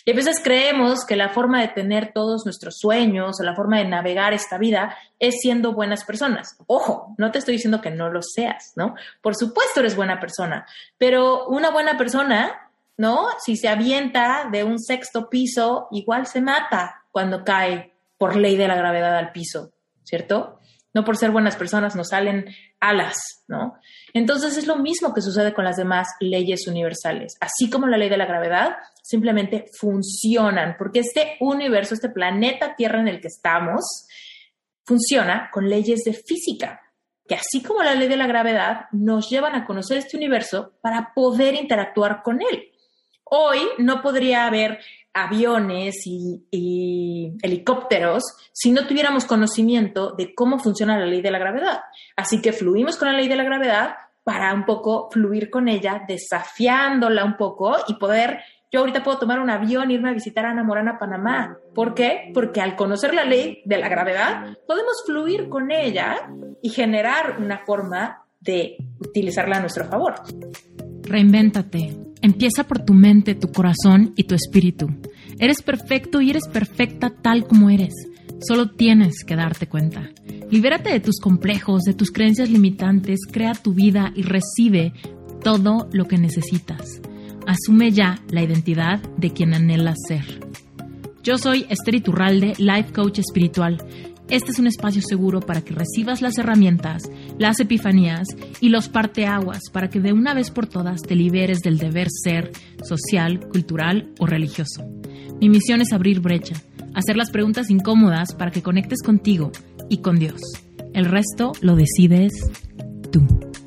Y a veces creemos que la forma de tener todos nuestros sueños o la forma de navegar esta vida es siendo buenas personas. Ojo, no te estoy diciendo que no lo seas, ¿no? Por supuesto eres buena persona, pero una buena persona, ¿no? Si se avienta de un 6º piso, igual se mata cuando cae por ley de la gravedad al piso, ¿cierto? No por ser buenas personas nos salen alas, ¿no? Entonces es lo mismo que sucede con las demás leyes universales. Así como la ley de la gravedad, simplemente funcionan, porque este universo, este planeta Tierra en el que estamos, funciona con leyes de física, que así como la ley de la gravedad, nos llevan a conocer este universo para poder interactuar con él. Hoy no podría haber aviones y helicópteros si no tuviéramos conocimiento de cómo funciona la ley de la gravedad. Así que fluimos con la ley de la gravedad para un poco fluir con ella, desafiándola un poco y poder... Yo ahorita puedo tomar un avión e irme a visitar a Ana Morana, Panamá. ¿Por qué? Porque al conocer la ley de la gravedad, podemos fluir con ella y generar una forma de utilizarla a nuestro favor. Reinvéntate. Empieza por tu mente, tu corazón y tu espíritu. Eres perfecto y eres perfecta tal como eres. Solo tienes que darte cuenta. Libérate de tus complejos, de tus creencias limitantes, crea tu vida y recibe todo lo que necesitas. Asume ya la identidad de quien anhelas ser. Yo soy Esther Iturralde, Life Coach Espiritual. Este es un espacio seguro para que recibas las herramientas, las epifanías y los parteaguas para que de una vez por todas te liberes del deber ser social, cultural o religioso. Mi misión es abrir brecha, hacer las preguntas incómodas para que conectes contigo y con Dios. El resto lo decides tú.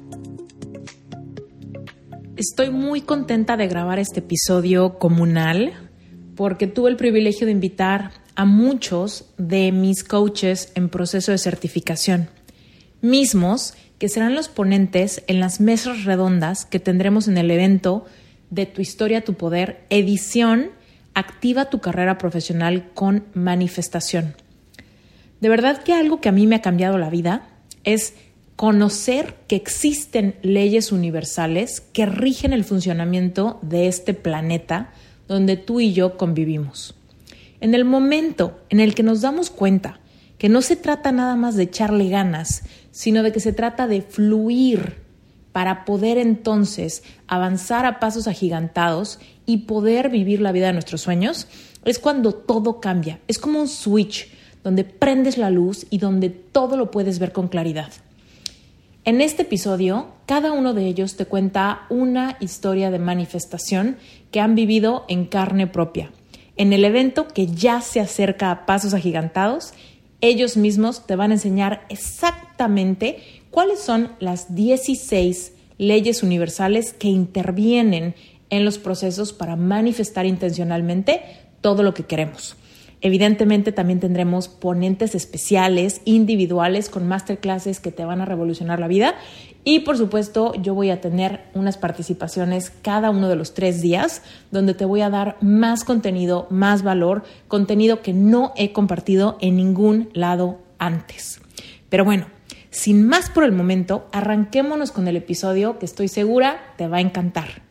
Estoy muy contenta de grabar este episodio comunal porque tuve el privilegio de invitar a muchos de mis coaches en proceso de certificación, mismos que serán los ponentes en las mesas redondas que tendremos en el evento de Tu Historia, Tu Poder, edición Activa tu carrera profesional con manifestación. De verdad que algo que a mí me ha cambiado la vida es conocer que existen leyes universales que rigen el funcionamiento de este planeta donde tú y yo convivimos. En el momento en el que nos damos cuenta que no se trata nada más de echarle ganas, sino de que se trata de fluir para poder entonces avanzar a pasos agigantados y poder vivir la vida de nuestros sueños, es cuando todo cambia. Es como un switch donde prendes la luz y donde todo lo puedes ver con claridad. En este episodio, cada uno de ellos te cuenta una historia de manifestación que han vivido en carne propia. En el evento que ya se acerca a pasos agigantados, ellos mismos te van a enseñar exactamente cuáles son las 16 leyes universales que intervienen en los procesos para manifestar intencionalmente todo lo que queremos. Evidentemente también tendremos ponentes especiales, individuales, con masterclasses que te van a revolucionar la vida. Y por supuesto, yo voy a tener unas participaciones cada uno de los 3 días, donde te voy a dar más contenido, más valor, contenido que no he compartido en ningún lado antes. Pero bueno, sin más por el momento, arranquémonos con el episodio que estoy segura te va a encantar.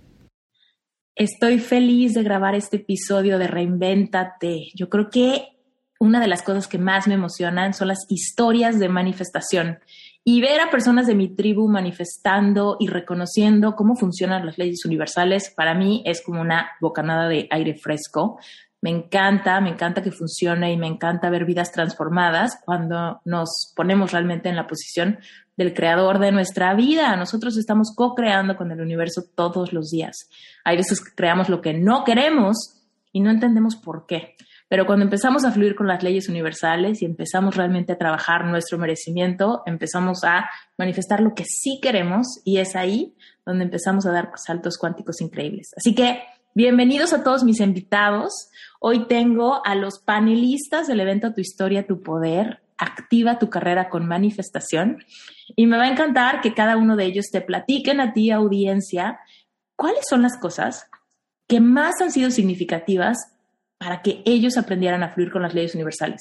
Estoy feliz de grabar este episodio de Reinvéntate. Yo creo que una de las cosas que más me emocionan son las historias de manifestación y ver a personas de mi tribu manifestando y reconociendo cómo funcionan las leyes universales. Para mí es como una bocanada de aire fresco. Me encanta que funcione y me encanta ver vidas transformadas cuando nos ponemos realmente en la posición del creador de nuestra vida. Nosotros estamos co-creando con el universo todos los días. Hay veces que creamos lo que no queremos y no entendemos por qué. Pero cuando empezamos a fluir con las leyes universales y empezamos realmente a trabajar nuestro merecimiento, empezamos a manifestar lo que sí queremos y es ahí donde empezamos a dar saltos cuánticos increíbles. Así que bienvenidos a todos mis invitados. Hoy tengo a los panelistas del evento Tu Historia, Tu Poder, Activa tu carrera con manifestación. Y me va a encantar que cada uno de ellos te platiquen a ti, audiencia, cuáles son las cosas que más han sido significativas para que ellos aprendieran a fluir con las leyes universales.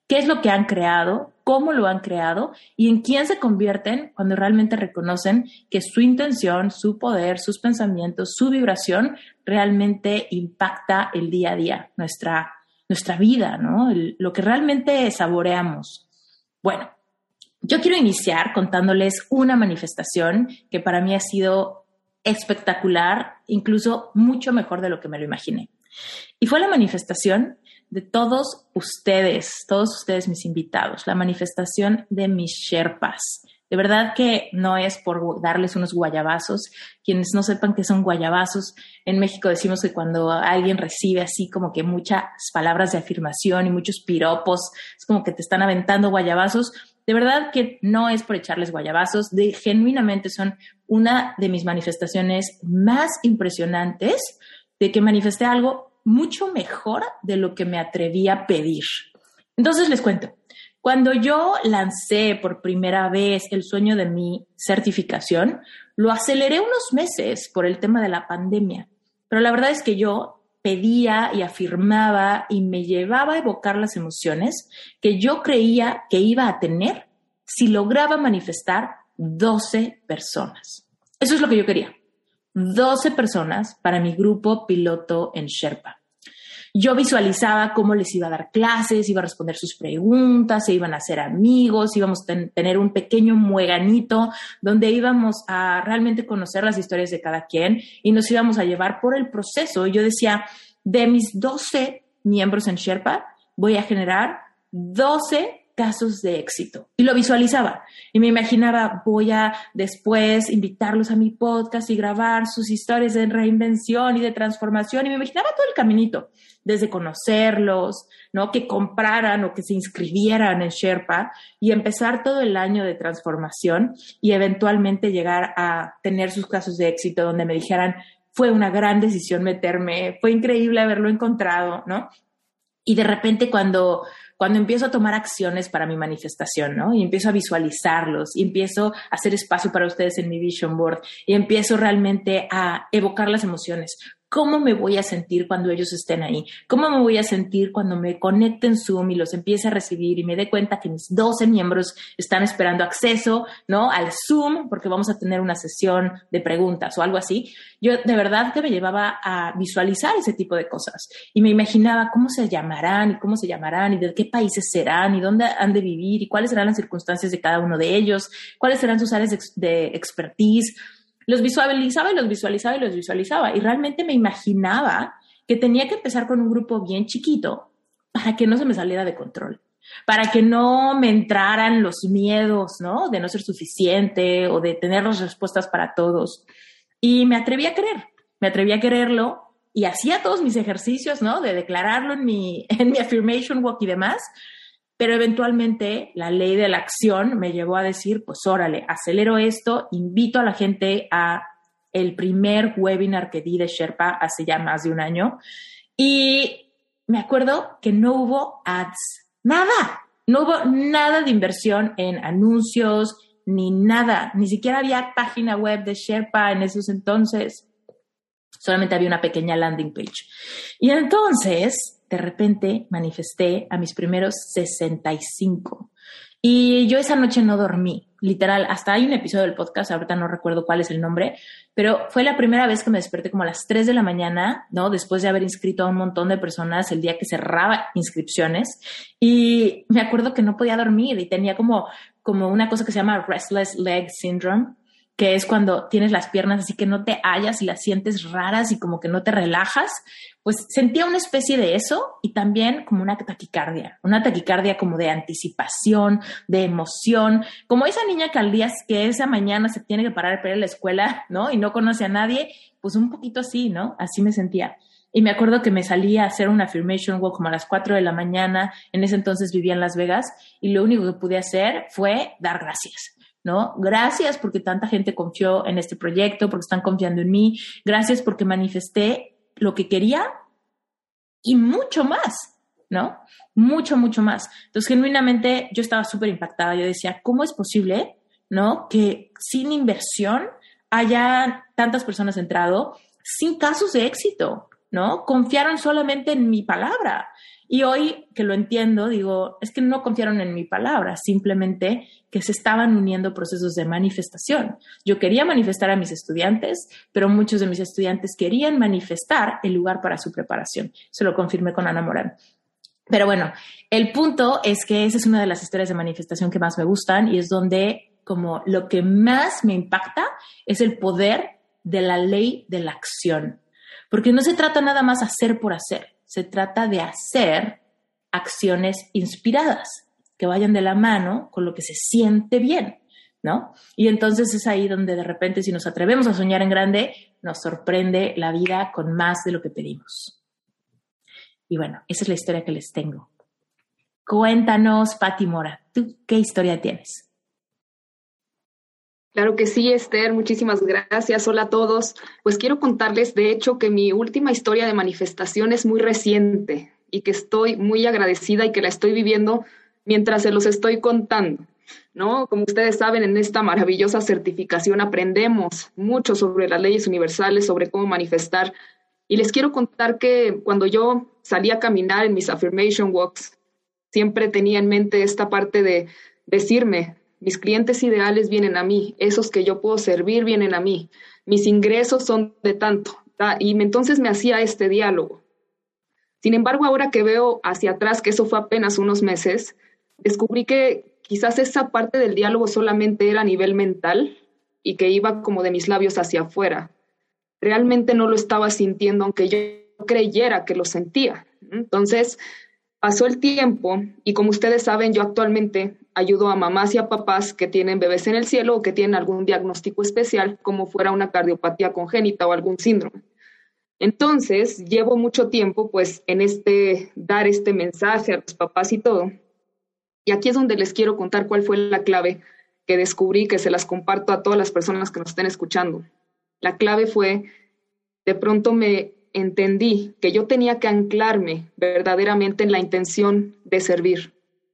qué es lo que han creado, cómo lo han creado y en quién se convierten cuando realmente reconocen que su intención, su poder, sus pensamientos, su vibración realmente impacta el día a día, nuestra vida, ¿no? Lo que realmente saboreamos. Bueno, yo quiero iniciar contándoles una manifestación que para mí ha sido espectacular, incluso mucho mejor de lo que me lo imaginé. Y fue la manifestación de todos ustedes mis invitados, la manifestación de mis Sherpas. De verdad que no es por darles unos guayabazos. Quienes no sepan qué son guayabazos, en México decimos que cuando alguien recibe así como que muchas palabras de afirmación y muchos piropos, es como que te están aventando guayabazos. De verdad que no es por echarles guayabazos, genuinamente son una de mis manifestaciones más impresionantes de que manifesté algo mucho mejor de lo que me atreví a pedir. Entonces les cuento, cuando yo lancé por primera vez el sueño de mi certificación, lo aceleré unos meses por el tema de la pandemia, pero la verdad es que yo pedía y afirmaba y me llevaba a evocar las emociones que yo creía que iba a tener si lograba manifestar 12 personas. Eso es lo que yo quería. 12 personas para mi grupo piloto en Sherpa. Yo visualizaba cómo les iba a dar clases, iba a responder sus preguntas, se iban a hacer amigos, íbamos a tener un pequeño mueganito donde íbamos a realmente conocer las historias de cada quien y nos íbamos a llevar por el proceso. Y yo decía, de mis 12 miembros en Sherpa, voy a generar 12 casos de éxito. Y lo visualizaba y me imaginaba, voy a después invitarlos a mi podcast y grabar sus historias de reinvención y de transformación, y me imaginaba todo el caminito, desde conocerlos, ¿no? Que compraran o que se inscribieran en Sherpa y empezar todo el año de transformación y eventualmente llegar a tener sus casos de éxito donde me dijeran, fue una gran decisión meterme, fue increíble haberlo encontrado, ¿no? Y de repente cuando empiezo a tomar acciones para mi manifestación, ¿no? Y empiezo a visualizarlos y empiezo a hacer espacio para ustedes en mi vision board y empiezo realmente a evocar las emociones. ¿Cómo me voy a sentir cuando ellos estén ahí? ¿Cómo me voy a sentir cuando me conecte en Zoom y los empiece a recibir y me dé cuenta que mis 12 miembros están esperando acceso, ¿no? Al Zoom, porque vamos a tener una sesión de preguntas o algo así. Yo de verdad que me llevaba a visualizar ese tipo de cosas y me imaginaba cómo se llamarán y de qué países serán y dónde han de vivir y cuáles serán las circunstancias de cada uno de ellos, cuáles serán sus áreas de expertise. Los visualizaba y realmente me imaginaba que tenía que empezar con un grupo bien chiquito para que no se me saliera de control, para que no me entraran los miedos, ¿no? De no ser suficiente o de tener las respuestas para todos. Y me atreví a quererlo y hacía todos mis ejercicios, ¿no? De declararlo en mi affirmation walk y demás. Pero eventualmente la ley de la acción me llevó a decir, pues órale, acelero esto, invito a la gente a el primer webinar que di de Sherpa hace ya más de un año. Y me acuerdo que no hubo ads, nada. No hubo nada de inversión en anuncios, ni nada. Ni siquiera había página web de Sherpa en esos entonces. Solamente había una pequeña landing page. Y entonces, de repente, manifesté a mis primeros 65. Y yo esa noche no dormí. Literal, hasta hay un episodio del podcast, ahorita no recuerdo cuál es el nombre, pero fue la primera vez que me desperté como a las 3 de la mañana, ¿no? Después de haber inscrito a un montón de personas el día que cerraba inscripciones. Y me acuerdo que no podía dormir y tenía como una cosa que se llama Restless Leg Syndrome, que es cuando tienes las piernas así que no te hallas y las sientes raras y como que no te relajas. Pues sentía una especie de eso y también como una taquicardia como de anticipación, de emoción, como esa niña que esa mañana se tiene que parar para ir a la escuela, ¿no? Y no conoce a nadie, pues un poquito así, ¿no? Así me sentía. Y me acuerdo que me salí a hacer una affirmation walk como a las 4 de la mañana, en ese entonces vivía en Las Vegas, y lo único que pude hacer fue dar gracias, ¿no? Gracias porque tanta gente confió en este proyecto, porque están confiando en mí. Gracias porque manifesté lo que quería y mucho más, ¿no? Mucho, mucho más. Entonces, genuinamente, yo estaba súper impactada. Yo decía, ¿cómo es posible, ¿no? Que sin inversión haya tantas personas entrado sin casos de éxito, ¿no? Confiaron solamente en mi palabra. Y hoy que lo entiendo, digo, es que no confiaron en mi palabra, simplemente que se estaban uniendo procesos de manifestación. Yo quería manifestar a mis estudiantes, pero muchos de mis estudiantes querían manifestar el lugar para su preparación. Se lo confirmé con Ana Morán. Pero bueno, el punto es que esa es una de las historias de manifestación que más me gustan y es donde como lo que más me impacta es el poder de la ley de la acción. Porque no se trata nada más hacer por hacer, se trata de hacer acciones inspiradas que vayan de la mano con lo que se siente bien, ¿no? Y entonces es ahí donde de repente si nos atrevemos a soñar en grande, nos sorprende la vida con más de lo que pedimos. Y bueno, esa es la historia que les tengo. Cuéntanos, Pati Mora, ¿tú qué historia tienes? Claro que sí, Esther, muchísimas gracias. Hola a todos. Pues quiero contarles, de hecho, que mi última historia de manifestación es muy reciente y que estoy muy agradecida y que la estoy viviendo mientras se los estoy contando, ¿no? Como ustedes saben, en esta maravillosa certificación aprendemos mucho sobre las leyes universales, sobre cómo manifestar. Y les quiero contar que cuando yo salí a caminar en mis affirmation walks, siempre tenía en mente esta parte de decirme, mis clientes ideales vienen a mí, esos que yo puedo servir vienen a mí, mis ingresos son de tanto, y entonces me hacía este diálogo. Sin embargo, ahora que veo hacia atrás, que eso fue apenas unos meses, descubrí que quizás esa parte del diálogo solamente era a nivel mental y que iba como de mis labios hacia afuera. Realmente no lo estaba sintiendo, aunque yo creyera que lo sentía. Entonces, pasó el tiempo y como ustedes saben, yo actualmente ayudo a mamás y a papás que tienen bebés en el cielo o que tienen algún diagnóstico especial, como fuera una cardiopatía congénita o algún síndrome. Entonces, llevo mucho tiempo pues en dar este mensaje a los papás y todo. Y aquí es donde les quiero contar cuál fue la clave que descubrí, que se las comparto a todas las personas que nos estén escuchando. La clave fue, de pronto me entendí que yo tenía que anclarme verdaderamente en la intención de servir.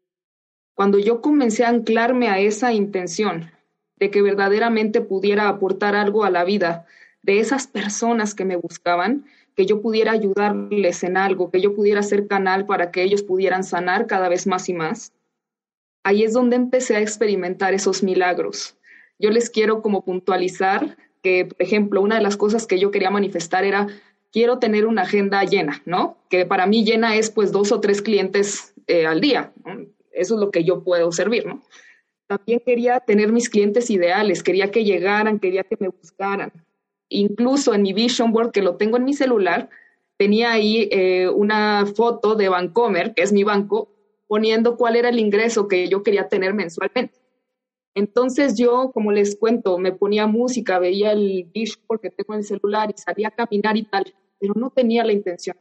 Cuando yo comencé a anclarme a esa intención de que verdaderamente pudiera aportar algo a la vida de esas personas que me buscaban, que yo pudiera ayudarles en algo, que yo pudiera ser canal para que ellos pudieran sanar cada vez más y más, ahí es donde empecé a experimentar esos milagros. Yo les quiero como puntualizar que, por ejemplo, una de las cosas que yo quería manifestar era quiero tener una agenda llena, ¿no? Que para mí llena es pues 2 o 3 clientes al día, ¿no? Eso es lo que yo puedo servir, ¿no? También quería tener mis clientes ideales, quería que llegaran, quería que me buscaran. Incluso en mi Vision Board, que lo tengo en mi celular, tenía ahí una foto de Bancomer, que es mi banco, poniendo cuál era el ingreso que yo quería tener mensualmente. Entonces yo, como les cuento, me ponía música, veía el Vision Board que tengo en el celular y salía a caminar y tal, pero no tenía la intención.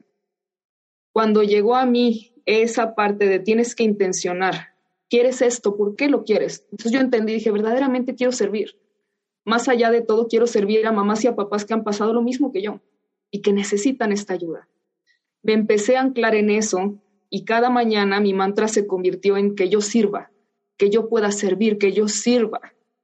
Cuando llegó a mí esa parte de tienes que intencionar, ¿quieres esto? ¿Por qué lo quieres? Entonces yo entendí, dije, verdaderamente quiero servir. Más allá de todo, quiero servir a mamás y a papás que han pasado lo mismo que yo y que necesitan esta ayuda. Me empecé a anclar en eso y cada mañana mi mantra se convirtió en que yo sirva, que yo pueda servir, que yo sirva.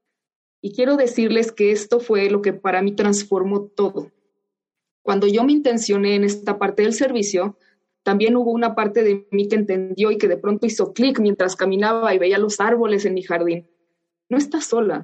Y quiero decirles que esto fue lo que para mí transformó todo. Cuando yo me intencioné en esta parte del servicio, también hubo una parte de mí que entendió y que de pronto hizo clic mientras caminaba y veía los árboles en mi jardín. No estás sola.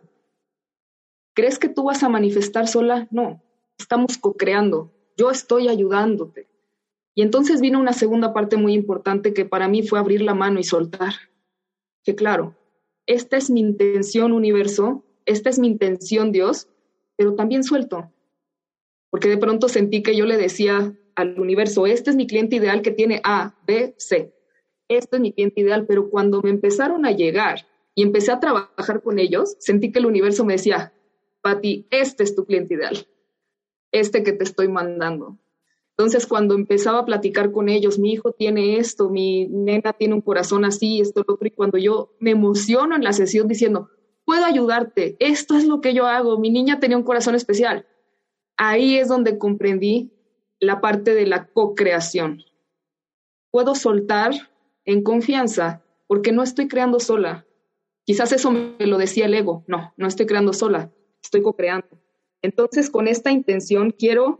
¿Crees que tú vas a manifestar sola? No, estamos co-creando. Yo estoy ayudándote. Y entonces vino una segunda parte muy importante que para mí fue abrir la mano y soltar. Que claro, esta es mi intención, universo, esta es mi intención, Dios, pero también suelto. Porque de pronto sentí que yo le decía al universo, este es mi cliente ideal que tiene A, B, C. Este es mi cliente ideal, pero cuando me empezaron a llegar y empecé a trabajar con ellos, sentí que el universo me decía, Pati, este es tu cliente ideal, este que te estoy mandando. Entonces, cuando empezaba a platicar con ellos, mi hijo tiene esto, mi nena tiene un corazón así, esto, lo otro, y cuando yo me emociono en la sesión diciendo, puedo ayudarte, esto es lo que yo hago, mi niña tenía un corazón especial. Ahí es donde comprendí la parte de la co-creación. Puedo soltar en confianza porque no estoy creando sola. Quizás eso me lo decía el ego. No estoy creando sola, estoy co-creando. Entonces, con esta intención quiero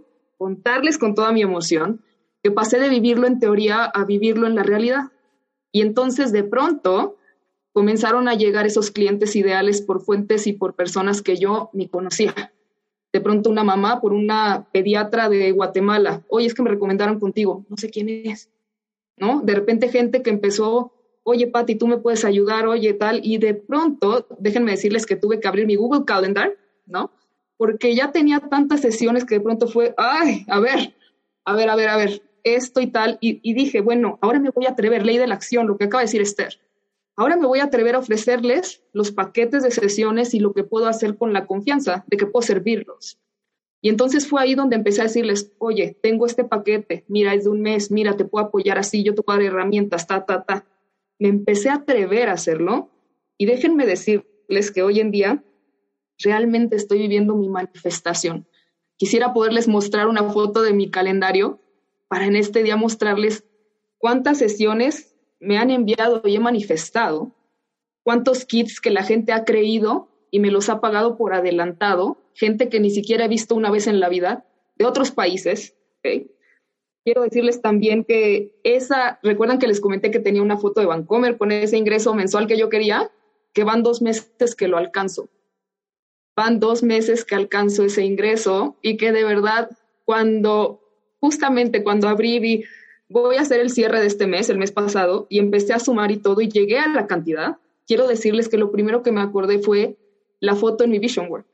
contarles con toda mi emoción que pasé de vivirlo en teoría a vivirlo en la realidad. Y entonces de pronto comenzaron a llegar esos clientes ideales por fuentes y por personas que yo ni conocía. De pronto una mamá por una pediatra de Guatemala. Oye, es que me recomendaron contigo. No sé quién es, ¿no? De repente gente que empezó, oye, Pati, tú me puedes ayudar, oye, tal. Y de pronto, déjenme decirles que tuve que abrir mi Google Calendar, ¿no? Porque ya tenía tantas sesiones que de pronto fue, ay, a ver, esto y tal. Y dije, bueno, ahora me voy a atrever, ley de la acción, lo que acaba de decir Esther. Ahora me voy a atrever a ofrecerles los paquetes de sesiones y lo que puedo hacer con la confianza de que puedo servirlos. Y entonces fue ahí donde empecé a decirles, oye, tengo este paquete, mira, es de un mes, mira, te puedo apoyar así, yo te puedo dar herramientas, Me empecé a atrever a hacerlo y déjenme decirles que hoy en día realmente estoy viviendo mi manifestación. Quisiera poderles mostrar una foto de mi calendario para en este día mostrarles cuántas sesiones me han enviado y he manifestado, cuántos kits que la gente ha creído y me los ha pagado por adelantado, gente que ni siquiera he visto una vez en la vida, de otros países. ¿Okay? Quiero decirles también que recuerdan que les comenté que tenía una foto de Vancomer con ese ingreso mensual que yo quería, que van 2 meses que lo alcanzo. Van 2 meses que alcanzo ese ingreso y que de verdad justamente cuando abrí vi, voy a hacer el cierre de este mes, el mes pasado, y empecé a sumar y todo, y llegué a la cantidad. Quiero decirles que lo primero que me acordé fue la foto en mi Vision Board.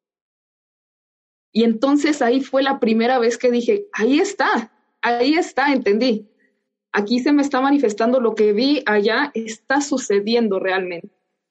Y entonces ahí fue la primera vez que dije, ahí está, entendí. Aquí se me está manifestando lo que vi allá, está sucediendo realmente.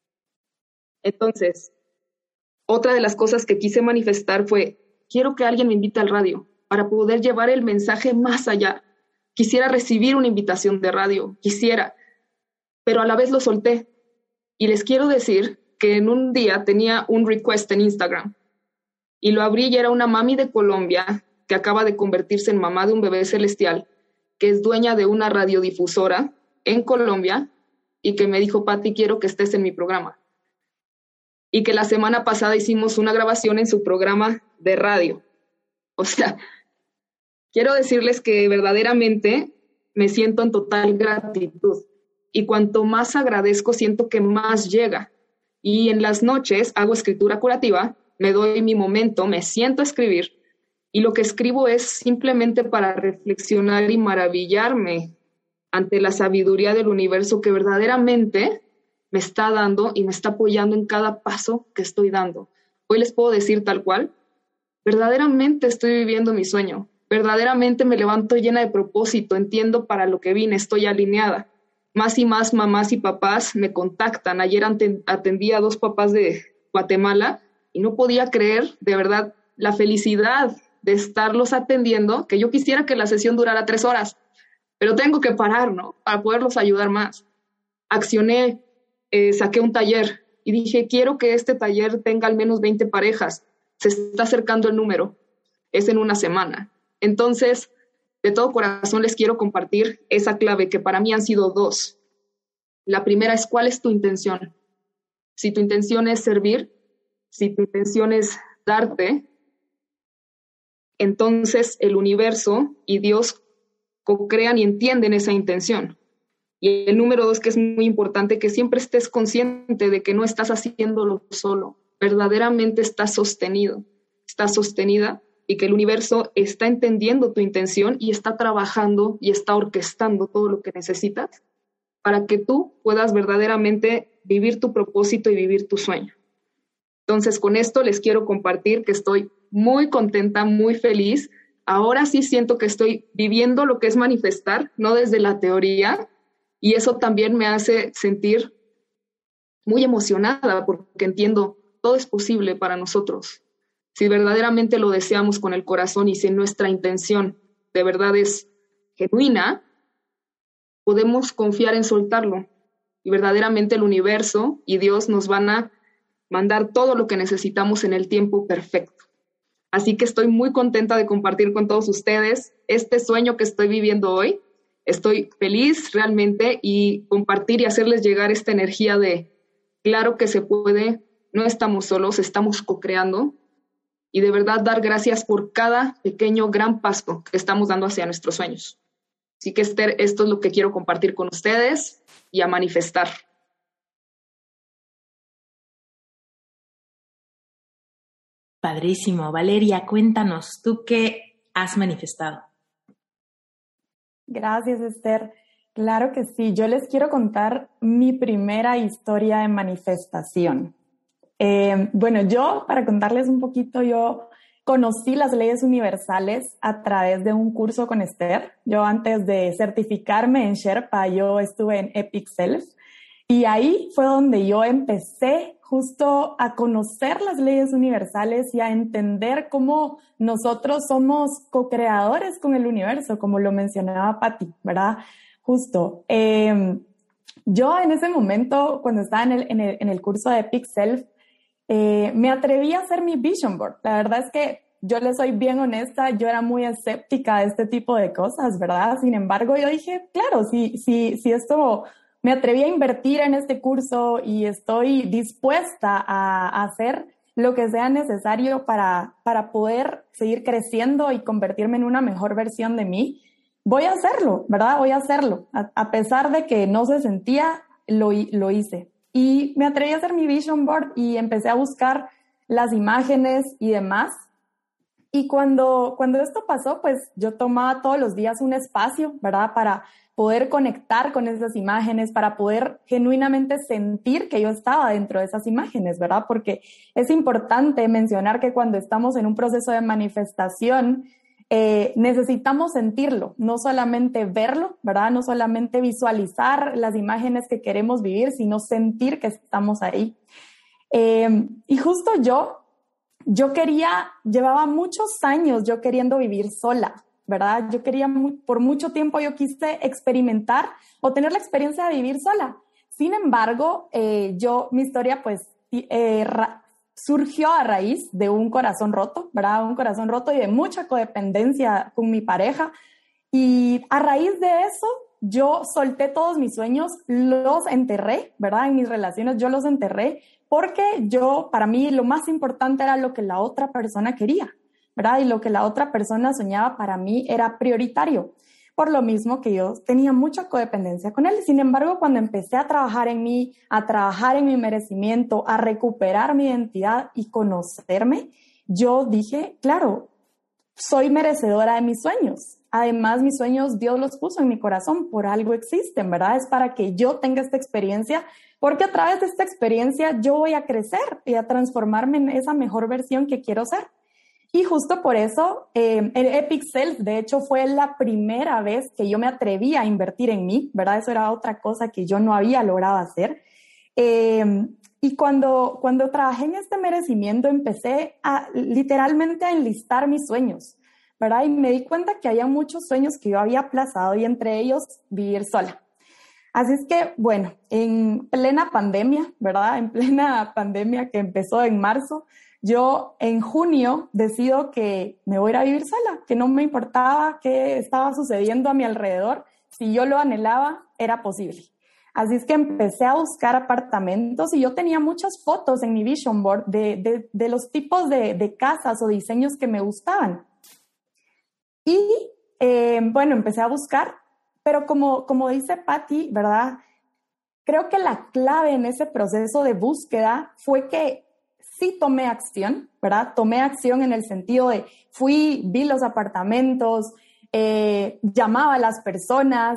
Entonces, otra de las cosas que quise manifestar fue, quiero que alguien me invite al radio para poder llevar el mensaje más allá. Quisiera recibir una invitación de radio, pero a la vez lo solté. Y les quiero decir que en un día tenía un request en Instagram y lo abrí y era una mami de Colombia que acaba de convertirse en mamá de un bebé celestial, que es dueña de una radiodifusora en Colombia y que me dijo, Pati, quiero que estés en mi programa. Y que la semana pasada hicimos una grabación en su programa de radio. O sea, quiero decirles que verdaderamente me siento en total gratitud y cuanto más agradezco siento que más llega. Y en las noches hago escritura curativa, me doy mi momento, me siento a escribir y lo que escribo es simplemente para reflexionar y maravillarme ante la sabiduría del universo que verdaderamente me está dando y me está apoyando en cada paso que estoy dando. Hoy les puedo decir tal cual, verdaderamente estoy viviendo mi sueño. Verdaderamente me levanto llena de propósito, entiendo para lo que vine, estoy alineada. Más y más mamás y papás me contactan. Ayer atendí a 2 papás de Guatemala y no podía creer, de verdad, la felicidad de estarlos atendiendo, que yo quisiera que la sesión durara 3 horas, pero tengo que parar, ¿no? Para poderlos ayudar más. Accioné, saqué un taller y dije, quiero que este taller tenga al menos 20 parejas. Se está acercando el número, es en una semana. Entonces, de todo corazón les quiero compartir esa clave que para mí han sido 2. La primera es, ¿cuál es tu intención? Si tu intención es servir, si tu intención es darte, entonces el universo y Dios co-crean y entienden esa intención. Y el número 2, que es muy importante, que siempre estés consciente de que no estás haciéndolo solo, verdaderamente estás sostenido, estás sostenida, y que el universo está entendiendo tu intención y está trabajando y está orquestando todo lo que necesitas para que tú puedas verdaderamente vivir tu propósito y vivir tu sueño. Entonces, con esto les quiero compartir que estoy muy contenta, muy feliz. Ahora sí siento que estoy viviendo lo que es manifestar, no desde la teoría, y eso también me hace sentir muy emocionada porque entiendo, todo es posible para nosotros. Si verdaderamente lo deseamos con el corazón y si nuestra intención de verdad es genuina, podemos confiar en soltarlo. Y verdaderamente el universo y Dios nos van a mandar todo lo que necesitamos en el tiempo perfecto. Así que estoy muy contenta de compartir con todos ustedes este sueño que estoy viviendo hoy. Estoy feliz realmente y compartir y hacerles llegar esta energía de claro que se puede, no estamos solos, estamos co-creando. y de verdad dar gracias por cada pequeño, gran paso que estamos dando hacia nuestros sueños. Así que, Esther, esto es lo que quiero compartir con ustedes y a manifestar. Padrísimo. Valeria, cuéntanos, ¿tú qué has manifestado? Gracias, Esther. Claro que sí. Yo les quiero contar mi primera historia de manifestación. Bueno, yo, para contarles un poquito, yo conocí las leyes universales a través de un curso con Esther. Yo, antes de certificarme en Sherpa, yo estuve en Epic Self, y ahí fue donde yo empecé justo a conocer las leyes universales y a entender cómo nosotros somos co-creadores con el universo, como lo mencionaba Patti, ¿verdad? Justo. Yo en ese momento, cuando estaba en el curso de Epic Self, me atreví a hacer mi vision board. La verdad es que yo les soy bien honesta, yo era muy escéptica de este tipo de cosas, ¿verdad? Sin embargo, yo dije, claro, si esto, me atreví a invertir en este curso y estoy dispuesta a hacer lo que sea necesario para poder seguir creciendo y convertirme en una mejor versión de mí, voy a hacerlo, ¿verdad? Voy a hacerlo. A pesar de que no se sentía, lo hice. Y me atreví a hacer mi vision board y empecé a buscar las imágenes y demás. Y cuando esto pasó, pues yo tomaba todos los días un espacio, ¿verdad? Para poder conectar con esas imágenes, para poder genuinamente sentir que yo estaba dentro de esas imágenes, ¿verdad? Porque es importante mencionar que cuando estamos en un proceso de manifestación, necesitamos sentirlo, no solamente verlo, ¿verdad? No solamente visualizar las imágenes que queremos vivir, sino sentir que estamos ahí. Y justo llevaba muchos años yo queriendo vivir sola, ¿verdad? Por mucho tiempo yo quise experimentar o tener la experiencia de vivir sola. Sin embargo, mi historia pues surgió a raíz de un corazón roto, ¿verdad? Un corazón roto y de mucha codependencia con mi pareja. Y a raíz de eso, yo solté todos mis sueños, los enterré, ¿verdad? En mis relaciones yo los enterré porque para mí lo más importante era lo que la otra persona quería, ¿verdad? Y lo que la otra persona soñaba para mí era prioritario. Por lo mismo que yo tenía mucha codependencia con él. Sin embargo, cuando empecé a trabajar en mí, a trabajar en mi merecimiento, a recuperar mi identidad y conocerme, yo dije, claro, soy merecedora de mis sueños. Además, mis sueños Dios los puso en mi corazón, por algo existen, ¿verdad? Es para que yo tenga esta experiencia, porque a través de esta experiencia yo voy a crecer y a transformarme en esa mejor versión que quiero ser. Y justo por eso, el Epic Self, de hecho, fue la primera vez que yo me atreví a invertir en mí, ¿verdad? Eso era otra cosa que yo no había logrado hacer. Y cuando trabajé en este merecimiento, empecé literalmente a enlistar mis sueños, ¿verdad? Y me di cuenta que había muchos sueños que yo había aplazado y entre ellos vivir sola. Así es que, bueno, en plena pandemia, ¿verdad? En plena pandemia que empezó en marzo, yo en junio decido que me voy a ir a vivir sola, que no me importaba qué estaba sucediendo a mi alrededor. Si yo lo anhelaba, era posible. Así es que empecé a buscar apartamentos y yo tenía muchas fotos en mi vision board de los tipos de casas o diseños que me gustaban. Y bueno, empecé a buscar, pero como dice Patti, ¿verdad? Creo que la clave en ese proceso de búsqueda fue que sí tomé acción, ¿verdad? Tomé acción en el sentido de vi los apartamentos, llamaba a las personas,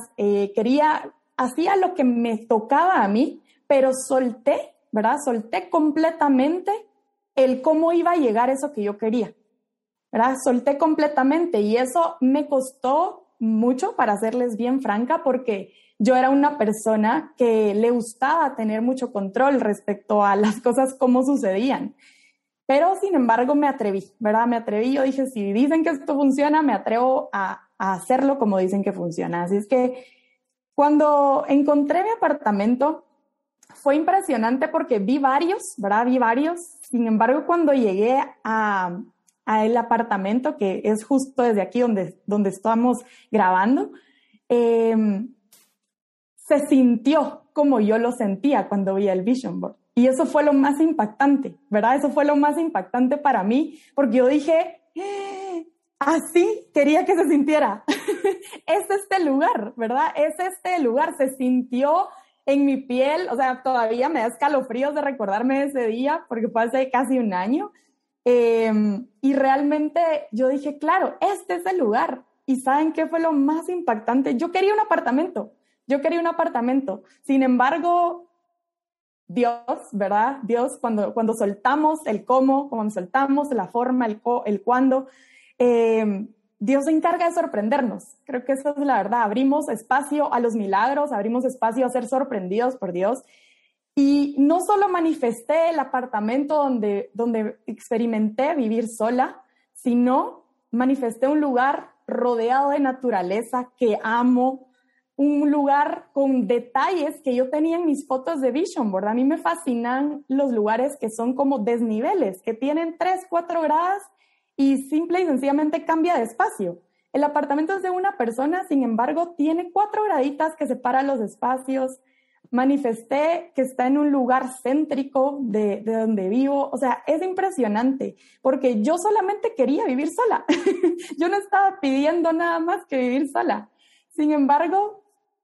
hacía lo que me tocaba a mí, pero solté, ¿verdad? Solté completamente el cómo iba a llegar eso que yo quería, ¿verdad? Solté completamente y eso me costó mucho, para serles bien franca, porque yo era una persona que le gustaba tener mucho control respecto a las cosas como sucedían. Pero, sin embargo, me atreví, ¿verdad? Me atreví, yo dije, si dicen que esto funciona, me atrevo a hacerlo como dicen que funciona. Así es que cuando encontré mi apartamento, fue impresionante porque vi varios, ¿verdad? Vi varios. Sin embargo, cuando llegué a el apartamento, que es justo desde aquí donde estamos grabando, se sintió como yo lo sentía cuando vi el vision board, Y eso fue lo más impactante, ¿verdad? Eso fue lo más impactante para mí, porque yo dije, así quería que se sintiera. Es este lugar, ¿verdad? Es este lugar. Se sintió en mi piel, o sea, todavía me da escalofríos de recordarme de ese día, porque fue hace casi un año. Y realmente yo dije, claro, este es el lugar. ¿Y saben qué fue lo más impactante? Yo quería un apartamento. Sin embargo, Dios, ¿verdad? Dios, cuando soltamos el cómo, cuando soltamos la forma, el cuándo, Dios se encarga de sorprendernos. Creo que eso es la verdad. Abrimos espacio a los milagros, abrimos espacio a ser sorprendidos por Dios. Y no solo manifesté el apartamento donde experimenté vivir sola, sino manifesté un lugar rodeado de naturaleza que amo, un lugar con detalles que yo tenía en mis fotos de Vision Board. A mí me fascinan los lugares que son como desniveles, que tienen 3, 4 gradas y simple y sencillamente cambia de espacio. El apartamento es de una persona, sin embargo, tiene 4 graditas que separan los espacios. Manifesté que está en un lugar céntrico de donde vivo. O sea, es impresionante, porque yo solamente quería vivir sola. Yo no estaba pidiendo nada más que vivir sola. Sin embargo,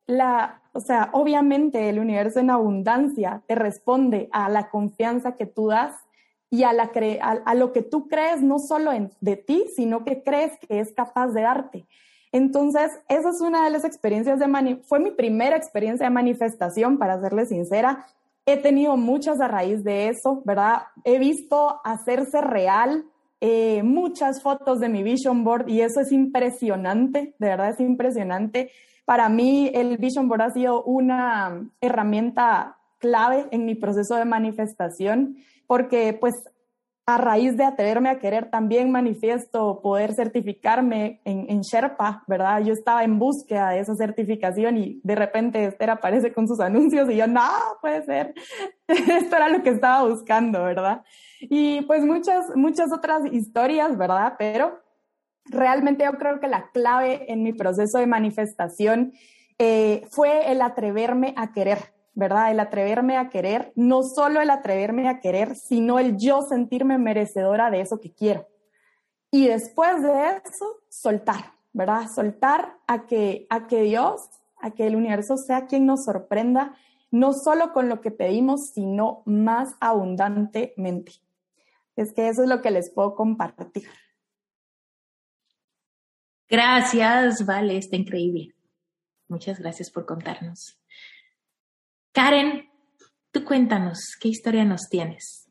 obviamente el universo en abundancia te responde a la confianza que tú das y a lo que tú crees, no solo de ti, sino que crees que es capaz de darte. Entonces, esa es una de las experiencias fue mi primera experiencia de manifestación, para serles sincera. He tenido muchas a raíz de eso, ¿verdad? He visto hacerse real muchas fotos de mi Vision Board y eso es impresionante, de verdad es impresionante. Para mí, el Vision Board ha sido una herramienta clave en mi proceso de manifestación, porque pues a raíz de atreverme a querer también manifiesto poder certificarme en Sherpa, ¿verdad? Yo estaba en búsqueda de esa certificación y de repente Esther aparece con sus anuncios y yo, no, puede ser. Esto era lo que estaba buscando, ¿verdad? Y pues muchas otras historias, ¿verdad? Pero realmente yo creo que la clave en mi proceso de manifestación fue el atreverme a querer, ¿verdad? El atreverme a querer, no solo el atreverme a querer, sino el yo sentirme merecedora de eso que quiero. Y después de eso, soltar, ¿verdad? Soltar a que Dios, a que el universo sea quien nos sorprenda, no solo con lo que pedimos, sino más abundantemente. Es que eso es lo que les puedo compartir. Gracias, Vale, está increíble. Muchas gracias por contarnos. Karen, tú cuéntanos, ¿qué historia nos tienes?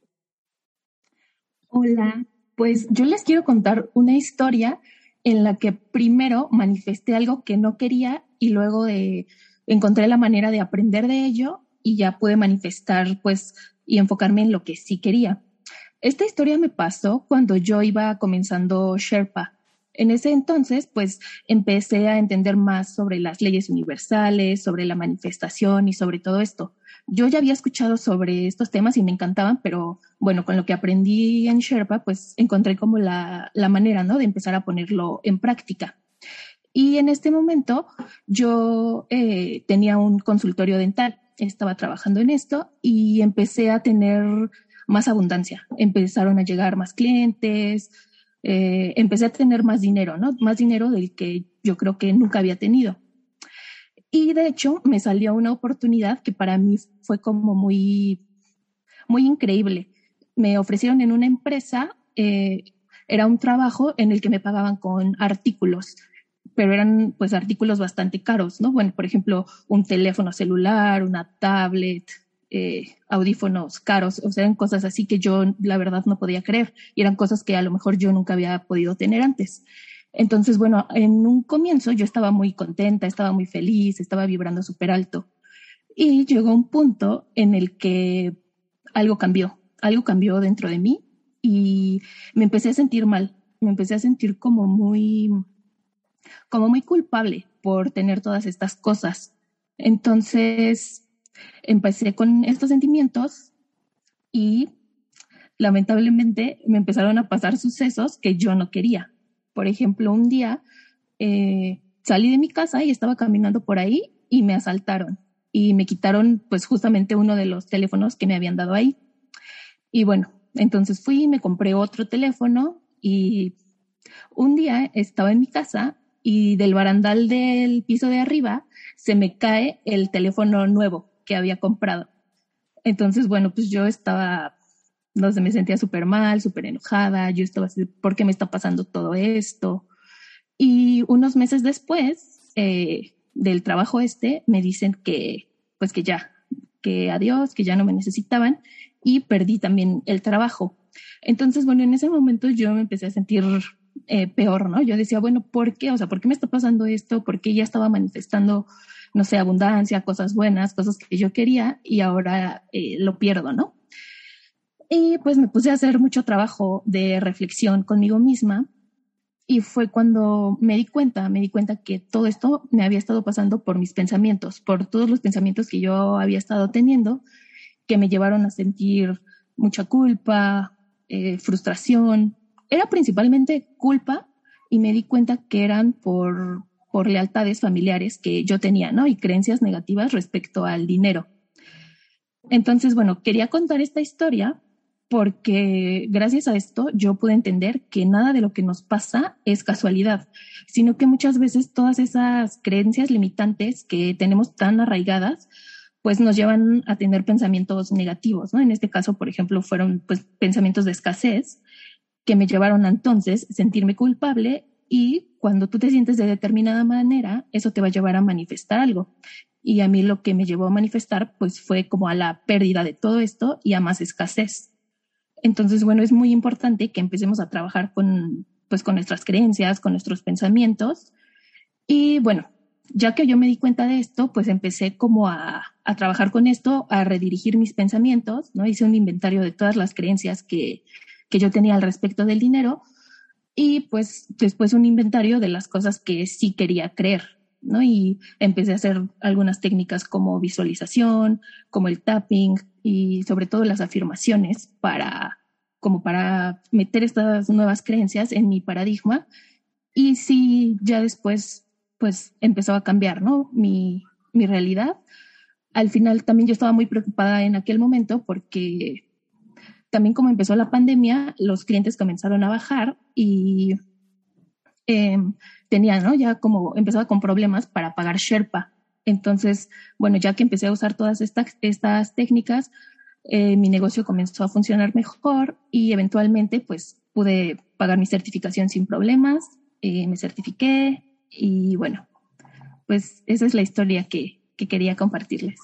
Hola, pues yo les quiero contar una historia en la que primero manifesté algo que no quería y luego encontré la manera de aprender de ello y ya pude manifestar pues y enfocarme en lo que sí quería. Esta historia me pasó cuando yo iba comenzando Sherpa. En ese entonces, pues, empecé a entender más sobre las leyes universales, sobre la manifestación y sobre todo esto. Yo ya había escuchado sobre estos temas y me encantaban, pero bueno, con lo que aprendí en Sherpa, pues encontré como la manera, ¿no?, de empezar a ponerlo en práctica. Y en este momento yo tenía un consultorio dental, estaba trabajando en esto y empecé a tener más abundancia. Empezaron a llegar más clientes, empecé a tener más dinero, ¿no? Más dinero del que yo creo que nunca había tenido. Y de hecho me salió una oportunidad que para mí fue como muy, muy increíble. Me ofrecieron en una empresa, era un trabajo en el que me pagaban con artículos, pero eran pues artículos bastante caros, ¿no? Bueno, por ejemplo, un teléfono celular, una tablet, audífonos caros, o sea, eran cosas así que yo la verdad no podía creer y eran cosas que a lo mejor yo nunca había podido tener antes. Entonces, bueno, en un comienzo yo estaba muy contenta, estaba muy feliz, estaba vibrando súper alto y llegó un punto en el que algo cambió dentro de mí y me empecé a sentir mal, me empecé a sentir como muy culpable por tener todas estas cosas. Entonces empecé con estos sentimientos y lamentablemente me empezaron a pasar sucesos que yo no quería. Por ejemplo, un día salí de mi casa y estaba caminando por ahí y me asaltaron. y me quitaron pues justamente uno de los teléfonos que me habían dado ahí. Y bueno, entonces fui, me compré otro teléfono y un día estaba en mi casa y del barandal del piso de arriba se me cae el teléfono nuevo que había comprado. Entonces, bueno, pues yo estaba, no sé, me sentía súper mal, súper enojada. Yo estaba así, ¿por qué me está pasando todo esto? Y unos meses después del trabajo me dicen que, pues que ya, que adiós, que ya no me necesitaban y perdí también el trabajo. Entonces, bueno, en ese momento yo me empecé a sentir peor, ¿no? Yo decía, bueno, ¿por qué? O sea, ¿por qué me está pasando esto? ¿Por qué ya estaba manifestando, no sé, abundancia, cosas buenas, cosas que yo quería y ahora lo pierdo, ¿no? Y pues me puse a hacer mucho trabajo de reflexión conmigo misma y fue cuando me di cuenta que todo esto me había estado pasando por mis pensamientos, por todos los pensamientos que yo había estado teniendo, que me llevaron a sentir mucha culpa, frustración. Era principalmente culpa y me di cuenta que eran por lealtades familiares que yo tenía, ¿no? Y creencias negativas respecto al dinero. Entonces, bueno, quería contar esta historia porque gracias a esto yo pude entender que nada de lo que nos pasa es casualidad, sino que muchas veces todas esas creencias limitantes que tenemos tan arraigadas, pues nos llevan a tener pensamientos negativos, ¿no? En este caso, por ejemplo, fueron pues pensamientos de escasez que me llevaron a entonces sentirme culpable y cuando tú te sientes de determinada manera, eso te va a llevar a manifestar algo. Y a mí lo que me llevó a manifestar pues fue como a la pérdida de todo esto y a más escasez. Entonces, bueno, es muy importante que empecemos a trabajar con nuestras creencias, con nuestros pensamientos. Y bueno, ya que yo me di cuenta de esto, pues empecé como a trabajar con esto, a redirigir mis pensamientos, ¿no? Hice un inventario de todas las creencias que yo tenía al respecto del dinero y pues después un inventario de las cosas que sí quería creer, ¿no? Y empecé a hacer algunas técnicas como visualización, como el tapping y sobre todo las afirmaciones para meter estas nuevas creencias en mi paradigma. Y sí, ya después pues empezó a cambiar, ¿no? Mi realidad. Al final también yo estaba muy preocupada en aquel momento porque también como empezó la pandemia, los clientes comenzaron a bajar y tenía, ¿no? Ya como empezaba con problemas para pagar Sherpa. Entonces, bueno, ya que empecé a usar todas estas técnicas, mi negocio comenzó a funcionar mejor y eventualmente pues pude pagar mi certificación sin problemas, me certifiqué y bueno, pues esa es la historia que quería compartirles.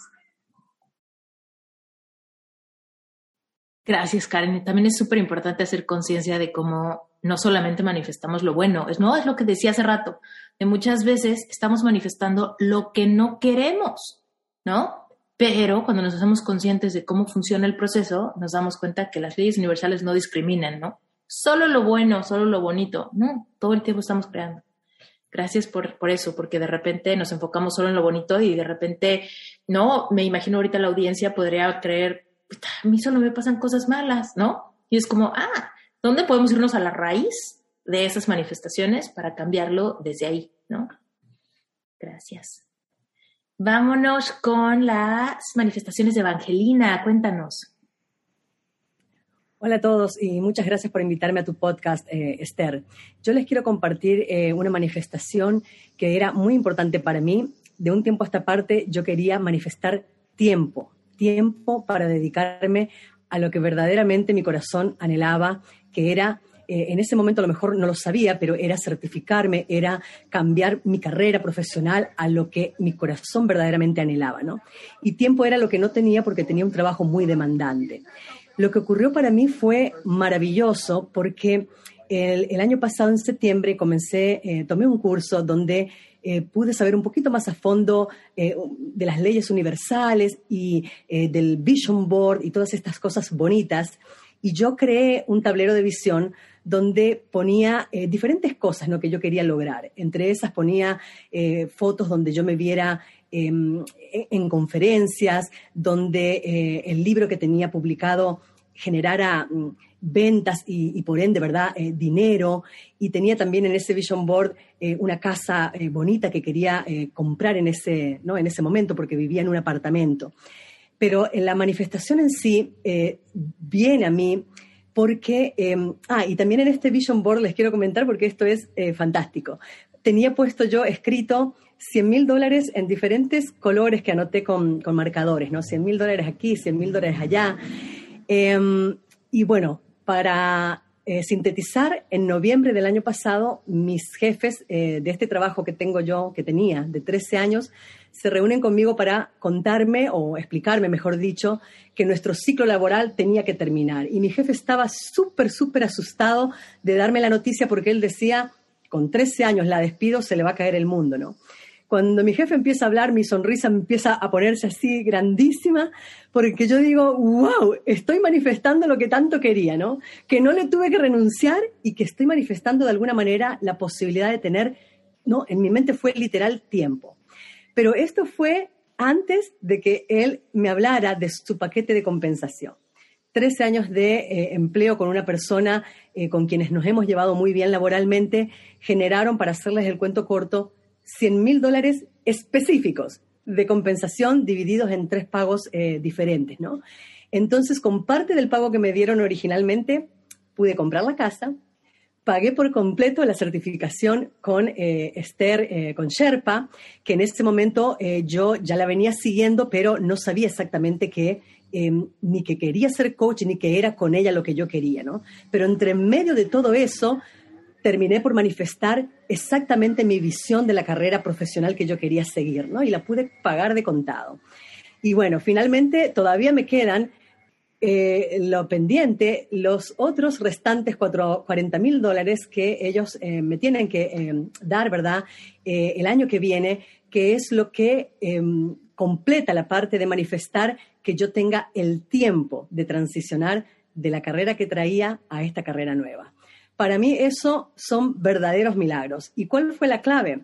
Gracias, Karen. También es súper importante hacer conciencia de cómo no solamente manifestamos lo bueno, es lo que decía hace rato, de muchas veces estamos manifestando lo que no queremos, ¿no? Pero cuando nos hacemos conscientes de cómo funciona el proceso, nos damos cuenta que las leyes universales no discriminan, ¿no? Solo lo bueno, solo lo bonito, no, todo el tiempo estamos creando. Gracias por eso, porque de repente nos enfocamos solo en lo bonito y de repente, no, me imagino ahorita la audiencia podría creer, a mí solo me pasan cosas malas, ¿no? Y es como, ¿dónde podemos irnos a la raíz de esas manifestaciones para cambiarlo desde ahí, ¿no? Gracias. Vámonos con las manifestaciones de Evangelina. Cuéntanos. Hola a todos y muchas gracias por invitarme a tu podcast, Esther. Yo les quiero compartir una manifestación que era muy importante para mí. De un tiempo a esta parte yo quería manifestar tiempo para dedicarme a lo que verdaderamente mi corazón anhelaba, que era, en ese momento a lo mejor no lo sabía, pero era certificarme, era cambiar mi carrera profesional a lo que mi corazón verdaderamente anhelaba, ¿no? Y tiempo era lo que no tenía porque tenía un trabajo muy demandante. Lo que ocurrió para mí fue maravilloso porque el año pasado, en septiembre, tomé un curso donde pude saber un poquito más a fondo de las leyes universales y del Vision Board y todas estas cosas bonitas. Y yo creé un tablero de visión donde ponía diferentes cosas, ¿no?, que yo quería lograr. Entre esas ponía fotos donde yo me viera en conferencias, donde el libro que tenía publicado generara ventas y por ende, ¿verdad?, dinero. Y tenía también en ese vision board una casa bonita que quería comprar en ese momento porque vivía en un apartamento. Pero en la manifestación en sí viene a mí porque, y también en este vision board les quiero comentar porque esto es fantástico. Tenía puesto yo escrito $100,000 en diferentes colores que anoté con marcadores, ¿no? $100,000 aquí, $100,000 allá. Y bueno, para sintetizar, en noviembre del año pasado, mis jefes de este trabajo que tenía de 13 años, se reúnen conmigo para contarme, o explicarme, mejor dicho, que nuestro ciclo laboral tenía que terminar. Y mi jefe estaba súper, súper asustado de darme la noticia porque él decía, con 13 años la despido, se le va a caer el mundo, ¿no? Cuando mi jefe empieza a hablar, mi sonrisa empieza a ponerse así grandísima, porque yo digo, wow, estoy manifestando lo que tanto quería, ¿no? Que no le tuve que renunciar y que estoy manifestando de alguna manera la posibilidad de tener, ¿no? En mi mente fue literal tiempo. Pero esto fue antes de que él me hablara de su paquete de compensación. 13 años de empleo con una persona con quienes nos hemos llevado muy bien laboralmente, generaron, para hacerles el cuento corto, $100,000 específicos de compensación divididos en 3 pagos diferentes, ¿no? Entonces, con parte del pago que me dieron originalmente, pude comprar la casa, pagué por completo la certificación con Esther, con Sherpa, que en ese momento yo ya la venía siguiendo, pero no sabía exactamente ni que quería ser coach, ni que era con ella lo que yo quería, ¿no? Pero entre medio de todo eso, terminé por manifestar exactamente mi visión de la carrera profesional que yo quería seguir, ¿no? Y la pude pagar de contado. Y bueno, finalmente todavía me quedan lo pendiente, los otros restantes $40,000 que ellos me tienen que dar, ¿verdad? El año que viene, que es lo que completa la parte de manifestar que yo tenga el tiempo de transicionar de la carrera que traía a esta carrera nueva. Para mí eso son verdaderos milagros. ¿Y cuál fue la clave?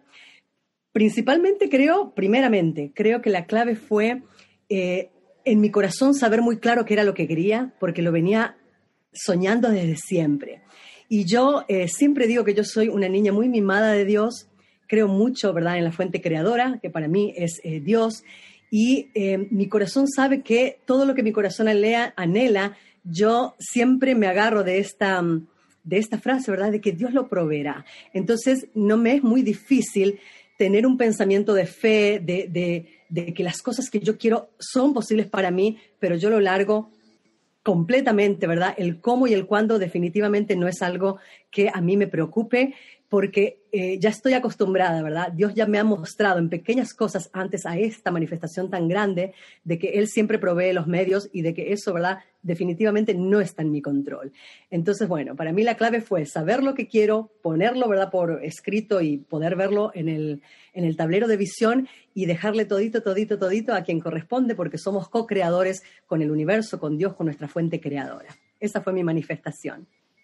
Primeramente, creo que la clave fue en mi corazón saber muy claro qué era lo que quería, porque lo venía soñando desde siempre. Y yo siempre digo que yo soy una niña muy mimada de Dios, creo mucho, ¿verdad?, en la fuente creadora, que para mí es Dios, y mi corazón sabe que todo lo que mi corazón anhela, yo siempre me agarro de esta frase, ¿verdad?, de que Dios lo proveerá. Entonces, no me es muy difícil tener un pensamiento de fe, de que las cosas que yo quiero son posibles para mí, pero yo lo largo completamente, ¿verdad? El cómo y el cuándo definitivamente no es algo que a mí me preocupe, porque ya estoy acostumbrada, ¿verdad? Dios ya me ha mostrado en pequeñas cosas antes a esta manifestación tan grande de que Él siempre provee los medios y de que eso, ¿verdad?, definitivamente no está en mi control. Entonces, bueno, para mí la clave fue saber lo que quiero, ponerlo, ¿verdad?, por escrito y poder verlo en el tablero de visión y dejarle todito a quien corresponde, porque somos co-creadores con el universo, con Dios, con nuestra fuente creadora. Esa fue mi manifestación.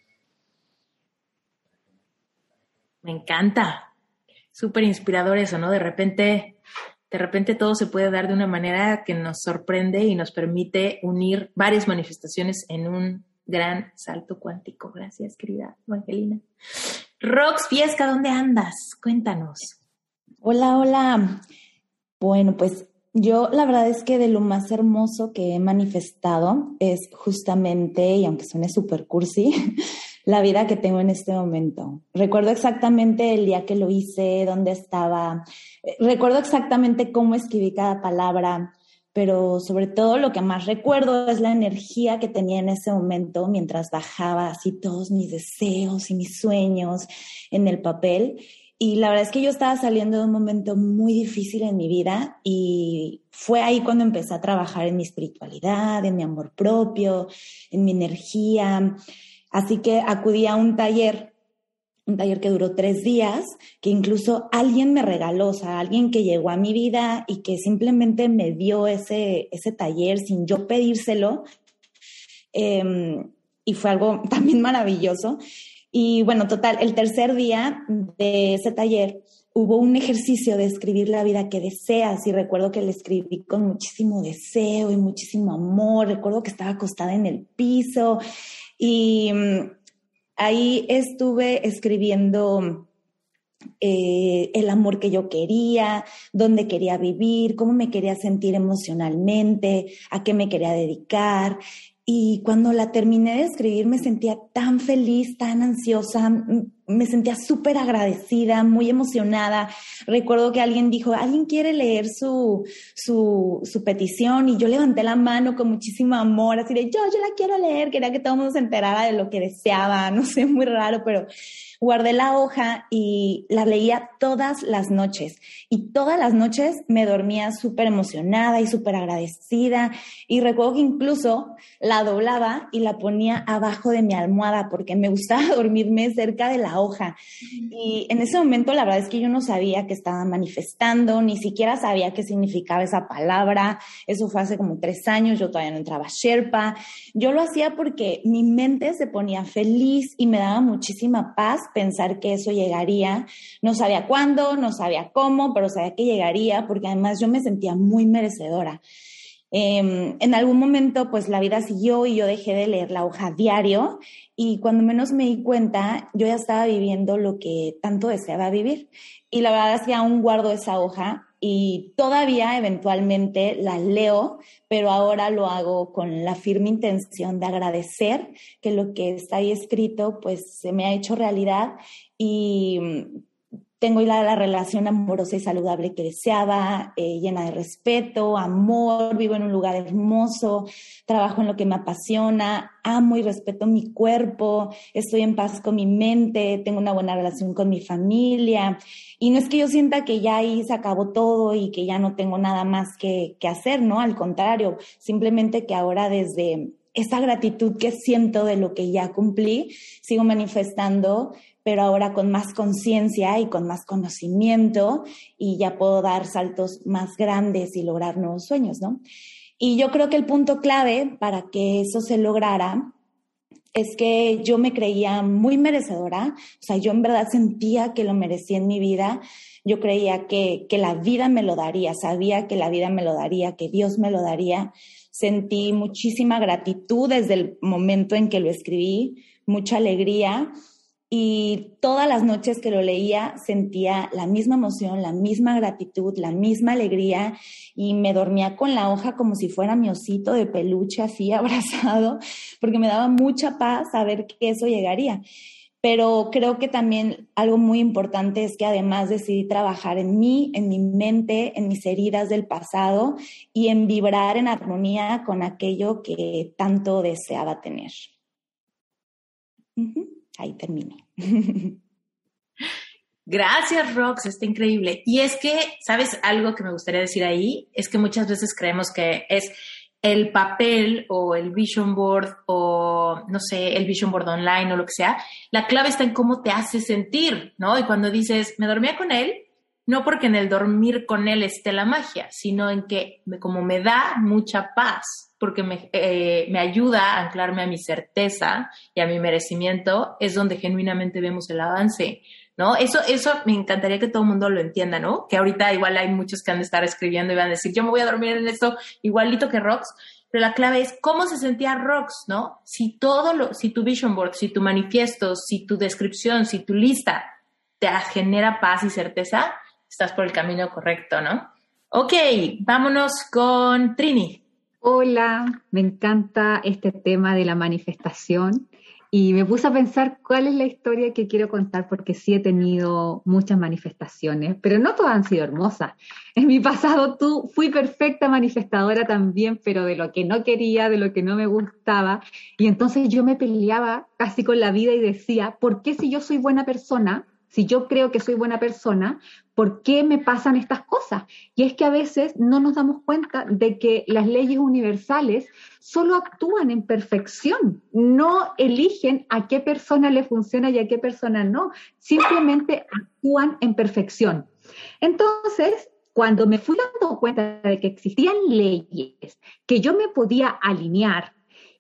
Me encanta. Súper inspirador eso, ¿no? De repente todo se puede dar de una manera que nos sorprende y nos permite unir varias manifestaciones en un gran salto cuántico. Gracias, querida Evangelina. Rox Fiesca, ¿dónde andas? Cuéntanos. Hola. Bueno, pues yo la verdad es que de lo más hermoso que he manifestado es justamente, y aunque suene súper cursi, la vida que tengo en este momento. Recuerdo exactamente el día que lo hice, dónde estaba, recuerdo exactamente cómo escribí cada palabra, pero sobre todo lo que más recuerdo es la energía que tenía en ese momento mientras bajaba así todos mis deseos y mis sueños en el papel. Y la verdad es que yo estaba saliendo de un momento muy difícil en mi vida y fue ahí cuando empecé a trabajar en mi espiritualidad, en mi amor propio, en mi energía. Así que acudí a un taller que duró 3 días, que incluso alguien me regaló, o sea, alguien que llegó a mi vida y que simplemente me dio ese taller sin yo pedírselo. Y fue algo también maravilloso. Y bueno, total, el tercer día de ese taller hubo un ejercicio de escribir la vida que deseas y recuerdo que la escribí con muchísimo deseo y muchísimo amor. Recuerdo que estaba acostada en el piso y ahí estuve escribiendo el amor que yo quería, dónde quería vivir, cómo me quería sentir emocionalmente, a qué me quería dedicar. Y cuando la terminé de escribir me sentía tan feliz, tan ansiosa, me sentía súper agradecida, muy emocionada. Recuerdo que alguien dijo, ¿alguien quiere leer su petición? Y yo levanté la mano con muchísimo amor, así de yo la quiero leer, quería que todo el mundo se enterara de lo que deseaba, no sé, muy raro, pero guardé la hoja y la leía todas las noches. Y todas las noches me dormía súper emocionada y súper agradecida. Y recuerdo que incluso la doblaba y la ponía abajo de mi almohada porque me gustaba dormirme cerca de la hoja. Y en ese momento la verdad es que yo no sabía que estaba manifestando, ni siquiera sabía qué significaba esa palabra. Eso fue hace como 3 años, yo todavía no entraba a Sherpa. Yo lo hacía porque mi mente se ponía feliz y me daba muchísima paz pensar que eso llegaría. No sabía cuándo, no sabía cómo, pero sabía que llegaría porque además yo me sentía muy merecedora. En algún momento pues la vida siguió y yo dejé de leer la hoja diario y cuando menos me di cuenta yo ya estaba viviendo lo que tanto deseaba vivir y la verdad es que aún guardo esa hoja y todavía eventualmente la leo, pero ahora lo hago con la firme intención de agradecer que lo que está ahí escrito pues se me ha hecho realidad y tengo la relación amorosa y saludable que deseaba, llena de respeto, amor, vivo en un lugar hermoso, trabajo en lo que me apasiona, amo y respeto mi cuerpo, estoy en paz con mi mente, tengo una buena relación con mi familia. Y no es que yo sienta que ya ahí se acabó todo y que ya no tengo nada más que hacer, ¿no? Al contrario, simplemente que ahora desde esa gratitud que siento de lo que ya cumplí, sigo manifestando, pero ahora con más conciencia y con más conocimiento y ya puedo dar saltos más grandes y lograr nuevos sueños, ¿no? Y yo creo que el punto clave para que eso se lograra es que yo me creía muy merecedora, o sea, yo en verdad sentía que lo merecía en mi vida, yo creía que la vida me lo daría, sabía que la vida me lo daría, que Dios me lo daría, sentí muchísima gratitud desde el momento en que lo escribí, mucha alegría. Y todas las noches que lo leía sentía la misma emoción, la misma gratitud, la misma alegría y me dormía con la hoja como si fuera mi osito de peluche así abrazado porque me daba mucha paz saber que eso llegaría. Pero creo que también algo muy importante es que además decidí trabajar en mí, en mi mente, en mis heridas del pasado y en vibrar en armonía con aquello que tanto deseaba tener. Ahí terminé. Gracias, Rox, está increíble. Y es que, ¿sabes algo que me gustaría decir ahí? Es que muchas veces creemos que es el papel o el vision board o, no sé, el vision board online o lo que sea. La clave está en cómo te hace sentir, ¿no? Y cuando dices, me dormía con él, no porque en el dormir con él esté la magia, sino en que como me da mucha paz, porque me ayuda a anclarme a mi certeza y a mi merecimiento, es donde genuinamente vemos el avance, ¿no? Eso me encantaría que todo el mundo lo entienda, ¿no? Que ahorita igual hay muchos que han de estar escribiendo y van a decir, yo me voy a dormir en esto igualito que Rox, pero la clave es cómo se sentía Rox, ¿no? Si tu vision board, si tu manifiesto, si tu descripción, si tu lista te genera paz y certeza, estás por el camino correcto, ¿no? Ok, vámonos con Trini. Hola, me encanta este tema de la manifestación y me puse a pensar cuál es la historia que quiero contar porque sí he tenido muchas manifestaciones, pero no todas han sido hermosas. En mi pasado fui perfecta manifestadora también, pero de lo que no quería, de lo que no me gustaba, y entonces yo me peleaba casi con la vida y decía, ¿por qué si yo soy buena persona? Si yo creo que soy buena persona, ¿por qué me pasan estas cosas? Y es que a veces no nos damos cuenta de que las leyes universales solo actúan en perfección, no eligen a qué persona le funciona y a qué persona no, simplemente actúan en perfección. Entonces, cuando me fui dando cuenta de que existían leyes que yo me podía alinear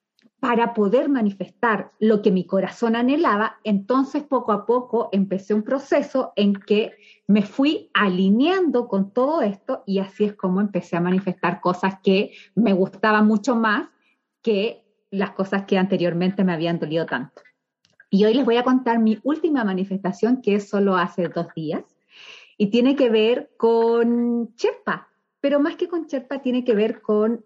para poder manifestar lo que mi corazón anhelaba, entonces poco a poco empecé un proceso en que me fui alineando con todo esto y así es como empecé a manifestar cosas que me gustaban mucho más que las cosas que anteriormente me habían dolido tanto. Y hoy les voy a contar mi última manifestación, que es solo hace 2 días, y tiene que ver con Sherpa, pero más que con Sherpa tiene que ver con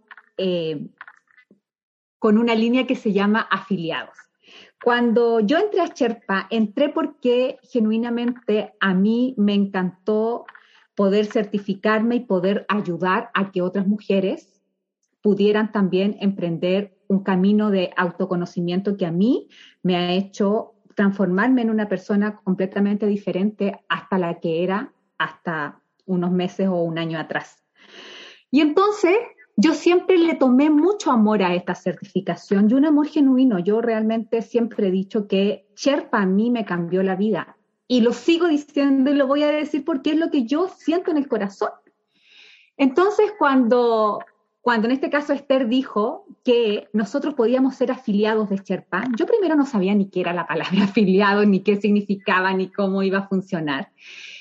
una línea que se llama afiliados. Cuando yo entré a Sherpa, entré porque genuinamente a mí me encantó poder certificarme y poder ayudar a que otras mujeres pudieran también emprender un camino de autoconocimiento que a mí me ha hecho transformarme en una persona completamente diferente hasta la que era hasta unos meses o un año atrás. Y entonces yo siempre le tomé mucho amor a esta certificación y un amor genuino. Yo realmente siempre he dicho que Sherpa a mí me cambió la vida. Y lo sigo diciendo y lo voy a decir porque es lo que yo siento en el corazón. Entonces, cuando en este caso Esther dijo que nosotros podíamos ser afiliados de Sherpa, yo primero no sabía ni qué era la palabra afiliado, ni qué significaba, ni cómo iba a funcionar.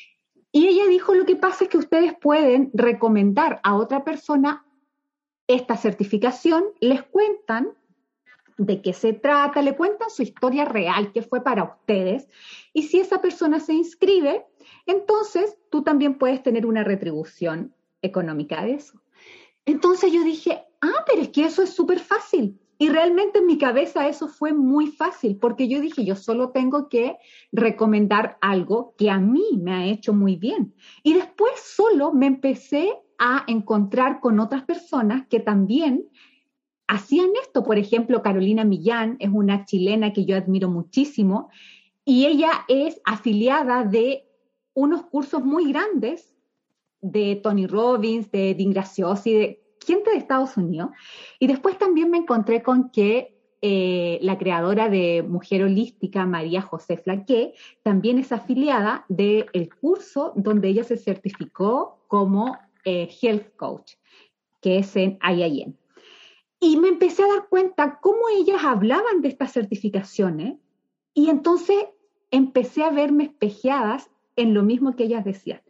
Y ella dijo, lo que pasa es que ustedes pueden recomendar a otra persona esta certificación, les cuentan de qué se trata, le cuentan su historia real, que fue para ustedes, y si esa persona se inscribe, entonces tú también puedes tener una retribución económica de eso. Entonces yo dije, pero es que eso es súper fácil. Y realmente en mi cabeza eso fue muy fácil, porque yo dije, yo solo tengo que recomendar algo que a mí me ha hecho muy bien. Y después solo me empecé a encontrar con otras personas que también hacían esto. Por ejemplo, Carolina Millán es una chilena que yo admiro muchísimo y ella es afiliada de unos cursos muy grandes de Tony Robbins, de Dean Graziosi, de gente de Estados Unidos. Y después también me encontré con que la creadora de Mujer Holística, María José Flaqué, también es afiliada del curso donde ella se certificó como Health Coach, que es en IIN. Y me empecé a dar cuenta cómo ellas hablaban de estas certificaciones y entonces empecé a verme espejeadas en lo mismo que ellas decían.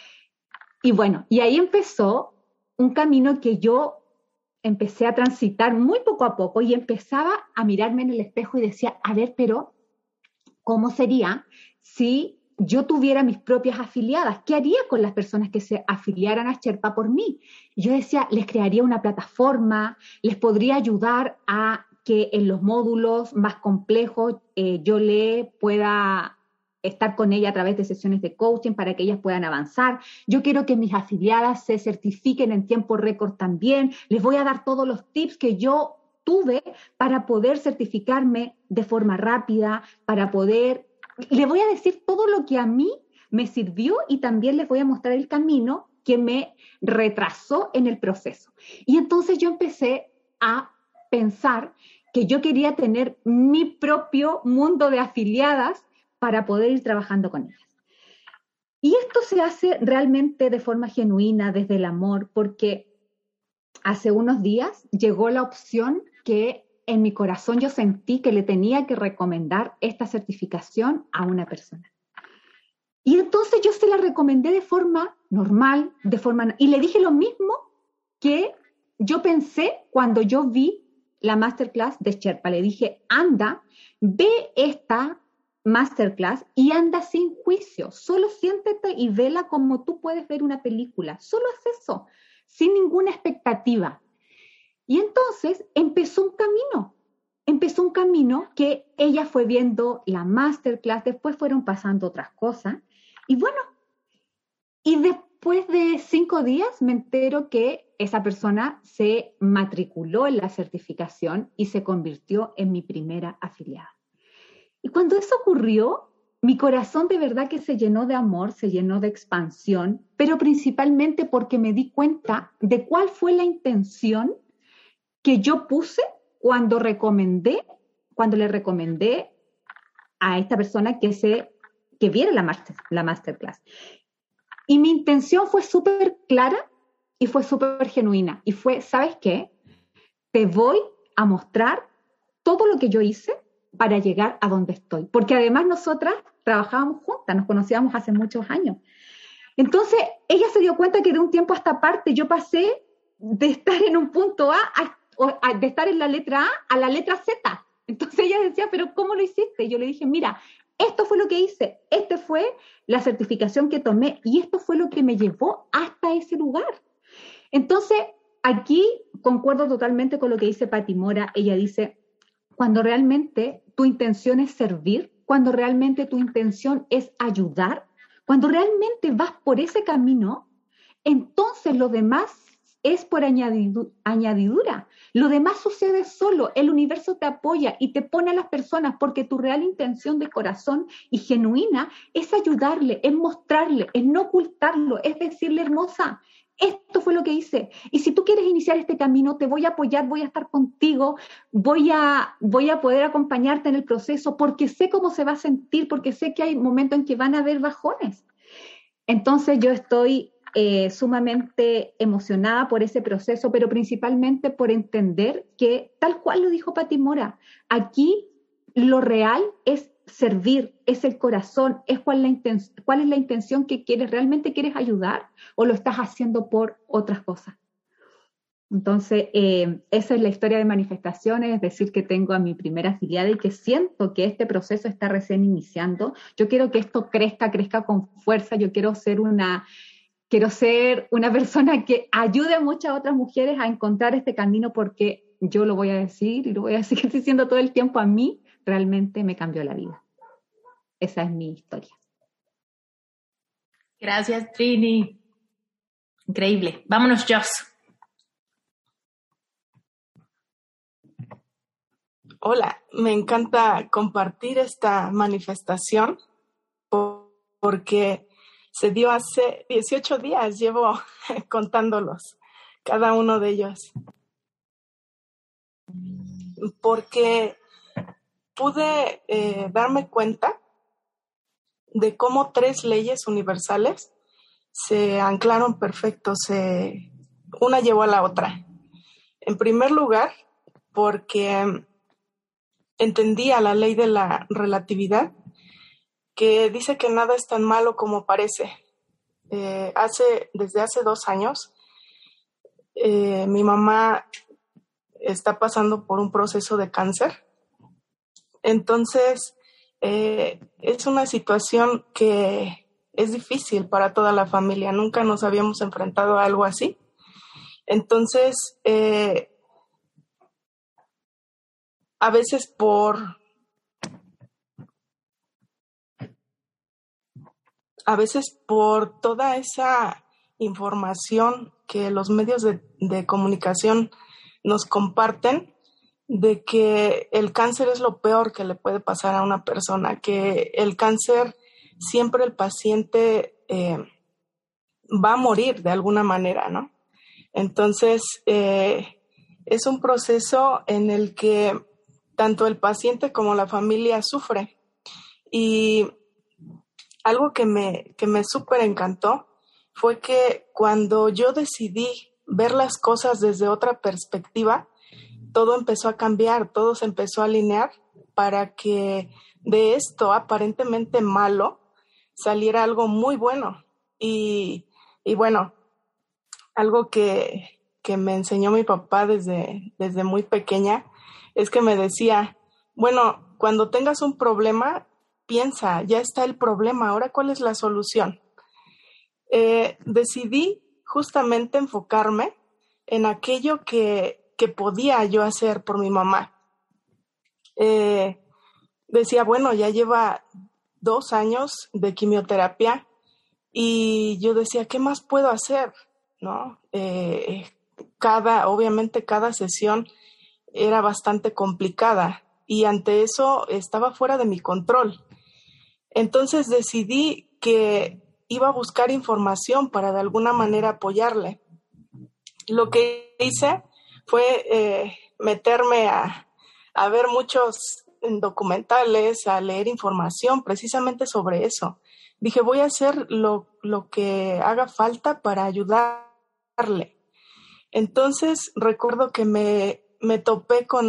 Y bueno, y ahí empezó un camino que yo empecé a transitar muy poco a poco y empezaba a mirarme en el espejo y decía, a ver, pero ¿cómo sería si yo tuviera mis propias afiliadas? ¿Qué haría con las personas que se afiliaran a Sherpa por mí? Yo decía, les crearía una plataforma, les podría ayudar a que en los módulos más complejos yo le pueda estar con ella a través de sesiones de coaching para que ellas puedan avanzar. Yo quiero que mis afiliadas se certifiquen en tiempo récord también. Les voy a dar todos los tips que yo tuve para poder certificarme de forma rápida, para poder... Les voy a decir todo lo que a mí me sirvió y también les voy a mostrar el camino que me retrasó en el proceso. Y entonces yo empecé a pensar que yo quería tener mi propio mundo de afiliadas para poder ir trabajando con ellas. Y esto se hace realmente de forma genuina, desde el amor, porque hace unos días llegó la opción que en mi corazón yo sentí que le tenía que recomendar esta certificación a una persona. Y entonces yo se la recomendé de forma normal, y le dije lo mismo que yo pensé cuando yo vi la masterclass de Sherpa. Le dije, anda, ve esta masterclass y anda sin juicio, solo siéntete y vela como tú puedes ver una película, solo haz eso, sin ninguna expectativa. Y entonces empezó un camino que ella fue viendo la masterclass, después fueron pasando otras cosas, y bueno, y después de 5 días me entero que esa persona se matriculó en la certificación y se convirtió en mi primera afiliada. Y cuando eso ocurrió, mi corazón de verdad que se llenó de amor, se llenó de expansión, pero principalmente porque me di cuenta de cuál fue la intención que yo puse cuando le recomendé a esta persona que viera la masterclass. Y mi intención fue súper clara y fue súper genuina. Y fue, ¿sabes qué? Te voy a mostrar todo lo que yo hice para llegar a donde estoy. Porque además nosotras trabajábamos juntas, nos conocíamos hace muchos años. Entonces, ella se dio cuenta que de un tiempo a esta parte yo pasé de estar en un punto de estar en la letra A la letra Z. Entonces ella decía, pero ¿cómo lo hiciste? Y yo le dije, mira, esto fue lo que hice, esta fue la certificación que tomé y esto fue lo que me llevó hasta ese lugar. Entonces, aquí concuerdo totalmente con lo que dice Pati Mora. Ella dice, cuando realmente tu intención es servir, cuando realmente tu intención es ayudar, cuando realmente vas por ese camino, entonces lo demás es por añadidura. Lo demás sucede solo. El universo te apoya y te pone a las personas porque tu real intención de corazón y genuina es ayudarle, es mostrarle, es no ocultarlo, es decirle, hermosa, esto fue lo que hice. Y si tú quieres iniciar este camino, te voy a apoyar, voy a estar contigo, voy a poder acompañarte en el proceso porque sé cómo se va a sentir, porque sé que hay momentos en que van a haber bajones. Entonces yo estoy sumamente emocionada por ese proceso, pero principalmente por entender que, tal cual lo dijo Pati Mora, aquí lo real es servir, es el corazón, es cuál es la intención que quieres, ¿realmente quieres ayudar o lo estás haciendo por otras cosas? Entonces, esa es la historia de manifestaciones, es decir, que tengo a mi primera afiliada y que siento que este proceso está recién iniciando. Yo quiero que esto crezca con fuerza, yo quiero ser una persona que ayude a muchas otras mujeres a encontrar este camino porque yo lo voy a decir y lo voy a seguir diciendo todo el tiempo, a mí realmente me cambió la vida. Esa es mi historia. Gracias, Trini. Increíble. Vámonos, Joss. Hola, me encanta compartir esta manifestación porque se dio hace 18 días, llevo contándolos, cada uno de ellos. Porque pude darme cuenta de cómo 3 leyes universales se anclaron perfecto, una llevó a la otra. En primer lugar, porque entendía la ley de la relatividad, que dice que nada es tan malo como parece. Desde hace 2 años, mi mamá está pasando por un proceso de cáncer. Entonces, es una situación que es difícil para toda la familia. Nunca nos habíamos enfrentado a algo así. Entonces, a veces por toda esa información que los medios de comunicación nos comparten, de que el cáncer es lo peor que le puede pasar a una persona, que el cáncer siempre el paciente va a morir de alguna manera, ¿no? Entonces, es un proceso en el que tanto el paciente como la familia sufre. Y algo que me súper encantó fue que cuando yo decidí ver las cosas desde otra perspectiva, todo empezó a cambiar, todo se empezó a alinear para que de esto aparentemente malo saliera algo muy bueno. Y bueno, algo que me enseñó mi papá desde muy pequeña es que me decía, bueno, cuando tengas un problema, piensa, ya está el problema, ahora ¿cuál es la solución? Decidí justamente enfocarme en aquello que podía yo hacer por mi mamá. Decía, bueno, ya lleva 2 años de quimioterapia y yo decía, ¿qué más puedo hacer? ¿No? Obviamente cada sesión era bastante complicada y ante eso estaba fuera de mi control. Entonces decidí que iba a buscar información para de alguna manera apoyarle. Lo que hice fue meterme a ver muchos documentales, a leer información precisamente sobre eso. Dije, voy a hacer lo que haga falta para ayudarle. Entonces recuerdo que me topé con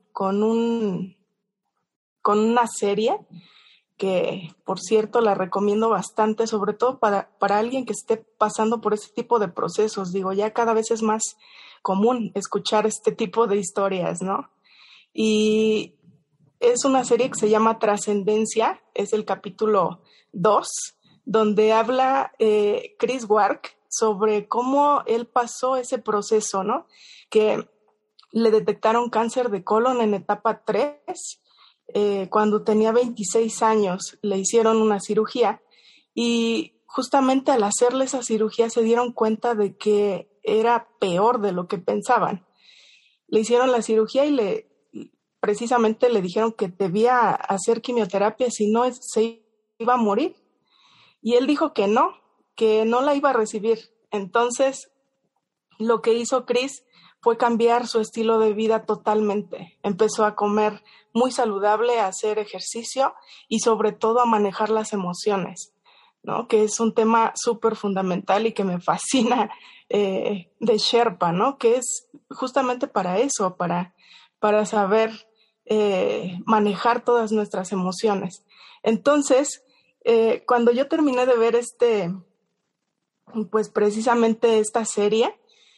una serie que, por cierto, la recomiendo bastante, sobre todo para alguien que esté pasando por ese tipo de procesos. Digo, ya cada vez es más común escuchar este tipo de historias, ¿no? Y es una serie que se llama Trascendencia, es el capítulo 2, donde habla Chris Wark sobre cómo él pasó ese proceso, ¿no? Que le detectaron cáncer de colon en etapa 3, cuando tenía 26 años, le hicieron una cirugía y justamente al hacerle esa cirugía se dieron cuenta de que era peor de lo que pensaban. Le hicieron la cirugía y precisamente le dijeron que debía hacer quimioterapia, si no se iba a morir. Y él dijo que no la iba a recibir. Entonces, lo que hizo Chris fue cambiar su estilo de vida totalmente. Empezó a comer muy saludable, a hacer ejercicio y sobre todo a manejar las emociones, ¿no? Que es un tema súper fundamental y que me fascina de Sherpa, ¿no? Que es justamente para eso, para saber manejar todas nuestras emociones. Entonces, cuando yo terminé de ver pues precisamente esta serie,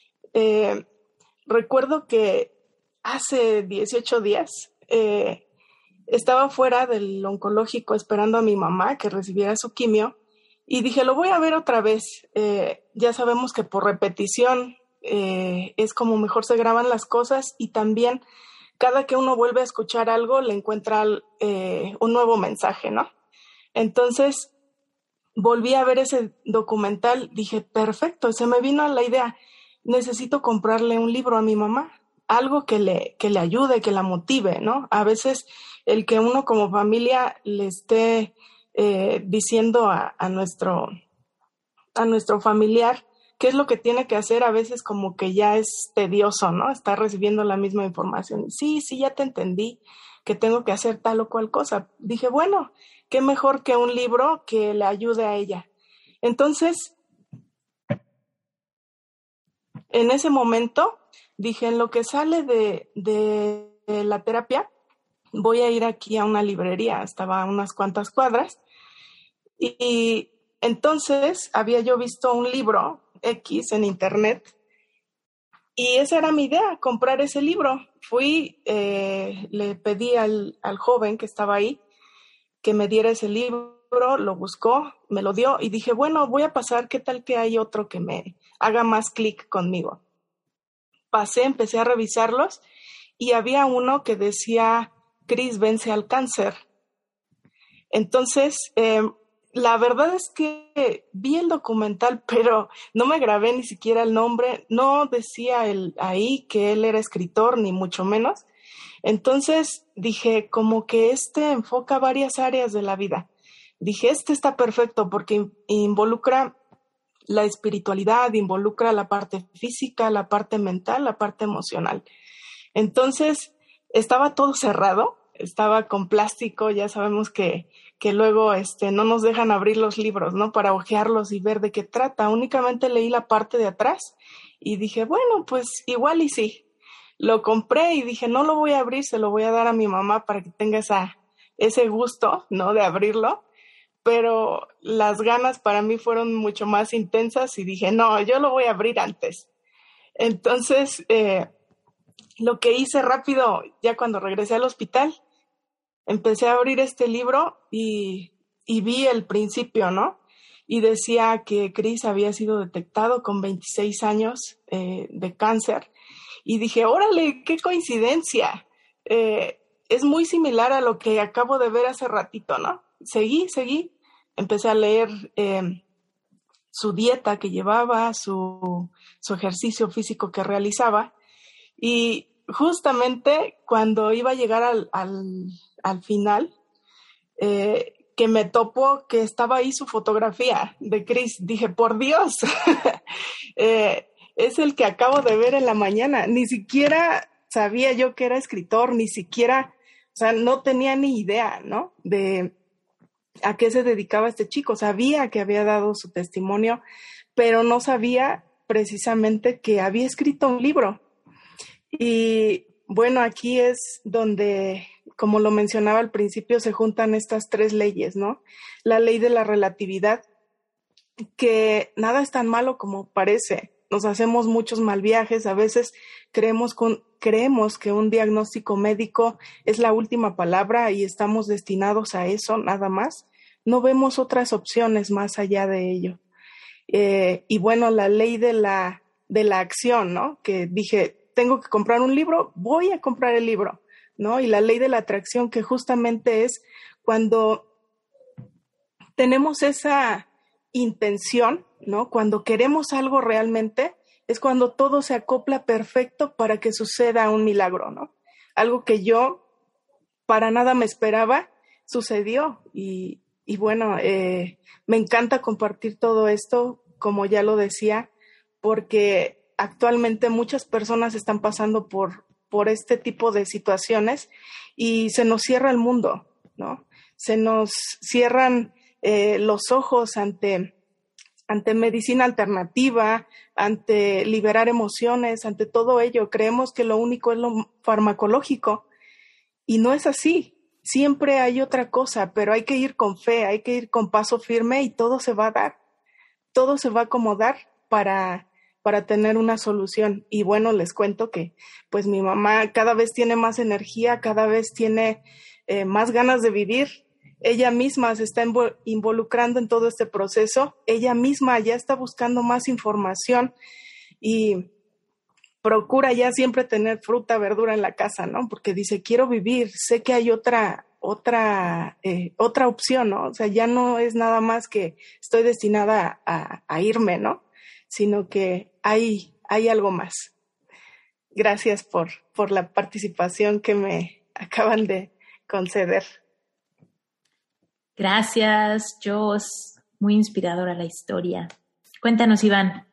recuerdo que hace 18 días estaba fuera del oncológico esperando a mi mamá que recibiera su quimio y dije, lo voy a ver otra vez. Ya sabemos que por repetición es como mejor se graban las cosas y también cada que uno vuelve a escuchar algo le encuentra un nuevo mensaje, ¿no? Entonces volví a ver ese documental, dije, perfecto, se me vino la idea, necesito comprarle un libro a mi mamá, algo que le ayude, que la motive, ¿no? A veces el que uno como familia le esté diciendo a nuestro familiar qué es lo que tiene que hacer, a veces como que ya es tedioso, ¿no? Está recibiendo la misma información. Sí, ya te entendí que tengo que hacer tal o cual cosa. Dije, bueno, qué mejor que un libro que le ayude a ella. Entonces, en ese momento, dije, en lo que sale de la terapia, voy a ir aquí a una librería, estaba a unas cuantas cuadras, y entonces había yo visto un libro X en internet, y esa era mi idea, comprar ese libro. Fui, le pedí al joven que estaba ahí que me diera ese libro, lo buscó, me lo dio, y dije, bueno, voy a pasar, ¿qué tal que hay otro que me haga más clic conmigo? Pasé, empecé a revisarlos y había uno que decía, Chris vence al cáncer. Entonces, la verdad es que vi el documental, pero no me grabé ni siquiera el nombre, no decía ahí que él era escritor, ni mucho menos. Entonces dije, como que enfoca varias áreas de la vida. Dije, está perfecto porque involucra la espiritualidad, involucra la parte física, la parte mental, la parte emocional. Entonces, estaba todo cerrado, estaba con plástico, ya sabemos que luego no nos dejan abrir los libros, ¿no? Para hojearlos y ver de qué trata. Únicamente leí la parte de atrás y dije, bueno, pues igual y sí. Lo compré y dije, no lo voy a abrir, se lo voy a dar a mi mamá para que tenga ese gusto, ¿no? De abrirlo. Pero las ganas para mí fueron mucho más intensas y dije, no, yo lo voy a abrir antes. Entonces, lo que hice rápido, ya cuando regresé al hospital, empecé a abrir este libro y vi el principio, ¿no? Y decía que Chris había sido detectado con 26 años de cáncer. Y dije, órale, qué coincidencia. Es muy similar a lo que acabo de ver hace ratito, ¿no? Seguí, empecé a leer su dieta que llevaba, su ejercicio físico que realizaba, y justamente cuando iba a llegar al final, que me topó que estaba ahí su fotografía de Chris, dije, por Dios, es el que acabo de ver en la mañana. Ni siquiera sabía yo que era escritor, ni siquiera, o sea, no tenía ni idea, ¿no? De a qué se dedicaba este chico. Sabía que había dado su testimonio, pero no sabía precisamente que había escrito un libro. Y Bueno, aquí es donde, como lo mencionaba al principio, se juntan estas 3 leyes, ¿no? La ley de la relatividad, que nada es tan malo como parece. Nos hacemos muchos mal viajes, a veces creemos que un diagnóstico médico es la última palabra y estamos destinados a eso, nada más. No vemos otras opciones más allá de ello. Y bueno, la ley de la acción, ¿no? Que dije, tengo que comprar un libro, voy a comprar el libro, ¿no? Y la ley de la atracción, que justamente es cuando tenemos esa intención, ¿no? Cuando queremos algo realmente, es cuando todo se acopla perfecto para que suceda un milagro, ¿no? Algo que yo para nada me esperaba, sucedió. Y bueno, me encanta compartir todo esto, como ya lo decía, porque actualmente muchas personas están pasando por este tipo de situaciones y se nos cierra el mundo, ¿no? Se nos cierran los ojos ante medicina alternativa, ante liberar emociones, ante todo ello. Creemos que lo único es lo farmacológico y no es así. Siempre hay otra cosa, pero hay que ir con fe, hay que ir con paso firme y todo se va a dar. Todo se va a acomodar para tener una solución. Y bueno, les cuento que pues mi mamá cada vez tiene más energía, cada vez tiene más ganas de vivir. Ella misma se está involucrando en todo este proceso. Ella misma ya está buscando más información y procura ya siempre tener fruta, verdura en la casa, ¿no? Porque dice, quiero vivir, sé que hay otra opción, ¿no? O sea, ya no es nada más que estoy destinada a irme, ¿no? Sino que hay algo más. Gracias por la participación que me acaban de conceder. Gracias, Jos. Muy inspiradora la historia. Cuéntanos, Iván.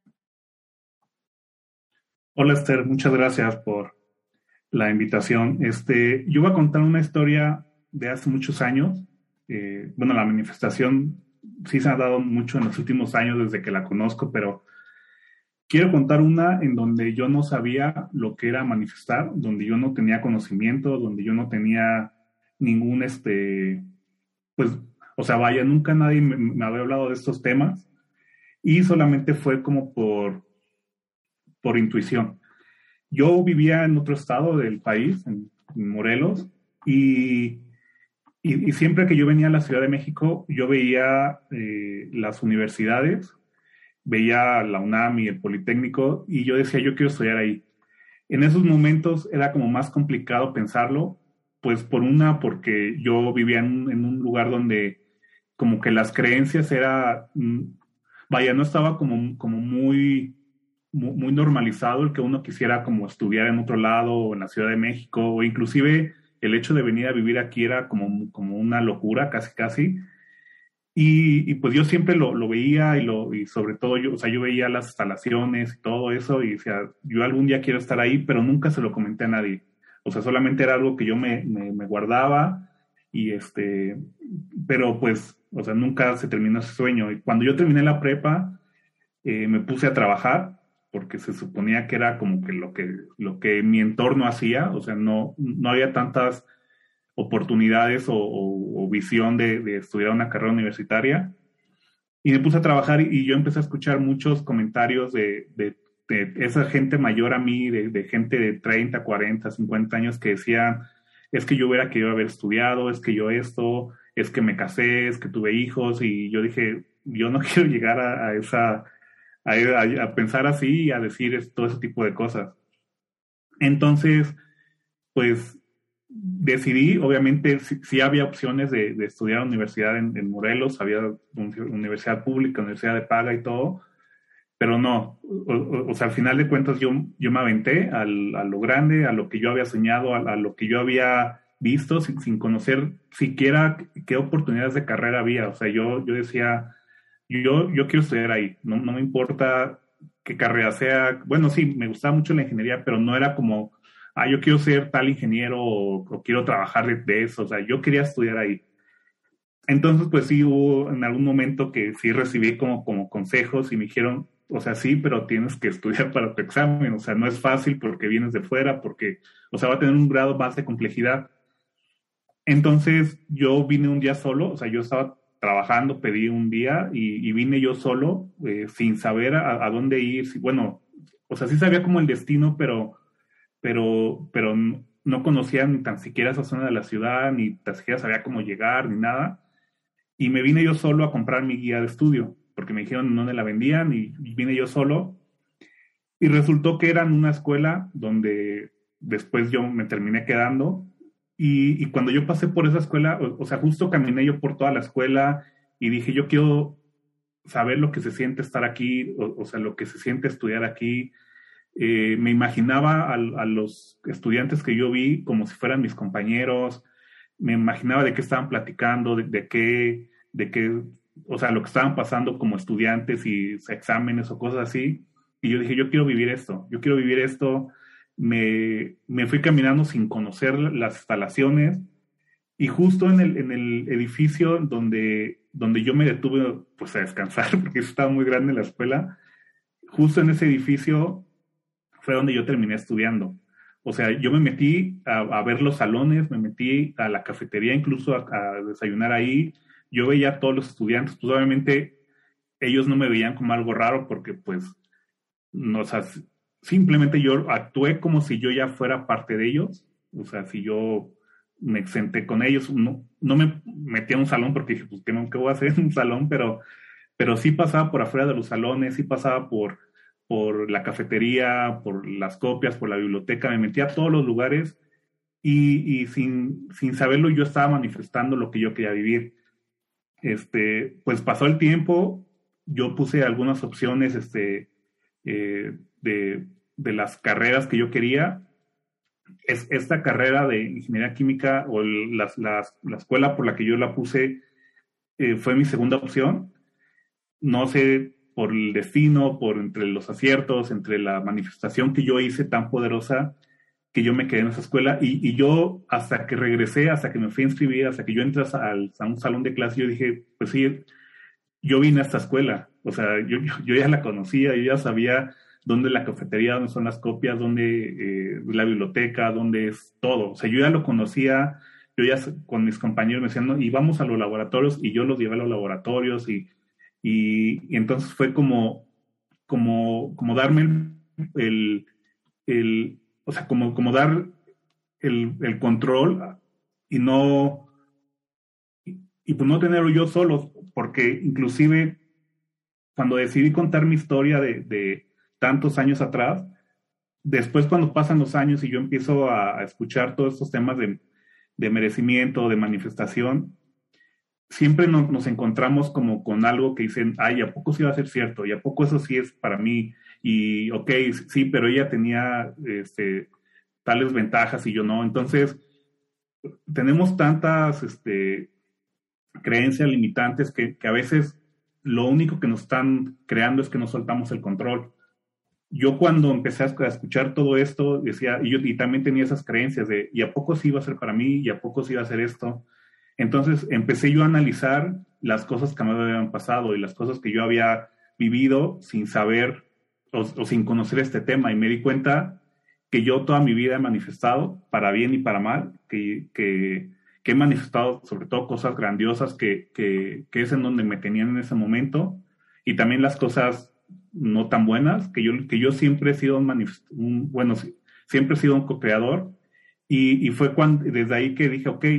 Hola, Esther. Muchas gracias por la invitación. Yo voy a contar una historia de hace muchos años. Bueno, la manifestación sí se ha dado mucho en los últimos años desde que la conozco, pero quiero contar una en donde yo no sabía lo que era manifestar, donde yo no tenía conocimiento, donde yo no tenía ningún, pues, o sea, vaya, nunca nadie me había hablado de estos temas y solamente fue como por intuición. Yo vivía en otro estado del país, en Morelos, y siempre que yo venía a la Ciudad de México, yo veía las universidades, veía la UNAM y el Politécnico, y yo decía, yo quiero estudiar ahí. En esos momentos era como más complicado pensarlo, pues porque yo vivía en un lugar donde como que las creencias vaya, no estaba como muy normalizado el que uno quisiera como estudiar en otro lado o en la Ciudad de México, o inclusive el hecho de venir a vivir aquí era como una locura, casi. Y pues yo siempre lo veía y sobre todo yo veía las instalaciones y todo eso y decía, yo algún día quiero estar ahí, pero nunca se lo comenté a nadie. O sea, solamente era algo que yo me guardaba y pero pues, o sea, nunca se terminó ese sueño. Y cuando yo terminé la prepa, me puse a trabajar porque se suponía que era como que lo que mi entorno hacía, o sea, no había tantas oportunidades o visión de estudiar una carrera universitaria. Y me puse a trabajar y yo empecé a escuchar muchos comentarios de esa gente mayor a mí, de gente de 30, 40, 50 años que decían, es que yo hubiera querido haber estudiado, es que yo es que me casé, es que tuve hijos, y yo dije, yo no quiero llegar a pensar así y a decir todo ese tipo de cosas. Entonces, pues decidí, obviamente, sí había opciones de estudiar universidad en Morelos, había universidad pública, universidad de paga y todo, pero no, o sea, al final de cuentas yo me aventé a lo grande, a lo que yo había soñado, a lo que yo había visto, sin conocer siquiera qué oportunidades de carrera había. O sea, yo decía, yo quiero estudiar ahí, no me importa qué carrera sea. Bueno, sí, me gustaba mucho la ingeniería, pero no era como, yo quiero ser tal ingeniero o quiero trabajar de eso. O sea, yo quería estudiar ahí. Entonces, pues sí, hubo en algún momento que sí recibí como consejos y me dijeron, o sea, sí, pero tienes que estudiar para tu examen, o sea, no es fácil porque vienes de fuera, porque, o sea, va a tener un grado más de complejidad. Entonces, yo vine un día solo, o sea, yo estaba trabajando, pedí un día y vine yo solo, sin saber a dónde ir. Bueno, o sea, sí sabía como el destino, pero no conocía ni tan siquiera esa zona de la ciudad, ni tan siquiera sabía cómo llegar, ni nada. Y me vine yo solo a comprar mi guía de estudio, porque me dijeron dónde la vendían, y vine yo solo. Y resultó que era en una escuela donde después yo me terminé quedando. Y cuando yo pasé por esa escuela, o sea, justo caminé yo por toda la escuela y dije, yo quiero saber lo que se siente estar aquí, o sea, lo que se siente estudiar aquí. Me imaginaba a los estudiantes que yo vi como si fueran mis compañeros, me imaginaba de qué estaban platicando, de qué, o sea, lo que estaban pasando como estudiantes y exámenes o cosas así. Y yo dije, yo quiero vivir esto. Me fui caminando sin conocer las instalaciones, y justo en el edificio donde yo me detuve pues a descansar, porque estaba muy grande la escuela, justo en ese edificio fue donde yo terminé estudiando. O sea, yo me metí a ver los salones, me metí a la cafetería incluso a desayunar ahí. Yo veía a todos los estudiantes, pues obviamente ellos no me veían como algo raro porque pues, no, o sea, simplemente yo actué como si yo ya fuera parte de ellos. O sea, si yo me senté con ellos, no me metí a un salón porque dije, pues, ¿qué voy a hacer en un salón? Pero sí pasaba por afuera de los salones, sí pasaba por la cafetería, por las copias, por la biblioteca, me metí a todos los lugares y sin saberlo yo estaba manifestando lo que yo quería vivir. Pues pasó el tiempo, yo puse algunas opciones de las carreras que yo quería. Esta carrera de ingeniería química o la escuela por la que yo la puse fue mi segunda opción. No sé, por el destino, por entre los aciertos, entre la manifestación que yo hice tan poderosa, que yo me quedé en esa escuela. Y yo, hasta que regresé, hasta que me fui a inscribir, hasta que yo entré a un salón de clase, yo dije, pues sí, yo vine a esta escuela. O sea, yo ya la conocía, yo ya sabía dónde es la cafetería, dónde son las copias, dónde la biblioteca, dónde es todo. O sea, yo ya lo conocía, yo ya con mis compañeros me decían, no, y vamos a los laboratorios, y yo los llevé a los laboratorios, y entonces fue como darme o sea, como dar el control y pues no tenerlo yo solo, porque inclusive cuando decidí contar mi historia de tantos años atrás, después cuando pasan los años y yo empiezo a escuchar todos estos temas de merecimiento, de manifestación, siempre nos encontramos como con algo que dicen, ay, ¿a poco sí va a ser cierto? ¿Y a poco eso sí es para mí? Y, ok, sí, pero ella tenía tales ventajas y yo no. Entonces, tenemos tantas creencias limitantes que a veces lo único que nos están creando es que no soltamos el control. Yo cuando empecé a escuchar todo esto, decía, y también tenía esas creencias de, ¿y a poco sí va a ser para mí? ¿Y a poco sí va a ser esto? Entonces empecé yo a analizar las cosas que me habían pasado y las cosas que yo había vivido sin saber o sin conocer este tema, y me di cuenta que yo toda mi vida he manifestado, para bien y para mal, que he manifestado sobre todo cosas grandiosas que es en donde me tenían en ese momento, y también las cosas no tan buenas, que yo siempre he sido siempre he sido un co-creador, y fue desde ahí que dije, ok,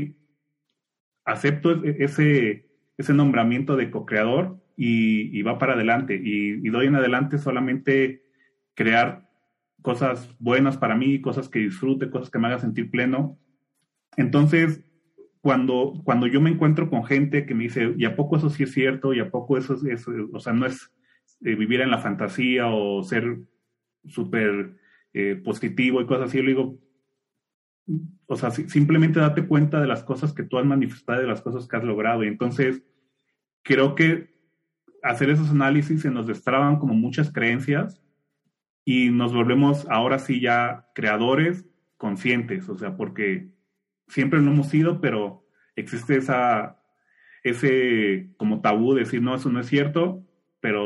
acepto ese nombramiento de co-creador y va para adelante, y doy en adelante solamente crear cosas buenas para mí, cosas que disfrute, cosas que me hagan sentir pleno. Entonces, cuando yo me encuentro con gente que me dice, ¿y a poco eso sí es cierto? ¿Y a poco eso es o sea, no es vivir en la fantasía o ser súper positivo y cosas así? Yo le digo, o sea, simplemente date cuenta de las cosas que tú has manifestado, de las cosas que has logrado. Y entonces creo que hacer esos análisis se nos destraban como muchas creencias y nos volvemos ahora sí ya creadores conscientes, o sea, porque siempre lo hemos sido, pero existe ese como tabú de decir, no, eso no es cierto, pero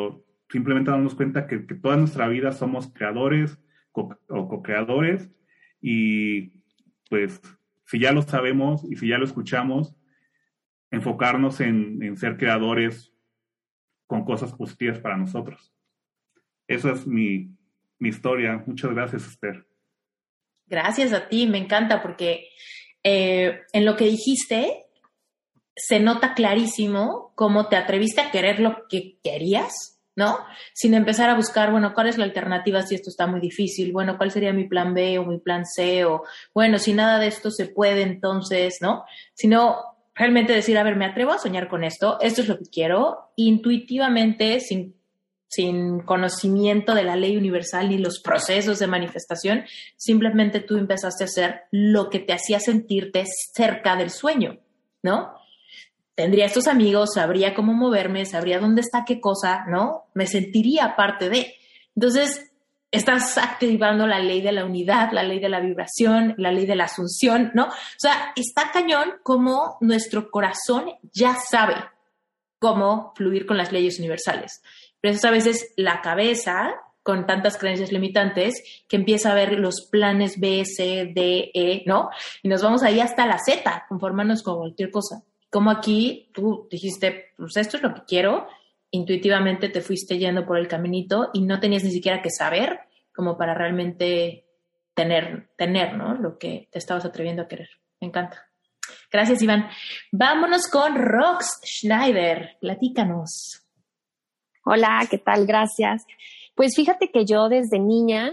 simplemente darnos cuenta que toda nuestra vida somos creadores o co-creadores, y pues si ya lo sabemos y si ya lo escuchamos, enfocarnos en ser creadores con cosas positivas para nosotros. Esa es mi historia. Muchas gracias, Esther. Gracias a ti, me encanta porque en lo que dijiste se nota clarísimo cómo te atreviste a querer lo que querías, ¿no? Sin empezar a buscar, bueno, ¿cuál es la alternativa si esto está muy difícil? Bueno, ¿cuál sería mi plan B o mi plan C? O, bueno, si nada de esto se puede, entonces, ¿no? Sino realmente decir, a ver, me atrevo a soñar con esto es lo que quiero, intuitivamente, sin conocimiento de la ley universal ni los procesos de manifestación, simplemente tú empezaste a hacer lo que te hacía sentirte cerca del sueño, ¿no? Tendría estos amigos, sabría cómo moverme, sabría dónde está qué cosa, ¿no? Me sentiría parte de. Entonces, estás activando la ley de la unidad, la ley de la vibración, la ley de la asunción, ¿no? O sea, está cañón como nuestro corazón ya sabe cómo fluir con las leyes universales. Pero eso es a veces la cabeza, con tantas creencias limitantes, que empieza a ver los planes B, C, D, E, ¿no? Y nos vamos ahí hasta la Z, conformarnos con cualquier cosa. Como aquí tú dijiste, pues esto es lo que quiero, intuitivamente te fuiste yendo por el caminito y no tenías ni siquiera que saber como para realmente tener, ¿no? Lo que te estabas atreviendo a querer. Me encanta. Gracias, Iván. Vámonos con Rox Schneider. Platícanos. Hola, ¿qué tal? Gracias. Pues fíjate que yo desde niña,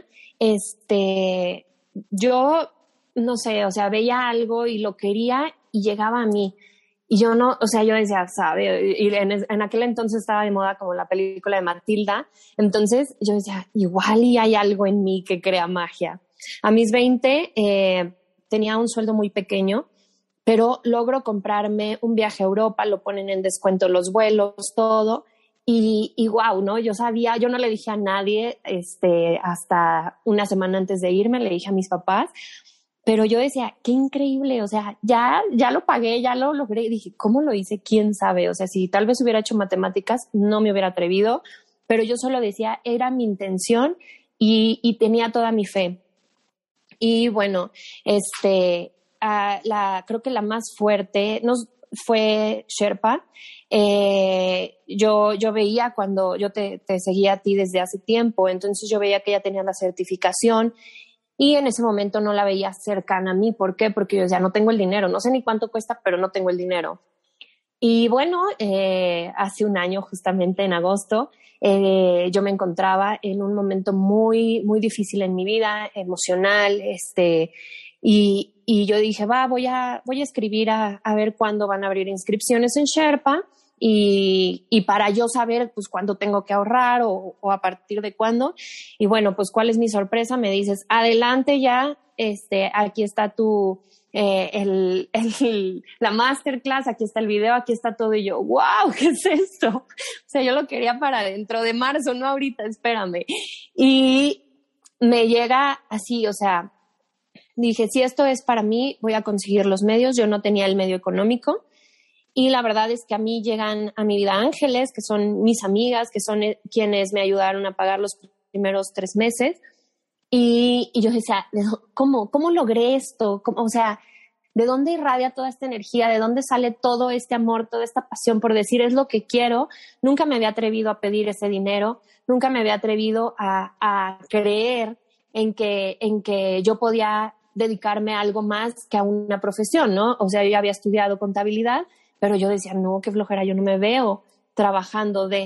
yo, no sé, o sea, veía algo y lo quería y llegaba a mí. Y yo no, o sea, yo decía, ¿sabe? Y en aquel entonces estaba de moda como la película de Matilda. Entonces yo decía, igual y hay algo en mí que crea magia. A mis 20 tenía un sueldo muy pequeño, pero logro comprarme un viaje a Europa, lo ponen en descuento los vuelos, todo. Y wow, ¿no? Yo sabía, yo no le dije a nadie, hasta una semana antes de irme, le dije a mis papás, pero yo decía, qué increíble, o sea, ya lo pagué, ya lo logré. Y dije, ¿cómo lo hice? ¿Quién sabe? O sea, si tal vez hubiera hecho matemáticas, no me hubiera atrevido, pero yo solo decía, era mi intención y tenía toda mi fe. Y bueno, creo que la más fuerte fue Sherpa. Yo veía cuando yo te seguía a ti desde hace tiempo, entonces yo veía que ella tenía la certificación y en ese momento no la veía cercana a mí. ¿Por qué? Porque yo decía, no tengo el dinero, no sé ni cuánto cuesta, pero no tengo el dinero. Y bueno, hace un año, justamente en agosto, yo me encontraba en un momento muy, muy difícil en mi vida, emocional, y yo dije, voy a escribir a ver cuándo van a abrir inscripciones en Sherpa y para yo saber pues cuándo tengo que ahorrar o a partir de cuándo. Y bueno, pues ¿cuál es mi sorpresa? Me dices, adelante ya, aquí está la masterclass, aquí está el video, aquí está todo. Y yo, wow, ¿qué es esto? O sea, yo lo quería para dentro de marzo, no ahorita, espérame. Y me llega así, o sea, dije, si esto es para mí, voy a conseguir los medios. Yo no tenía el medio económico y la verdad es que a mí llegan a mi vida ángeles, que son mis amigas, que son quienes me ayudaron a pagar los primeros 3 meses. Y yo decía, ¿cómo logré esto? O sea, ¿de dónde irradia toda esta energía? ¿De dónde sale todo este amor, toda esta pasión por decir es lo que quiero? Nunca me había atrevido a pedir ese dinero, nunca me había atrevido a creer en que yo podía dedicarme a algo más que a una profesión, ¿no? O sea, yo ya había estudiado contabilidad, pero yo decía, no, qué flojera, yo no me veo trabajando de...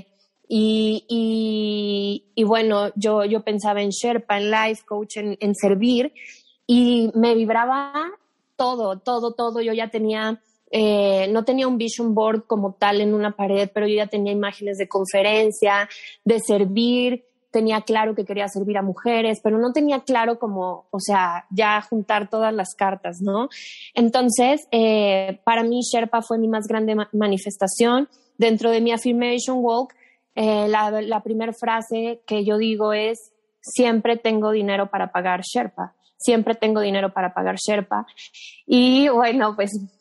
Y bueno, yo pensaba en Sherpa, en life coach, en servir, y me vibraba todo. Yo ya tenía, no tenía un vision board como tal en una pared, pero yo ya tenía imágenes de conferencia, de servir. Tenía claro que quería servir a mujeres, pero no tenía claro cómo, o sea, ya juntar todas las cartas, ¿no? Entonces, para mí Sherpa fue mi más grande manifestación. Dentro de mi Affirmation Walk, la primera frase que yo digo es, siempre tengo dinero para pagar Sherpa. Siempre tengo dinero para pagar Sherpa. Y bueno, pues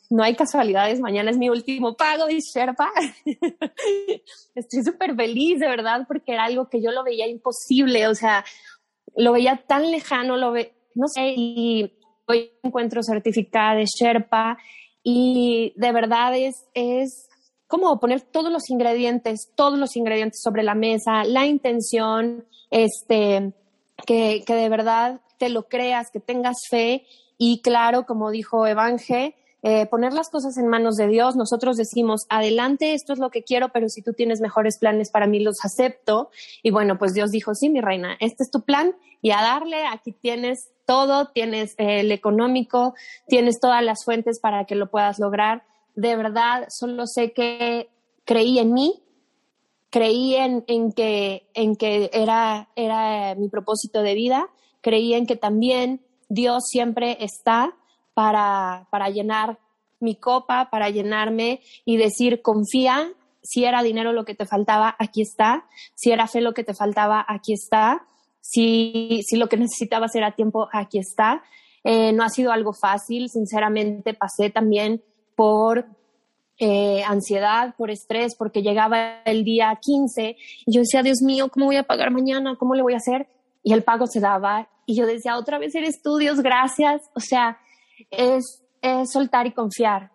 no hay casualidades, mañana es mi último pago de Sherpa. Estoy súper feliz, de verdad, porque era algo que yo lo veía imposible, o sea, lo veía tan lejano, no sé, y hoy me encuentro certificada de Sherpa y de verdad es como poner todos los ingredientes sobre la mesa, la intención, que de verdad te lo creas, que tengas fe y claro, como dijo Evange, poner las cosas en manos de Dios. Nosotros decimos, adelante, esto es lo que quiero, pero si tú tienes mejores planes para mí, los acepto. Y bueno, pues Dios dijo, sí, mi reina, este es tu plan y a darle, aquí tienes todo, tienes el económico, tienes todas las fuentes para que lo puedas lograr. De verdad, solo sé que creí en mí, creí en que era mi propósito de vida, creí en que también Dios siempre está para llenar mi copa, para llenarme y decir, confía, si era dinero lo que te faltaba, aquí está, si era fe lo que te faltaba, aquí está, si lo que necesitabas era tiempo, aquí está. No ha sido algo fácil, sinceramente pasé también por ansiedad, por estrés, porque llegaba el día 15 y yo decía, Dios mío, ¿cómo voy a pagar mañana? ¿Cómo le voy a hacer? Y el pago se daba y yo decía, otra vez eres tú, Dios, gracias. O sea, es soltar y confiar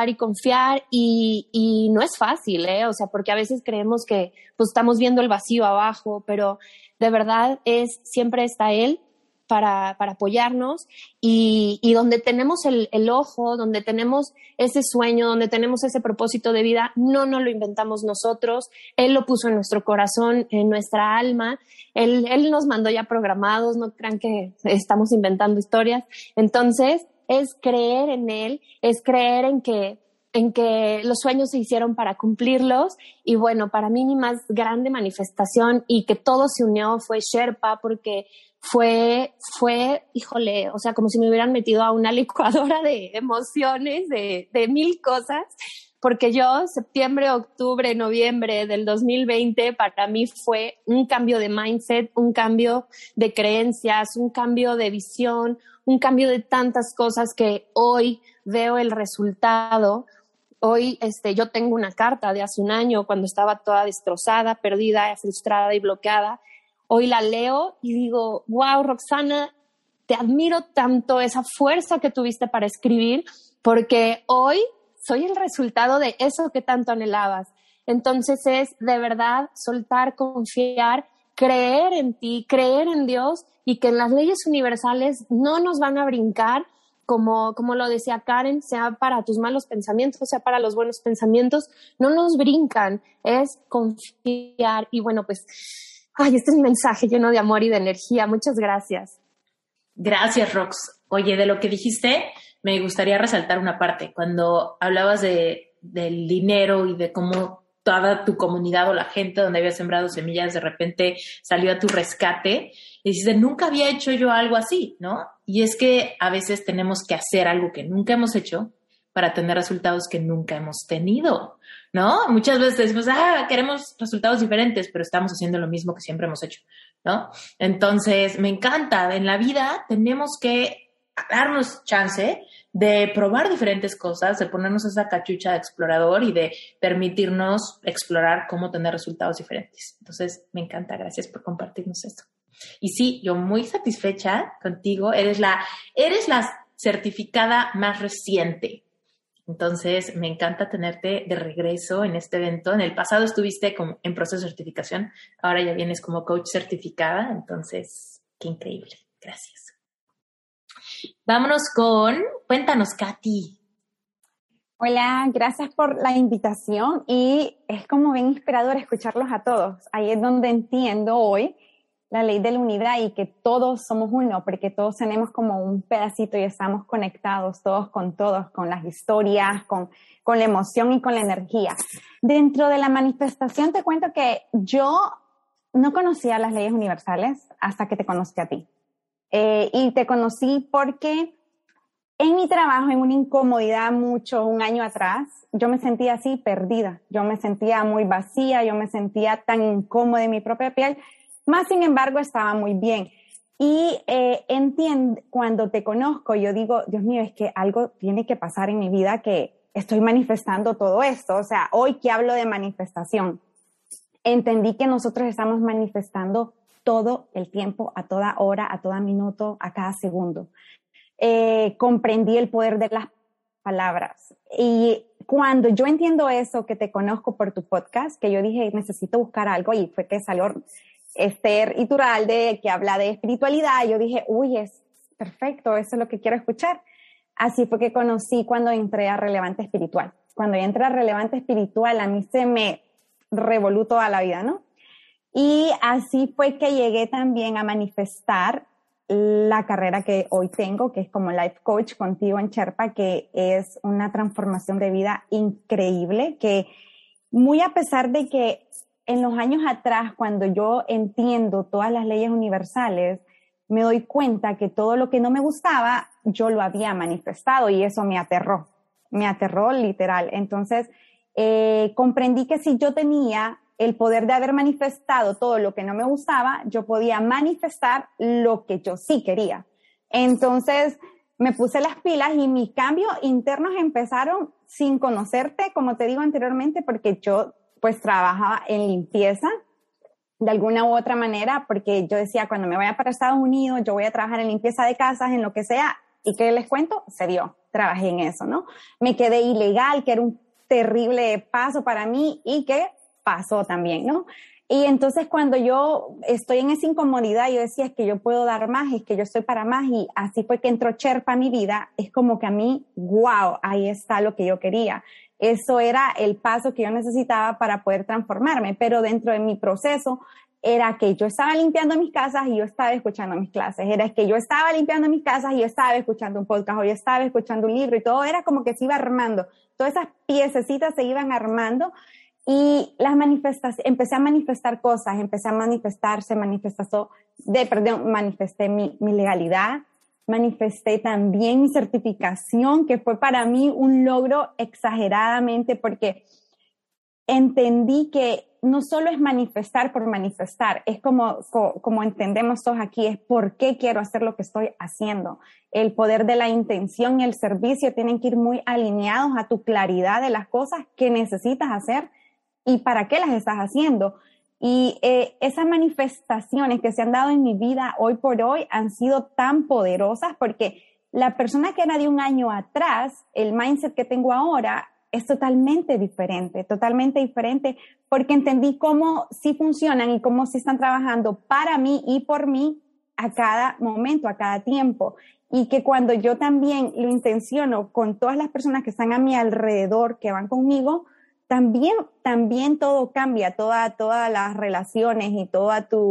y no es fácil, o sea, porque a veces creemos que pues estamos viendo el vacío abajo, pero de verdad siempre está Él para apoyarnos y donde tenemos el ojo, donde tenemos ese sueño, donde tenemos ese propósito de vida, no lo inventamos nosotros, Él lo puso en nuestro corazón, en nuestra alma, Él nos mandó ya programados, no crean que estamos inventando historias, entonces es creer en Él, es creer en que los sueños se hicieron para cumplirlos y bueno, para mí mi más grande manifestación y que todo se unió fue Sherpa porque fue, híjole, o sea, como si me hubieran metido a una licuadora de emociones, de 1000 cosas, porque yo, septiembre, octubre, noviembre del 2020, para mí fue un cambio de mindset, un cambio de creencias, un cambio de visión, un cambio de tantas cosas que hoy veo el resultado. Hoy yo tengo una carta de hace un año cuando estaba toda destrozada, perdida, frustrada y bloqueada. Hoy la leo y digo, wow, Roxana, te admiro tanto esa fuerza que tuviste para escribir, porque hoy soy el resultado de eso que tanto anhelabas. Entonces es de verdad soltar, confiar, creer en ti, creer en Dios y que en las leyes universales no nos van a brincar, como lo decía Karen, sea para tus malos pensamientos, sea para los buenos pensamientos, no nos brincan, es confiar. Y bueno, pues, este es mi mensaje lleno de amor y de energía. Muchas gracias. Gracias, Rox. Oye, de lo que dijiste, me gustaría resaltar una parte. Cuando hablabas del dinero y de cómo toda tu comunidad o la gente donde habías sembrado semillas de repente salió a tu rescate y dices, nunca había hecho yo algo así, ¿no? Y es que a veces tenemos que hacer algo que nunca hemos hecho para tener resultados que nunca hemos tenido, ¿no? Muchas veces decimos, queremos resultados diferentes, pero estamos haciendo lo mismo que siempre hemos hecho, ¿no? Entonces, me encanta. En la vida tenemos que darnos chance de probar diferentes cosas, de ponernos esa cachucha de explorador y de permitirnos explorar cómo tener resultados diferentes. Entonces, me encanta. Gracias por compartirnos esto. Y sí, yo muy satisfecha contigo. Eres la certificada más reciente. Entonces, me encanta tenerte de regreso en este evento. En el pasado estuviste como en proceso de certificación. Ahora ya vienes como coach certificada. Entonces, qué increíble. Gracias. Vámonos cuéntanos, Katy. Hola, gracias por la invitación y es como bien inspirador escucharlos a todos. Ahí es donde entiendo hoy la ley de la unidad y que todos somos uno, porque todos tenemos como un pedacito y estamos conectados todos, con las historias, con la emoción y con la energía. Dentro de la manifestación te cuento que yo no conocía las leyes universales hasta que te conocí a ti. Y te conocí porque en mi trabajo, en una incomodidad un año atrás, yo me sentía así perdida, yo me sentía muy vacía, yo me sentía tan incómoda en mi propia piel, más sin embargo estaba muy bien. Y cuando te conozco, yo digo, Dios mío, es que algo tiene que pasar en mi vida que estoy manifestando todo esto. O sea, hoy que hablo de manifestación, entendí que nosotros estamos manifestando todo el tiempo, a toda hora, a todo minuto, a cada segundo. Comprendí el poder de las palabras. Y cuando yo entiendo eso, que te conozco por tu podcast, que yo dije, necesito buscar algo, y fue que salió Esther Iturralde, que habla de espiritualidad, yo dije, uy, es perfecto, eso es lo que quiero escuchar. Así fue que conocí cuando entré a Relevante Espiritual. Cuando yo entré a Relevante Espiritual, a mí se me revolú toda la vida, ¿no? Y así fue que llegué también a manifestar la carrera que hoy tengo, que es como Life Coach contigo en Sherpa, que es una transformación de vida increíble, que muy a pesar de que en los años atrás, cuando yo entiendo todas las leyes universales, me doy cuenta que todo lo que no me gustaba, yo lo había manifestado, y eso me aterró literal. Entonces, comprendí que si yo tenía el poder de haber manifestado todo lo que no me gustaba, yo podía manifestar lo que yo sí quería. Entonces, me puse las pilas y mis cambios internos empezaron sin conocerte, como te digo anteriormente, porque yo pues trabajaba en limpieza de alguna u otra manera, porque yo decía, cuando me vaya para Estados Unidos, yo voy a trabajar en limpieza de casas, en lo que sea. ¿Y qué les cuento? Se dio. Trabajé en eso, ¿no? Me quedé ilegal, que era un terrible paso para mí, y que pasó también, ¿no? Y entonces cuando yo estoy en esa incomodidad, yo decía, es que yo puedo dar más, es que yo estoy para más, y así fue que entró Sherpa a mi vida. Es como que a mí, wow, ahí está lo que yo quería. Eso era el paso que yo necesitaba para poder transformarme, pero dentro de mi proceso era que yo estaba limpiando mis casas y yo estaba escuchando mis clases, era que yo estaba limpiando mis casas y yo estaba escuchando un podcast, o yo estaba escuchando un libro, y todo era como que se iba armando, todas esas piececitas se iban armando, y las empecé a manifestar cosas, manifesté mi legalidad, manifesté también mi certificación, que fue para mí un logro exageradamente, porque entendí que no solo es manifestar por manifestar, es como entendemos todos aquí, es por qué quiero hacer lo que estoy haciendo. El poder de la intención y el servicio tienen que ir muy alineados a tu claridad de las cosas que necesitas hacer y para qué las estás haciendo. Y esas manifestaciones que se han dado en mi vida hoy por hoy han sido tan poderosas, porque la persona que era de un año atrás, el mindset que tengo ahora, es totalmente diferente, porque entendí cómo sí funcionan y cómo sí están trabajando para mí y por mí a cada momento, a cada tiempo. Y que cuando yo también lo intenciono con todas las personas que están a mi alrededor, que van conmigo, también todo cambia, todas las relaciones y todo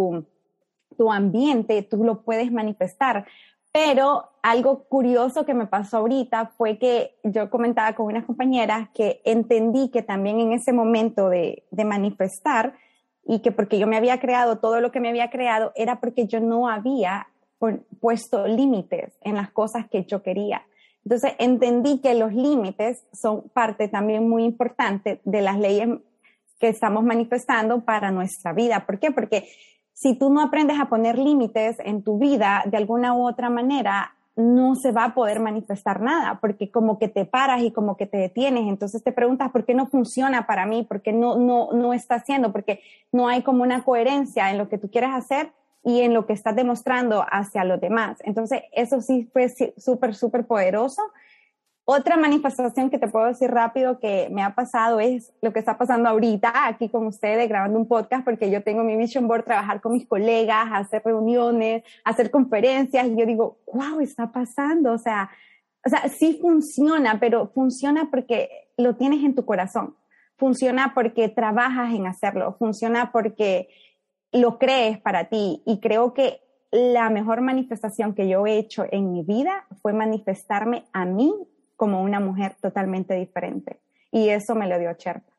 tu ambiente, tú lo puedes manifestar. Pero algo curioso que me pasó ahorita fue que yo comentaba con unas compañeras que entendí que también en ese momento de manifestar, y que porque yo me había creado todo lo que me había creado, era porque yo no había puesto límites en las cosas que yo quería. Entonces entendí que los límites son parte también muy importante de las leyes que estamos manifestando para nuestra vida. ¿Por qué? Porque si tú no aprendes a poner límites en tu vida, de alguna u otra manera, no se va a poder manifestar nada, porque como que te paras y como que te detienes. Entonces te preguntas, ¿por qué no funciona para mí? ¿Por qué no está haciendo? Porque no hay como una coherencia en lo que tú quieres hacer y en lo que estás demostrando hacia los demás. Entonces eso sí fue súper, súper poderoso. Otra manifestación que te puedo decir rápido que me ha pasado es lo que está pasando ahorita aquí con ustedes grabando un podcast, porque yo tengo mi vision board, trabajar con mis colegas, hacer reuniones, hacer conferencias, y yo digo, wow, está pasando, o sea, sí funciona, pero funciona porque lo tienes en tu corazón, funciona porque trabajas en hacerlo, funciona porque lo crees para ti. Y creo que la mejor manifestación que yo he hecho en mi vida fue manifestarme a mí como una mujer totalmente diferente. Y eso me lo dio Sherpa.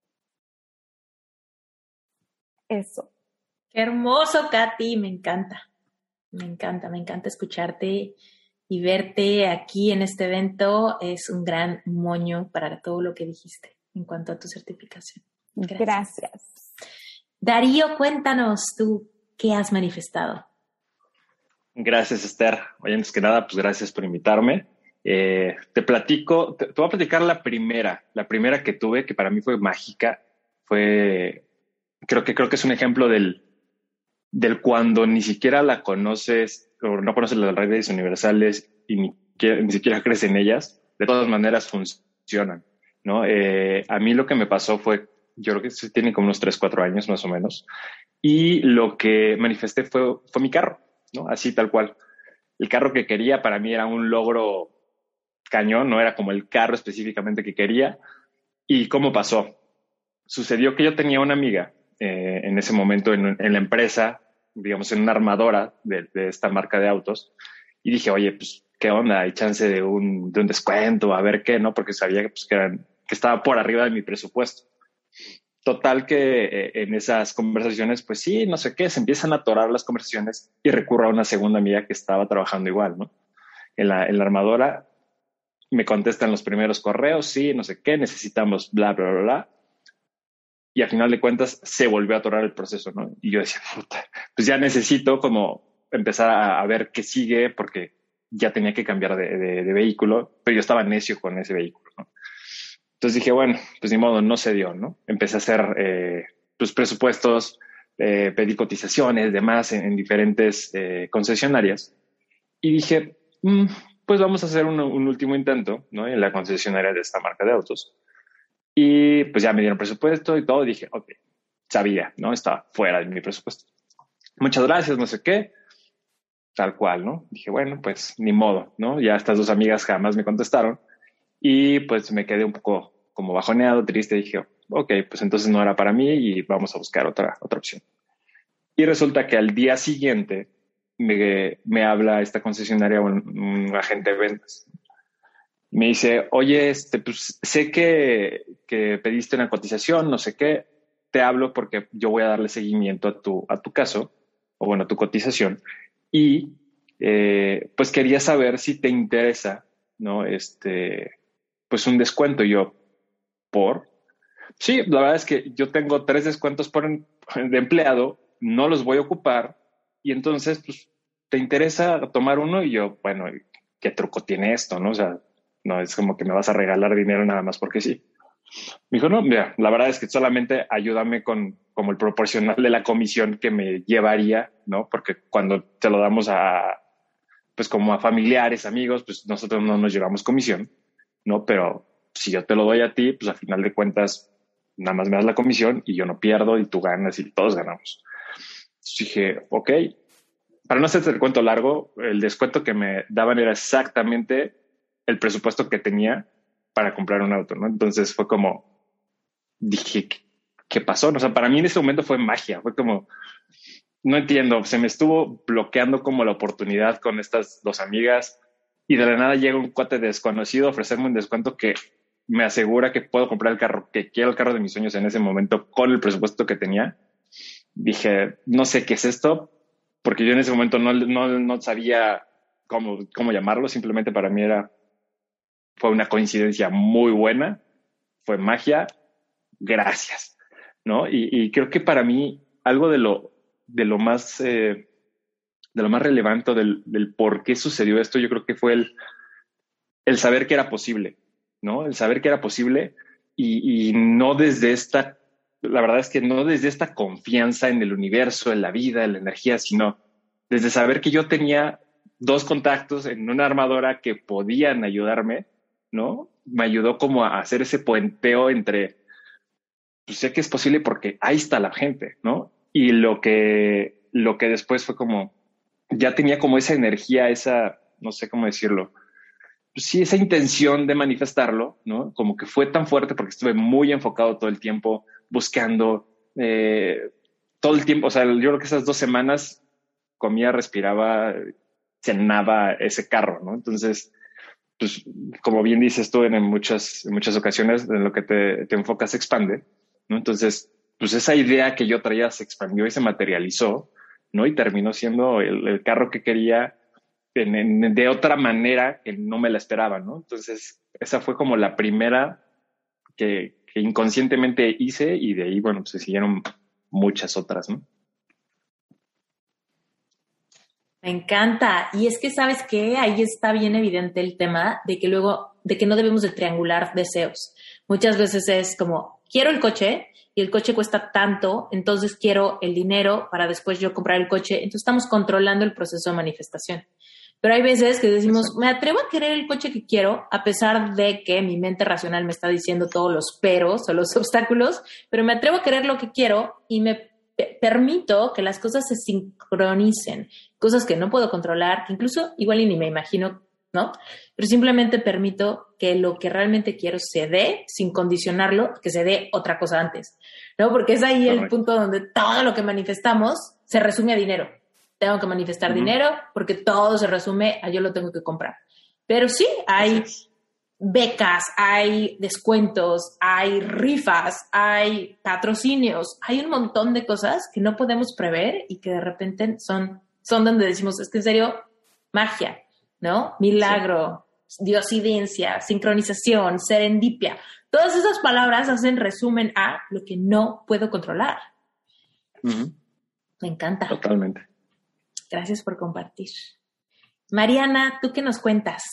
Eso. Qué hermoso, Katy. Me encanta escucharte y verte aquí en este evento. Es un gran moño para todo lo que dijiste en cuanto a tu certificación. Gracias. Darío, cuéntanos tú, ¿qué has manifestado? Gracias, Esther. Oye, antes que nada, pues gracias por invitarme. Te platico, te voy a platicar la primera que tuve, que para mí fue mágica. Creo que es un ejemplo del cuando ni siquiera la conoces o no conoces las redes universales y ni siquiera crees en ellas, de todas maneras funcionan, ¿no? A mí lo que me pasó fue, yo creo que tiene como unos 3, 4 años más o menos, y lo que manifesté fue mi carro, ¿no? Así tal cual. El carro que quería para mí era un logro cañón, no era como el carro específicamente que quería. ¿Y cómo pasó? Sucedió que yo tenía una amiga en ese momento en la empresa, digamos, en una armadora de esta marca de autos, y dije, oye, pues, ¿qué onda? Hay chance de un descuento, a ver qué, ¿no? Porque sabía pues, que estaba por arriba de mi presupuesto. Total que en esas conversaciones, pues sí, no sé qué, se empiezan a atorar las conversaciones y recurro a una segunda amiga que estaba trabajando igual, ¿no? En la armadora me contestan los primeros correos, sí, no sé qué, necesitamos bla, bla, bla, bla. Y al final de cuentas se volvió a atorar el proceso, ¿no? Y yo decía, puta, pues ya necesito como empezar a ver qué sigue porque ya tenía que cambiar de vehículo, pero yo estaba necio con ese vehículo, ¿no? Entonces dije, bueno, pues ni modo, no se dio, ¿no? Empecé a hacer pues presupuestos, pedí cotizaciones, demás en diferentes concesionarias y dije, pues vamos a hacer un último intento, ¿no? En la concesionaria de esta marca de autos. Y pues ya me dieron presupuesto y todo. Y dije, ok, sabía, ¿no? Estaba fuera de mi presupuesto. Muchas gracias, no sé qué. Tal cual, ¿no? Dije, bueno, pues ni modo, ¿no? Ya estas dos amigas jamás me contestaron. Y pues me quedé un poco como bajoneado, triste. Dije, ok, pues entonces no era para mí y vamos a buscar otra opción. Y resulta que al día siguiente me habla esta concesionaria, un agente de ventas. Me dice, oye, pues sé que pediste una cotización, no sé qué, te hablo porque yo voy a darle seguimiento a tu caso, o bueno, a tu cotización, y pues quería saber si te interesa, ¿no? Pues un descuento. Y yo, ¿por? Sí, la verdad es que yo tengo 3 descuentos de empleado, no los voy a ocupar, y entonces, pues, ¿te interesa tomar uno? Y yo, bueno, ¿qué truco tiene esto, no? O sea, no es como que me vas a regalar dinero nada más porque sí. Me dijo, no, mira, la verdad es que solamente ayúdame con como el proporcional de la comisión que me llevaría, ¿no? Porque cuando te lo damos pues como a familiares, amigos, pues nosotros no nos llevamos comisión, ¿no? Pero si yo te lo doy a ti, pues al final de cuentas, nada más me das la comisión y yo no pierdo y tú ganas y todos ganamos. Entonces dije, ok, para no hacerte el cuento largo, el descuento que me daban era exactamente el presupuesto que tenía para comprar un auto, ¿no? Entonces fue como, dije, ¿qué pasó? O sea, para mí en ese momento fue magia, fue como, no entiendo, se me estuvo bloqueando como la oportunidad con estas dos amigas y de la nada llega un cuate desconocido a ofrecerme un descuento que me asegura que puedo comprar el carro, que quiero el carro de mis sueños en ese momento con el presupuesto que tenía. Dije, no sé qué es esto, porque yo en ese momento no sabía cómo llamarlo, simplemente para mí fue una coincidencia muy buena, fue magia, gracias, ¿no? Y creo que para mí algo de lo más relevante del por qué sucedió esto, yo creo que fue el saber que era posible, ¿no? El saber que era posible y no desde la verdad es que no desde esta confianza en el universo, en la vida, en la energía, sino desde saber que yo tenía 2 contactos en una armadora que podían ayudarme, ¿no? Me ayudó como a hacer ese puenteo entre, pues sé que es posible porque ahí está la gente, ¿no? Y lo que después fue como, ya tenía como esa energía, no sé cómo decirlo, pues sí, esa intención de manifestarlo, ¿no? Como que fue tan fuerte porque estuve muy enfocado todo el tiempo, buscando, todo el tiempo, o sea, yo creo que esas 2 semanas comía, respiraba, cenaba ese carro, ¿no? Entonces, pues, como bien dices tú, en muchas ocasiones en lo que te enfocas se expande, ¿no? Entonces, pues esa idea que yo traía se expandió y se materializó, ¿no? Y terminó siendo el carro que quería de otra manera que no me la esperaba, ¿no? Entonces, esa fue como la primera que inconscientemente hice y de ahí, bueno, pues se siguieron muchas otras, ¿no? Me encanta. Y es que, ¿sabes qué? Ahí está bien evidente el tema de que no debemos de triangular deseos. Muchas veces es como, quiero el coche y el coche cuesta tanto, entonces quiero el dinero para después yo comprar el coche. Entonces estamos controlando el proceso de manifestación. Pero hay veces que decimos, me atrevo a querer el coche que quiero, a pesar de que mi mente racional me está diciendo todos los peros o los obstáculos, pero me atrevo a querer lo que quiero y me permito que las cosas se sincronicen, cosas que no puedo controlar, que incluso igual y ni me imagino, ¿no? Pero simplemente permito que lo que realmente quiero se dé sin condicionarlo, que se dé otra cosa antes, ¿no? Porque es ahí el punto donde todo lo que manifestamos se resume a dinero. Tengo que manifestar dinero porque todo se resume a yo lo tengo que comprar. Pero sí, hay becas, hay descuentos, hay rifas, hay patrocinios, hay un montón de cosas que no podemos prever y que de repente son donde decimos, es que en serio, magia, ¿no? Milagro, diosidencia, sincronización, serendipia. Todas esas palabras hacen resumen a lo que no puedo controlar. Me encanta. Totalmente. Gracias por compartir. Mariana, ¿tú qué nos cuentas?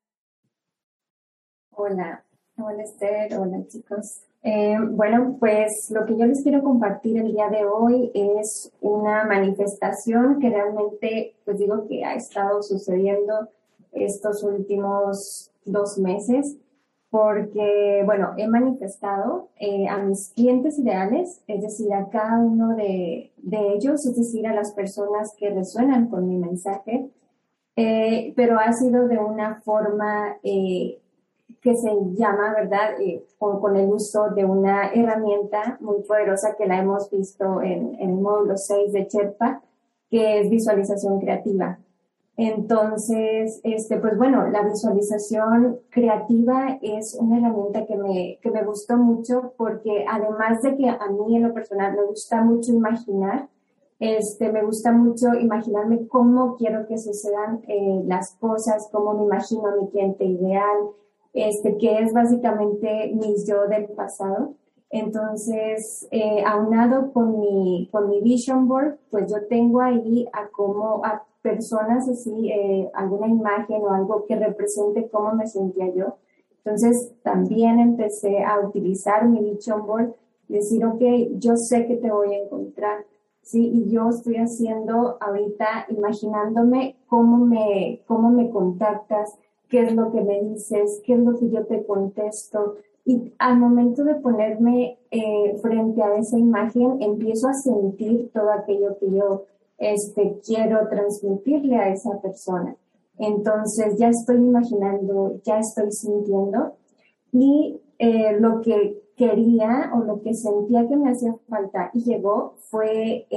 Hola Esther, hola chicos. Bueno, pues lo que yo les quiero compartir el día de hoy es una manifestación que realmente, pues digo que ha estado sucediendo estos últimos 2 meses, porque, bueno, he manifestado a mis clientes ideales, es decir, a cada uno de ellos, es decir, a las personas que resuenan con mi mensaje, pero ha sido de una forma que se llama, ¿verdad?, con el uso de una herramienta muy poderosa que la hemos visto en el módulo 6 de Sherpa, que es visualización creativa. Entonces, pues bueno, la visualización creativa es una herramienta que me gustó mucho porque además de que a mí en lo personal me gusta mucho imaginar, me gusta mucho imaginarme cómo quiero que sucedan las cosas, cómo me imagino a mi cliente ideal, que es básicamente mi yo del pasado. Entonces, aunado con mi vision board, pues yo tengo ahí a personas así, alguna imagen o algo que represente cómo me sentía yo. Entonces, también empecé a utilizar mi vision board, decir, ok, yo sé que te voy a encontrar, ¿sí? Y yo estoy haciendo ahorita, imaginándome cómo me contactas, qué es lo que me dices, qué es lo que yo te contesto. Y al momento de ponerme frente a esa imagen, empiezo a sentir todo aquello que yo quiero transmitirle a esa persona. Entonces ya estoy imaginando, ya estoy sintiendo y lo que quería o lo que sentía que me hacía falta y llegó fue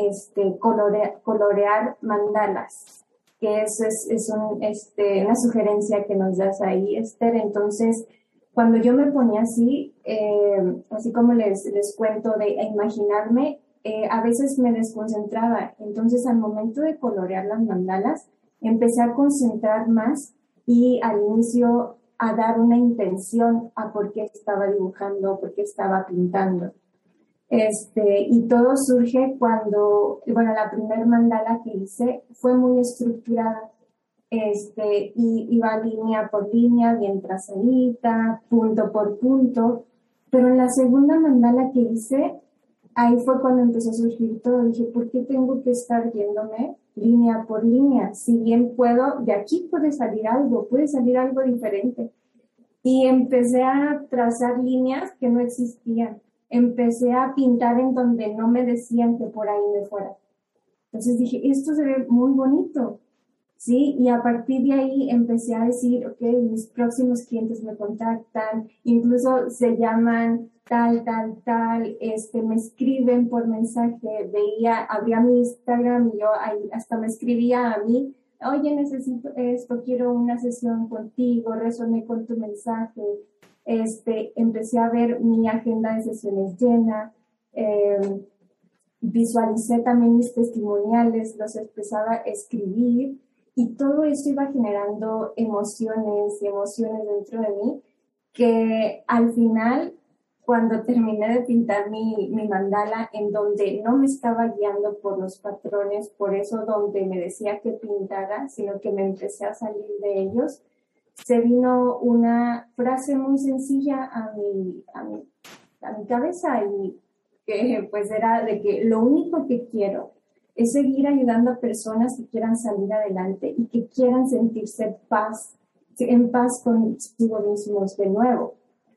colorear mandalas, que es una sugerencia que nos das ahí, Esther. Entonces, cuando yo me ponía así, así como les cuento, de imaginarme, a veces me desconcentraba. Entonces, al momento de colorear las mandalas, empecé a concentrar más y al inicio a dar una intención a por qué estaba dibujando, por qué estaba pintando. Y todo surge cuando, bueno, la primera mandala que hice fue muy estructurada. Y iba línea por línea, bien trazadita, punto por punto. Pero en la segunda mandala que hice, ahí fue cuando empezó a surgir todo. Dije, ¿por qué tengo que estar yéndome línea por línea? Si bien puedo, de aquí puede salir algo diferente. Y empecé a trazar líneas que no existían. Empecé a pintar en donde no me decían que por ahí me fuera. Entonces dije, esto se ve muy bonito, ¿sí? Y a partir de ahí empecé a decir, ok, mis próximos clientes me contactan, incluso se llaman tal, me escriben por mensaje, abría mi Instagram y yo ahí hasta me escribía a mí, oye, necesito esto, quiero una sesión contigo, resoné con tu mensaje. Empecé a ver mi agenda de sesiones llena, visualicé también mis testimoniales, los empezaba a escribir y todo eso iba generando emociones dentro de mí que al final, cuando terminé de pintar mi mandala, en donde no me estaba guiando por los patrones, por eso donde me decía que pintara, sino que me empecé a salir de ellos, se vino una frase muy sencilla a mi cabeza, y que pues era de que lo único que quiero es seguir ayudando a personas que quieran salir adelante y que quieran sentirse en paz consigo mismos de nuevo.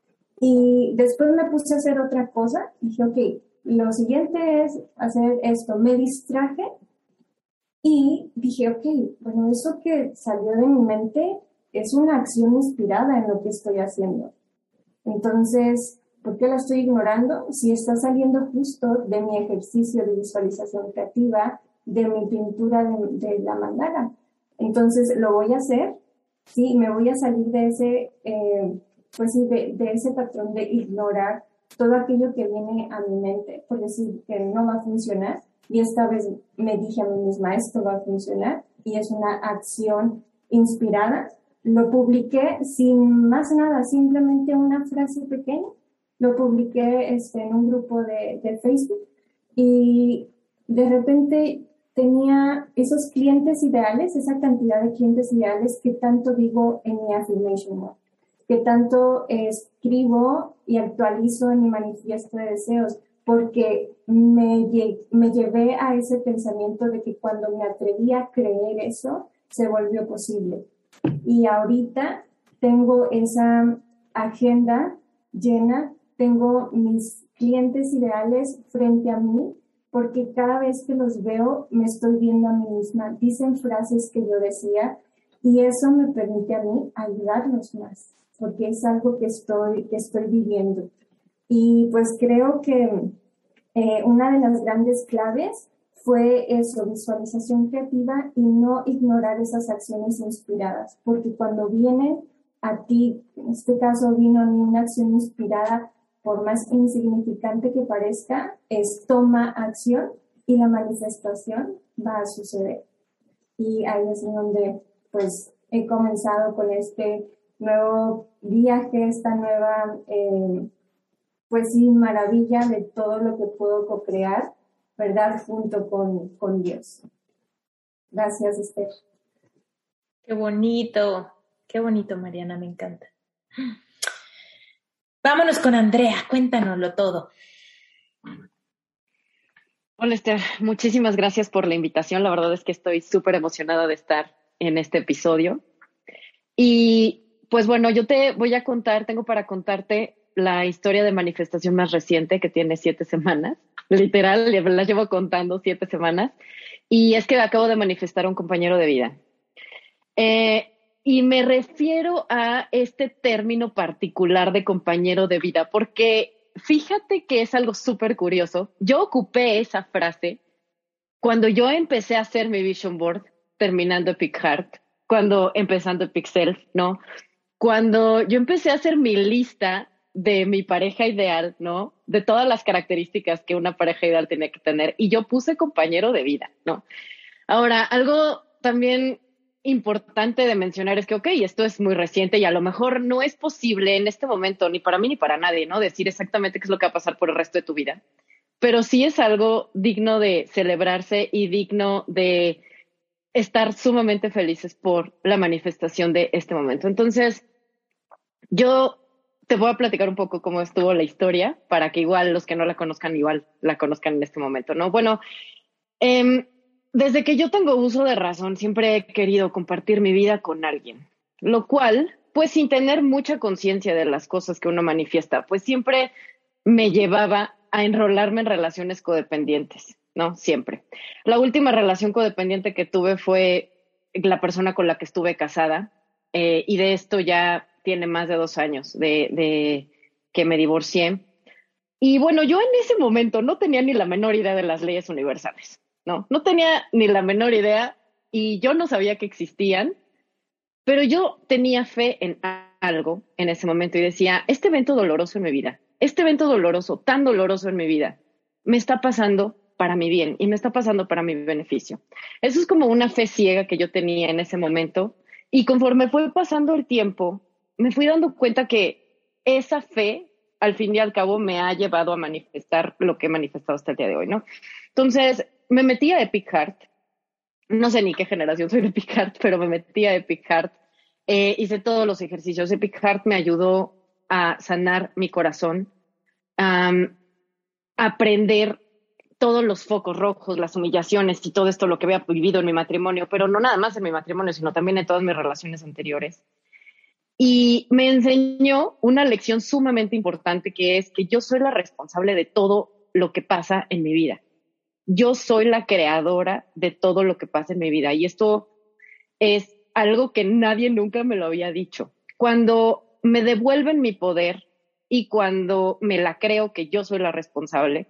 Y después me puse a hacer otra cosa. Dije, ok, lo siguiente es hacer esto. Me distraje y dije, ok, bueno, eso que salió de mi mente es una acción inspirada en lo que estoy haciendo. Entonces, ¿por qué la estoy ignorando? Si está saliendo justo de mi ejercicio de visualización creativa, de mi pintura de la mandala. Entonces, lo voy a hacer. Sí, me voy a salir de ese... pues sí, de ese patrón de ignorar todo aquello que viene a mi mente, por decir que no va a funcionar, y esta vez me dije a mí misma, esto va a funcionar, y es una acción inspirada. Lo publiqué sin más nada, simplemente una frase pequeña, lo publiqué en un grupo de Facebook, y de repente tenía esos clientes ideales, esa cantidad de clientes ideales que tanto digo en mi affirmation board, que tanto escribo y actualizo en mi manifiesto de deseos, porque me llevé a ese pensamiento de que cuando me atreví a creer eso, se volvió posible. Y ahorita tengo esa agenda llena, tengo mis clientes ideales frente a mí, porque cada vez que los veo me estoy viendo a mí misma, dicen frases que yo decía, y eso me permite a mí ayudarlos más, porque es algo que estoy viviendo. Y pues creo que una de las grandes claves fue eso, visualización creativa y no ignorar esas acciones inspiradas, porque cuando vienen a ti, en este caso vino a mí una acción inspirada, por más insignificante que parezca, toma acción y la manifestación va a suceder. Y ahí es donde pues he comenzado con este nuevo viaje, esta nueva, pues sí, maravilla de todo lo que puedo co-crear, ¿verdad? Junto con Dios. Gracias, Esther. Qué bonito, Mariana, me encanta. Vámonos con Andrea, cuéntanoslo todo. Hola, Esther, muchísimas gracias por la invitación. La verdad es que estoy súper emocionada de estar en este episodio. Y pues bueno, yo te voy a contar, tengo para contarte la historia de manifestación más reciente, que tiene 7 semanas. Literal, la llevo contando 7 semanas. Y es que acabo de manifestar a un compañero de vida. Y me refiero a este término particular de compañero de vida, porque fíjate que es algo súper curioso. Yo ocupé esa frase cuando yo empecé a hacer mi vision board, terminando Epic Heart, cuando empezando Epic Self, ¿no? Cuando yo empecé a hacer mi lista de mi pareja ideal, ¿no? De todas las características que una pareja ideal tenía que tener, y yo puse compañero de vida, ¿no? Ahora, algo también importante de mencionar es que, ok, esto es muy reciente y a lo mejor no es posible en este momento, ni para mí ni para nadie, ¿no? Decir exactamente qué es lo que va a pasar por el resto de tu vida. Pero sí es algo digno de celebrarse y digno de estar sumamente felices por la manifestación de este momento. Entonces, yo te voy a platicar un poco cómo estuvo la historia para que igual los que no la conozcan, igual la conozcan en este momento, ¿no? Bueno, desde que yo tengo uso de razón, siempre he querido compartir mi vida con alguien, lo cual, pues sin tener mucha conciencia de las cosas que uno manifiesta, pues siempre me llevaba a enrolarme en relaciones codependientes, ¿no? Siempre. La última relación codependiente que tuve fue la persona con la que estuve casada, y de esto ya tiene más de 2 años de que me divorcié. Y bueno, yo en ese momento no tenía ni la menor idea de las leyes universales. No tenía ni la menor idea y yo no sabía que existían, pero yo tenía fe en algo en ese momento y decía, este evento doloroso en mi vida, este evento doloroso, tan doloroso en mi vida, me está pasando para mi bien y me está pasando para mi beneficio. Eso es como una fe ciega que yo tenía en ese momento, y conforme fue pasando el tiempo, me fui dando cuenta que esa fe al fin y al cabo me ha llevado a manifestar lo que he manifestado hasta el día de hoy, ¿no? Entonces, me metí a Epic Heart. No sé ni qué generación soy de Epic Heart, pero me metí a Epic Heart. Hice todos los ejercicios. Epic Heart me ayudó a sanar mi corazón, a aprender todos los focos rojos, las humillaciones y todo esto, lo que había vivido en mi matrimonio, pero no nada más en mi matrimonio, sino también en todas mis relaciones anteriores. Y me enseñó una lección sumamente importante, que es que yo soy la responsable de todo lo que pasa en mi vida. Yo soy la creadora de todo lo que pasa en mi vida. Y esto es algo que nadie nunca me lo había dicho. Cuando me devuelven mi poder y cuando me la creo que yo soy la responsable,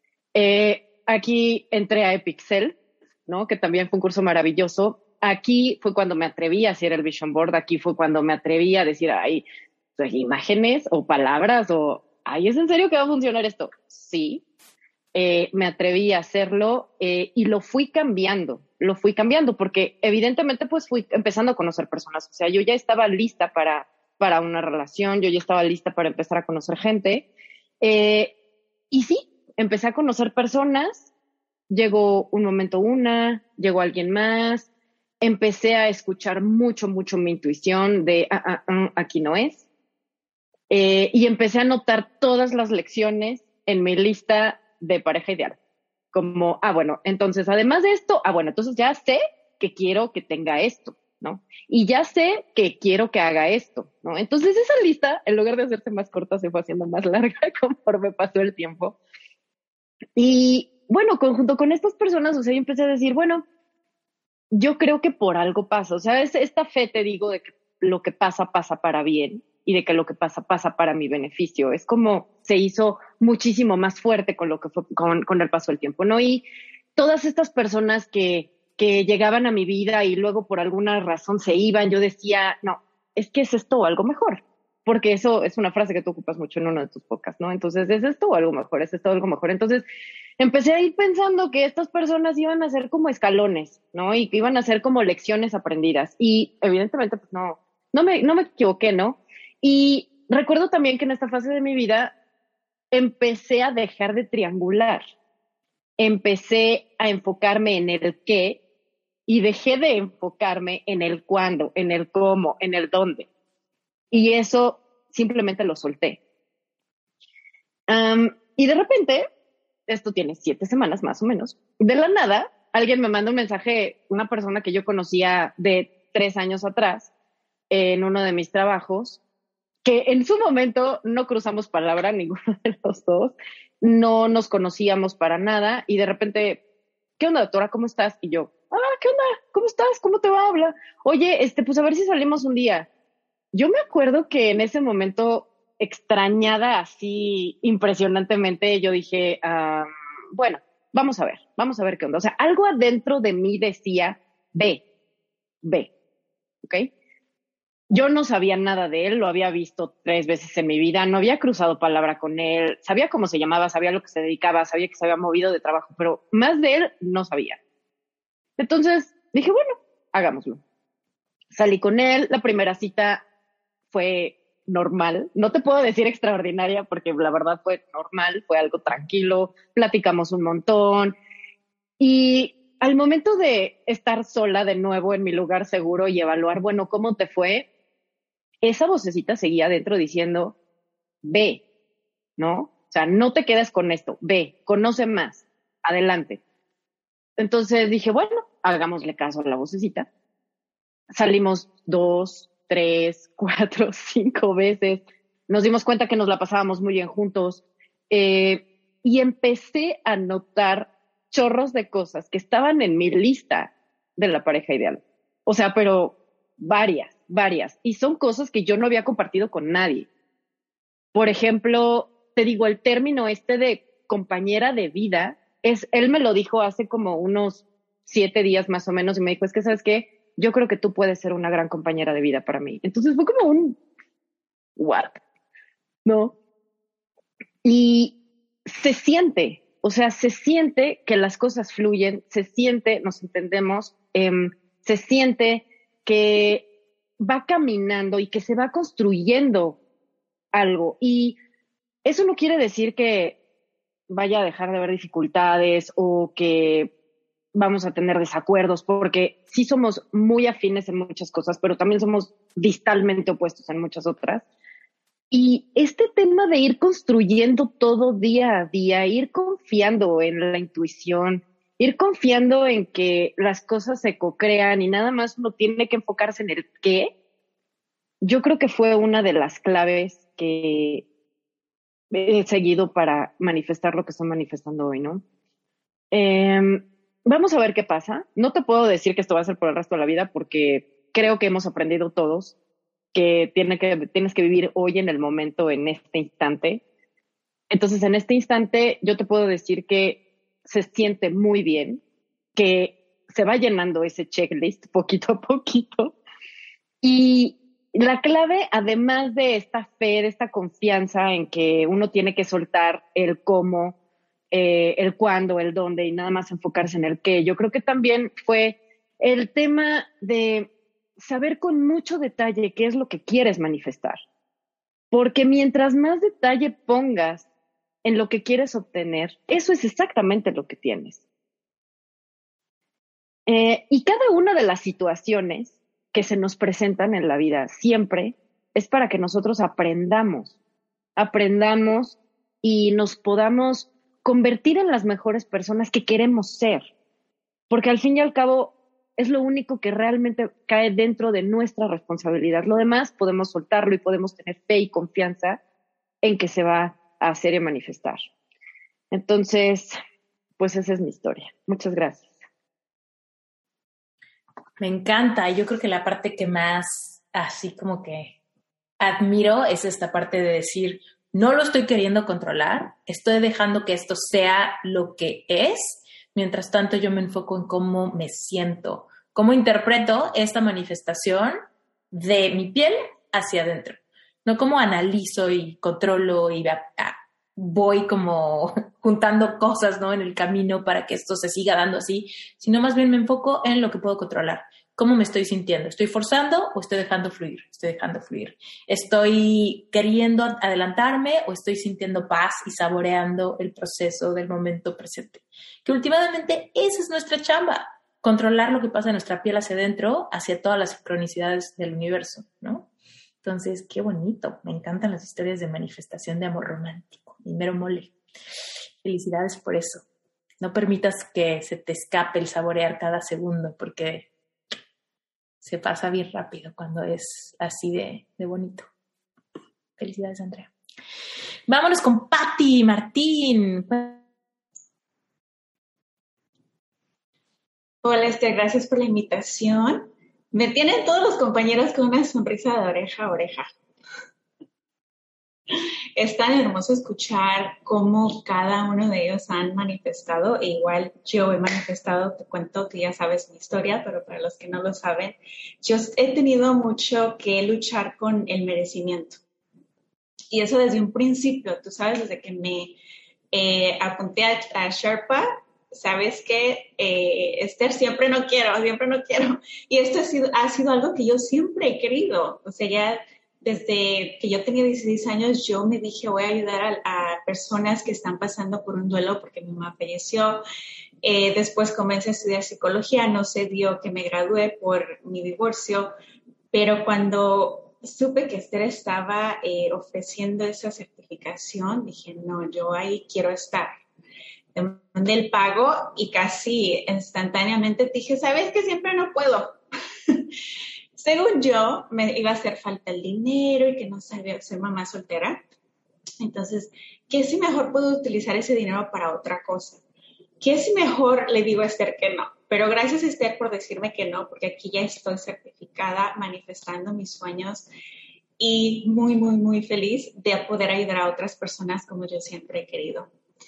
aquí entré a Epicel, ¿no? Que también fue un curso maravilloso. Aquí fue cuando me atreví a hacer el Vision Board. Aquí fue cuando me atreví a decir, ay, pues, imágenes o palabras o, ay, ¿es en serio que va a funcionar esto? Sí. Me atreví a hacerlo y lo fui cambiando porque evidentemente pues fui empezando a conocer personas. O sea, yo ya estaba lista para una relación, yo ya estaba lista para empezar a conocer gente. Y sí, empecé a conocer personas, llegó un momento llegó alguien más, empecé a escuchar mucho mi intuición de aquí no es. Y empecé a anotar todas las lecciones en mi lista de pareja ideal. Como, bueno, entonces además de esto, bueno, entonces ya sé que quiero que tenga esto, ¿no? Y ya sé que quiero que haga esto, ¿no? Entonces esa lista, en lugar de hacerse más corta, se fue haciendo más larga conforme pasó el tiempo. Y bueno, junto con estas personas, o sea, yo empecé a decir, bueno, yo creo que por algo pasa. O sea, esta fe, te digo, de que lo que pasa, pasa para bien y de que lo que pasa, pasa para mi beneficio. Es como se hizo muchísimo más fuerte con lo que fue con el paso del tiempo, ¿no? Y todas estas personas que llegaban a mi vida y luego por alguna razón se iban, yo decía, no, es que es esto o algo mejor. Porque eso es una frase que tú ocupas mucho en uno de tus podcasts, ¿no? Entonces, ¿es esto o algo mejor? ¿Es esto o algo mejor? Entonces, empecé a ir pensando que estas personas iban a ser como escalones, ¿no? Y que iban a ser como lecciones aprendidas. Y evidentemente, pues no me equivoqué, ¿no? Y recuerdo también que en esta fase de mi vida empecé a dejar de triangular. Empecé a enfocarme en el qué y dejé de enfocarme en el cuándo, en el cómo, en el dónde. Y eso simplemente lo solté. Y de repente, esto tiene 7 semanas más o menos, de la nada, alguien me manda un mensaje, una persona que yo conocía de 3 años atrás, en uno de mis trabajos, que en su momento no cruzamos palabra ninguno de los dos, no nos conocíamos para nada, y de repente, ¿qué onda, doctora? ¿Cómo estás? Y yo, ¿qué onda? ¿Cómo estás? ¿Cómo te va? Habla. Oye, pues a ver si salimos un día. Yo me acuerdo que en ese momento, extrañada así impresionantemente, yo dije, bueno, vamos a ver qué onda. O sea, algo adentro de mí decía, ve, ¿ok? Yo no sabía nada de él, lo había visto 3 veces en mi vida, no había cruzado palabra con él, sabía cómo se llamaba, sabía lo que se dedicaba, sabía que se había movido de trabajo, pero más de él no sabía. Entonces dije, bueno, hagámoslo. Salí con él, la primera cita fue normal, no te puedo decir extraordinaria porque la verdad fue normal, fue algo tranquilo, platicamos un montón y al momento de estar sola de nuevo en mi lugar seguro y evaluar, bueno, ¿cómo te fue? Esa vocecita seguía dentro diciendo, ve, ¿no? O sea, no te quedes con esto, ve, conoce más, adelante. Entonces dije, bueno, hagámosle caso a la vocecita. Salimos 2, 3, 4, 5 veces. Nos dimos cuenta que nos la pasábamos muy bien juntos. Y empecé a notar chorros de cosas que estaban en mi lista de la pareja ideal. O sea, pero varias. Y son cosas que yo no había compartido con nadie. Por ejemplo, te digo, el término de compañera de vida, él me lo dijo hace como unos 7 días más o menos y me dijo, es que, ¿sabes qué? Yo creo que tú puedes ser una gran compañera de vida para mí. Entonces fue como un, ¿what? ¿No? Y se siente que las cosas fluyen, se siente, nos entendemos, se siente que va caminando y que se va construyendo algo. Y eso no quiere decir que vaya a dejar de haber dificultades o que vamos a tener desacuerdos, porque sí somos muy afines en muchas cosas, pero también somos distalmente opuestos en muchas otras. Y este tema de ir construyendo todo día a día, ir confiando en la intuición, ir confiando en que las cosas se co-crean y nada más uno tiene que enfocarse en el qué, yo creo que fue una de las claves que he seguido para manifestar lo que estoy manifestando hoy, ¿no? Vamos a ver qué pasa. No te puedo decir que esto va a ser por el resto de la vida porque creo que hemos aprendido todos que tienes que vivir hoy en el momento, en este instante. Entonces, en este instante, yo te puedo decir que se siente muy bien, que se va llenando ese checklist poquito a poquito. Y la clave, además de esta fe, de esta confianza en que uno tiene que soltar el cómo, el cuándo, el dónde y nada más enfocarse en el qué. Yo creo que también fue el tema de saber con mucho detalle qué es lo que quieres manifestar. Porque mientras más detalle pongas en lo que quieres obtener, eso es exactamente lo que tienes. Y cada una de las situaciones que se nos presentan en la vida siempre es para que nosotros aprendamos y nos podamos convertir en las mejores personas que queremos ser. Porque al fin y al cabo es lo único que realmente cae dentro de nuestra responsabilidad. Lo demás podemos soltarlo y podemos tener fe y confianza en que se va a hacer y manifestar. Entonces, pues esa es mi historia. Muchas gracias. Me encanta. Yo creo que la parte que más así como que admiro es esta parte de decir, no lo estoy queriendo controlar, estoy dejando que esto sea lo que es. Mientras tanto, yo me enfoco en cómo me siento, cómo interpreto esta manifestación de mi piel hacia adentro. No cómo analizo y controlo y voy como juntando cosas, ¿no?, en el camino para que esto se siga dando así, sino más bien me enfoco en lo que puedo controlar. ¿Cómo me estoy sintiendo? ¿Estoy forzando o estoy dejando fluir? Estoy dejando fluir. ¿Estoy queriendo adelantarme o estoy sintiendo paz y saboreando el proceso del momento presente? Que últimamente esa es nuestra chamba, controlar lo que pasa en nuestra piel hacia adentro, hacia todas las sincronicidades del universo, ¿no? Entonces, qué bonito. Me encantan las historias de manifestación de amor romántico. Mi mero mole. Felicidades por eso. No permitas que se te escape el saborear cada segundo, porque se pasa bien rápido cuando es así de bonito. Felicidades, Andrea. Vámonos con Patti Martín. Hola, Esther, gracias por la invitación. Me tienen todos los compañeros con una sonrisa de oreja a oreja. Es tan hermoso escuchar cómo cada uno de ellos han manifestado, e igual yo he manifestado, te cuento que ya sabes mi historia, pero para los que no lo saben, yo he tenido mucho que luchar con el merecimiento. Y eso desde un principio, tú sabes, desde que me apunté a Sherpa, sabes que Esther, siempre no quiero. Y esto ha sido algo que yo siempre he querido. O sea, ya desde que yo tenía 16 años, yo me dije, voy a ayudar a personas que están pasando por un duelo porque mi mamá falleció. Después comencé a estudiar psicología, no se dio que me gradué por mi divorcio, pero cuando supe que Esther estaba ofreciendo esa certificación, dije, no, yo ahí quiero estar. Te mandé el pago y casi instantáneamente dije, ¿sabes que siempre no puedo? Según yo, me iba a hacer falta el dinero y que no sabía ser mamá soltera. Entonces, ¿qué si mejor puedo utilizar ese dinero para otra cosa? ¿Qué si mejor le digo a Esther que no? Pero gracias, Esther, por decirme que no, porque aquí ya estoy certificada, manifestando mis sueños y muy, muy, muy feliz de poder ayudar a otras personas como yo siempre he querido.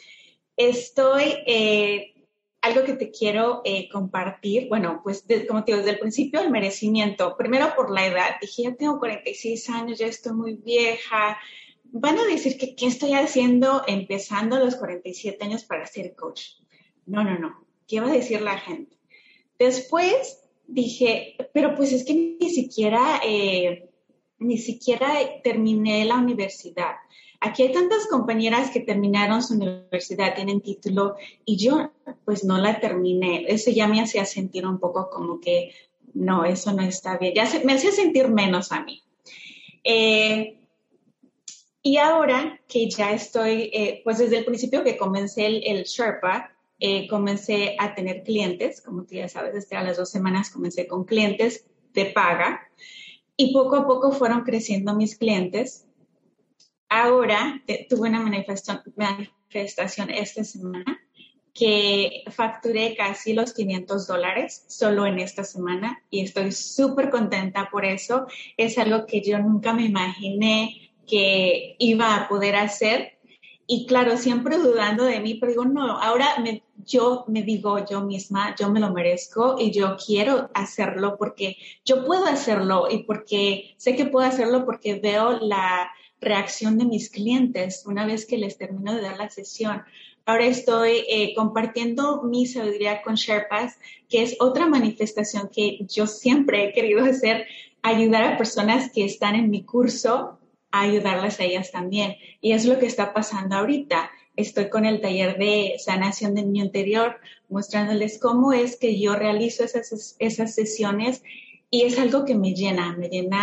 Algo que te quiero compartir, bueno, pues como te digo, desde el principio el merecimiento, primero por la edad, dije, ya tengo 46 años, ya estoy muy vieja, van a decir que qué estoy haciendo empezando a los 47 años para ser coach. No, ¿qué va a decir la gente? Después dije, pero pues es que ni siquiera terminé la universidad. aquí hay tantas compañeras que terminaron su universidad, tienen título, y yo pues no la terminé. Eso ya me hacía sentir un poco como que no, eso no está bien. Me hacía sentir menos a mí. Y ahora que ya estoy, pues desde el principio que comencé el Sherpa, comencé a tener clientes, como tú ya sabes, desde a las 2 semanas comencé con clientes de paga y poco a poco fueron creciendo mis clientes. Ahora tuve una manifestación esta semana que facturé casi los $500 solo en esta semana y estoy súper contenta por eso. Es algo que yo nunca me imaginé que iba a poder hacer. Y claro, siempre dudando de mí, pero digo, no, ahora yo me digo yo misma, yo me lo merezco y yo quiero hacerlo porque yo puedo hacerlo y porque sé que puedo hacerlo porque veo la reacción de mis clientes una vez que les termino de dar la sesión. Ahora estoy compartiendo mi sabiduría con Sherpas, que es otra manifestación que yo siempre he querido hacer, ayudar a personas que están en mi curso, a ayudarlas a ellas también. Y es lo que está pasando ahorita. Estoy con el taller de sanación del niño interior, mostrándoles cómo es que yo realizo esas sesiones y es algo que me llena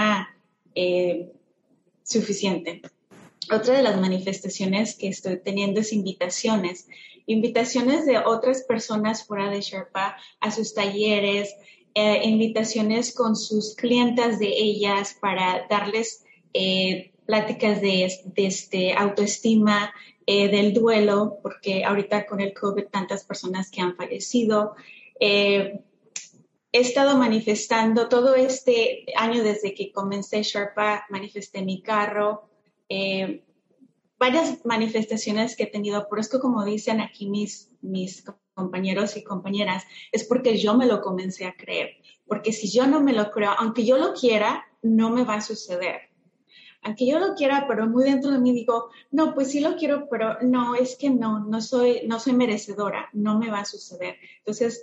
suficiente. Otra de las manifestaciones que estoy teniendo es invitaciones de otras personas fuera de Sherpa a sus talleres, invitaciones con sus clientas de ellas para darles pláticas de autoestima, del duelo, porque ahorita con el COVID tantas personas que han fallecido. He estado manifestando todo este año desde que comencé Sherpa, manifesté mi carro, varias manifestaciones que he tenido, por eso como dicen aquí mis compañeros y compañeras, es porque yo me lo comencé a creer, porque si yo no me lo creo, aunque yo lo quiera, no me va a suceder. Aunque yo lo quiera, pero muy dentro de mí digo, no, pues sí lo quiero, pero no, es que no soy merecedora, no me va a suceder. Entonces,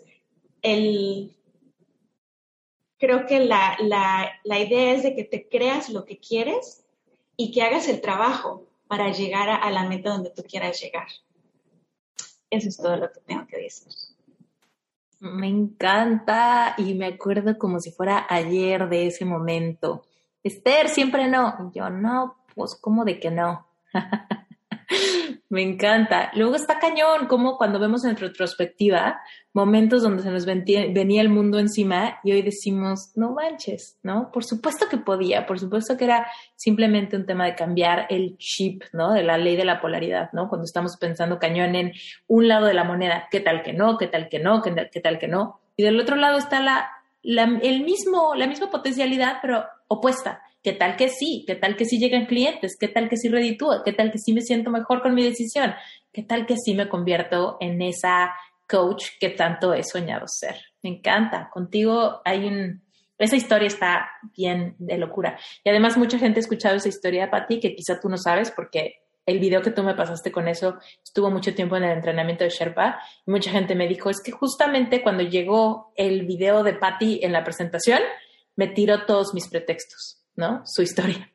creo que la idea es de que te creas lo que quieres y que hagas el trabajo para llegar a la meta donde tú quieras llegar. Eso es todo lo que tengo que decir. Me encanta y me acuerdo como si fuera ayer de ese momento. Esther, siempre no. Yo no, pues ¿cómo de que no? Me encanta. Luego está cañón, como cuando vemos en retrospectiva momentos donde se nos venía el mundo encima y hoy decimos, no manches, ¿no? Por supuesto que podía, por supuesto que era simplemente un tema de cambiar el chip, ¿no? De la ley de la polaridad, ¿no? Cuando estamos pensando cañón en un lado de la moneda, ¿qué tal que no? ¿Qué tal que no? ¿Qué tal que no? Y del otro lado está la misma potencialidad, pero opuesta. ¿Qué tal que sí? ¿Qué tal que sí llegan clientes? ¿Qué tal que sí reditúo? ¿Qué tal que sí me siento mejor con mi decisión? ¿Qué tal que sí me convierto en esa coach que tanto he soñado ser? Me encanta. Contigo esa historia está bien de locura. Y además mucha gente ha escuchado esa historia, Pati, que quizá tú no sabes porque el video que tú me pasaste con eso estuvo mucho tiempo en el entrenamiento de Sherpa y mucha gente me dijo, es que justamente cuando llegó el video de Pati en la presentación, me tiró todos mis pretextos, ¿no? Su historia.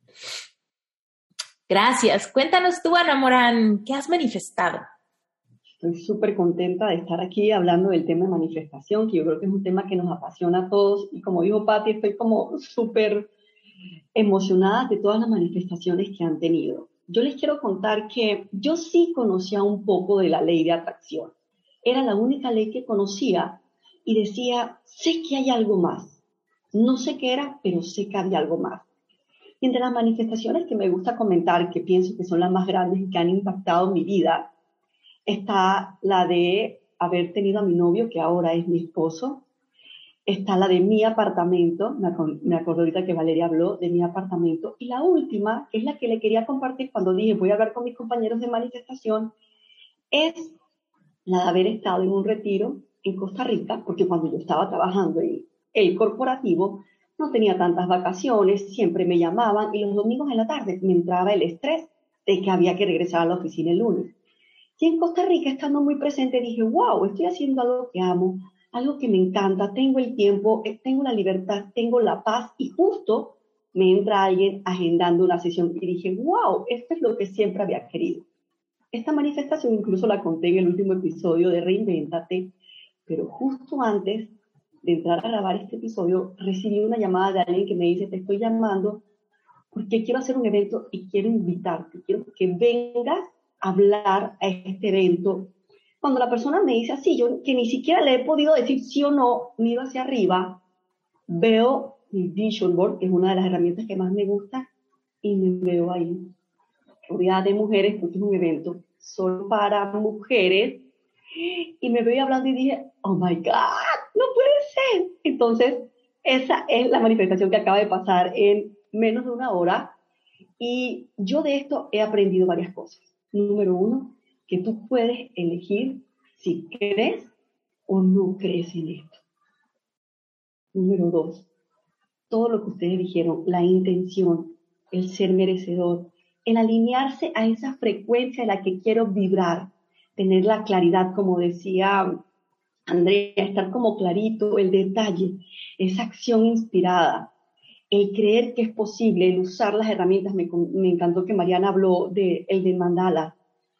Gracias. Cuéntanos tú, Ana Morán, ¿qué has manifestado? Estoy súper contenta de estar aquí hablando del tema de manifestación, que yo creo que es un tema que nos apasiona a todos. Y como dijo Pati, estoy como súper emocionada de todas las manifestaciones que han tenido. Yo les quiero contar que yo sí conocía un poco de la ley de atracción. Era la única ley que conocía y decía, sé que hay algo más. No sé qué era, pero sé que había algo más. Y entre las manifestaciones que me gusta comentar, que pienso que son las más grandes y que han impactado mi vida, está la de haber tenido a mi novio, que ahora es mi esposo. Está la de mi apartamento, me acuerdo ahorita que Valeria habló de mi apartamento. Y la última, que es la que le quería compartir cuando dije voy a hablar con mis compañeros de manifestación, es la de haber estado en un retiro en Costa Rica, porque cuando yo estaba trabajando en el corporativo, no tenía tantas vacaciones, siempre me llamaban y los domingos en la tarde me entraba el estrés de que había que regresar a la oficina el lunes. Y en Costa Rica, estando muy presente, dije, wow, estoy haciendo algo que amo, algo que me encanta, tengo el tiempo, tengo la libertad, tengo la paz y justo me entra alguien agendando una sesión y dije, wow, esto es lo que siempre había querido. Esta manifestación incluso la conté en el último episodio de Reinvéntate, pero justo antes de entrar a grabar este episodio, recibí una llamada de alguien que me dice, te estoy llamando porque quiero hacer un evento y quiero invitarte, quiero que vengas a hablar a este evento. Cuando la persona me dice así, yo que ni siquiera le he podido decir sí o no, miro hacia arriba, veo mi vision board, que es una de las herramientas que más me gusta, y me veo ahí, rodeada de mujeres, porque es un evento solo para mujeres, y me veo hablando y dije, oh my God, no puede ser. Entonces, esa es la manifestación que acaba de pasar en menos de una hora, y yo de esto he aprendido varias cosas. Número 1, que tú puedes elegir si crees o no crees en esto. Número 2, todo lo que ustedes dijeron, la intención, el ser merecedor, el alinearse a esa frecuencia en la que quiero vibrar, tener la claridad, como decía Andrea, estar como clarito, el detalle, esa acción inspirada, el creer que es posible, el usar las herramientas. Me encantó que Mariana habló del mandala,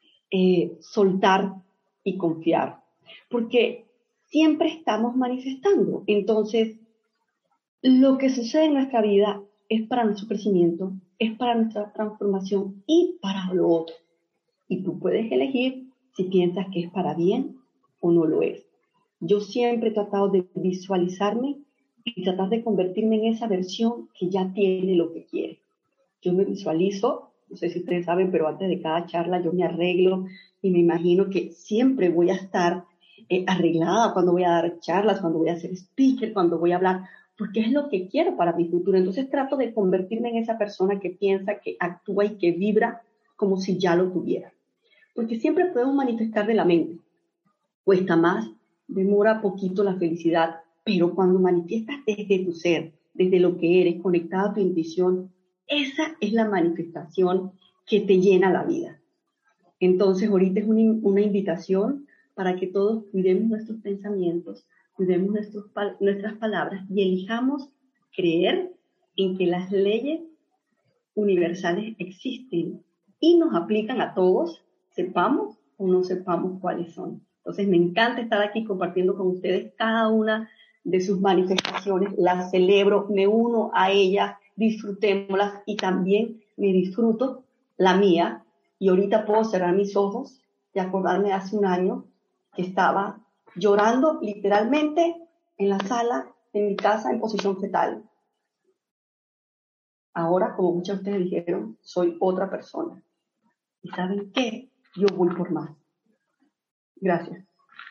soltar y confiar, porque siempre estamos manifestando. Entonces, lo que sucede en nuestra vida es para nuestro crecimiento, es para nuestra transformación y para lo otro. Y tú puedes elegir si piensas que es para bien o no lo es. Yo siempre he tratado de visualizarme y tratar de convertirme en esa versión que ya tiene lo que quiere. Yo me visualizo, no sé si ustedes saben, pero antes de cada charla yo me arreglo y me imagino que siempre voy a estar arreglada cuando voy a dar charlas, cuando voy a ser speaker, cuando voy a hablar, porque es lo que quiero para mi futuro. Entonces trato de convertirme en esa persona que piensa, que actúa y que vibra como si ya lo tuviera. Porque siempre podemos manifestar de la mente. Cuesta más, demora poquito la felicidad, pero cuando manifiestas desde tu ser, desde lo que eres, conectado a tu intuición, esa es la manifestación que te llena la vida. Entonces ahorita es una invitación para que todos cuidemos nuestros pensamientos, cuidemos nuestras palabras y elijamos creer en que las leyes universales existen y nos aplican a todos, sepamos o no sepamos cuáles son. Entonces me encanta estar aquí compartiendo con ustedes cada una de sus manifestaciones, las celebro, me uno a ellas, disfrutémoslas y también me disfruto la mía. Y ahorita puedo cerrar mis ojos y acordarme de hace un año que estaba llorando literalmente en la sala de mi casa en posición fetal. Ahora, como muchos de ustedes dijeron, soy otra persona. ¿Y saben qué? Yo voy por más. Gracias.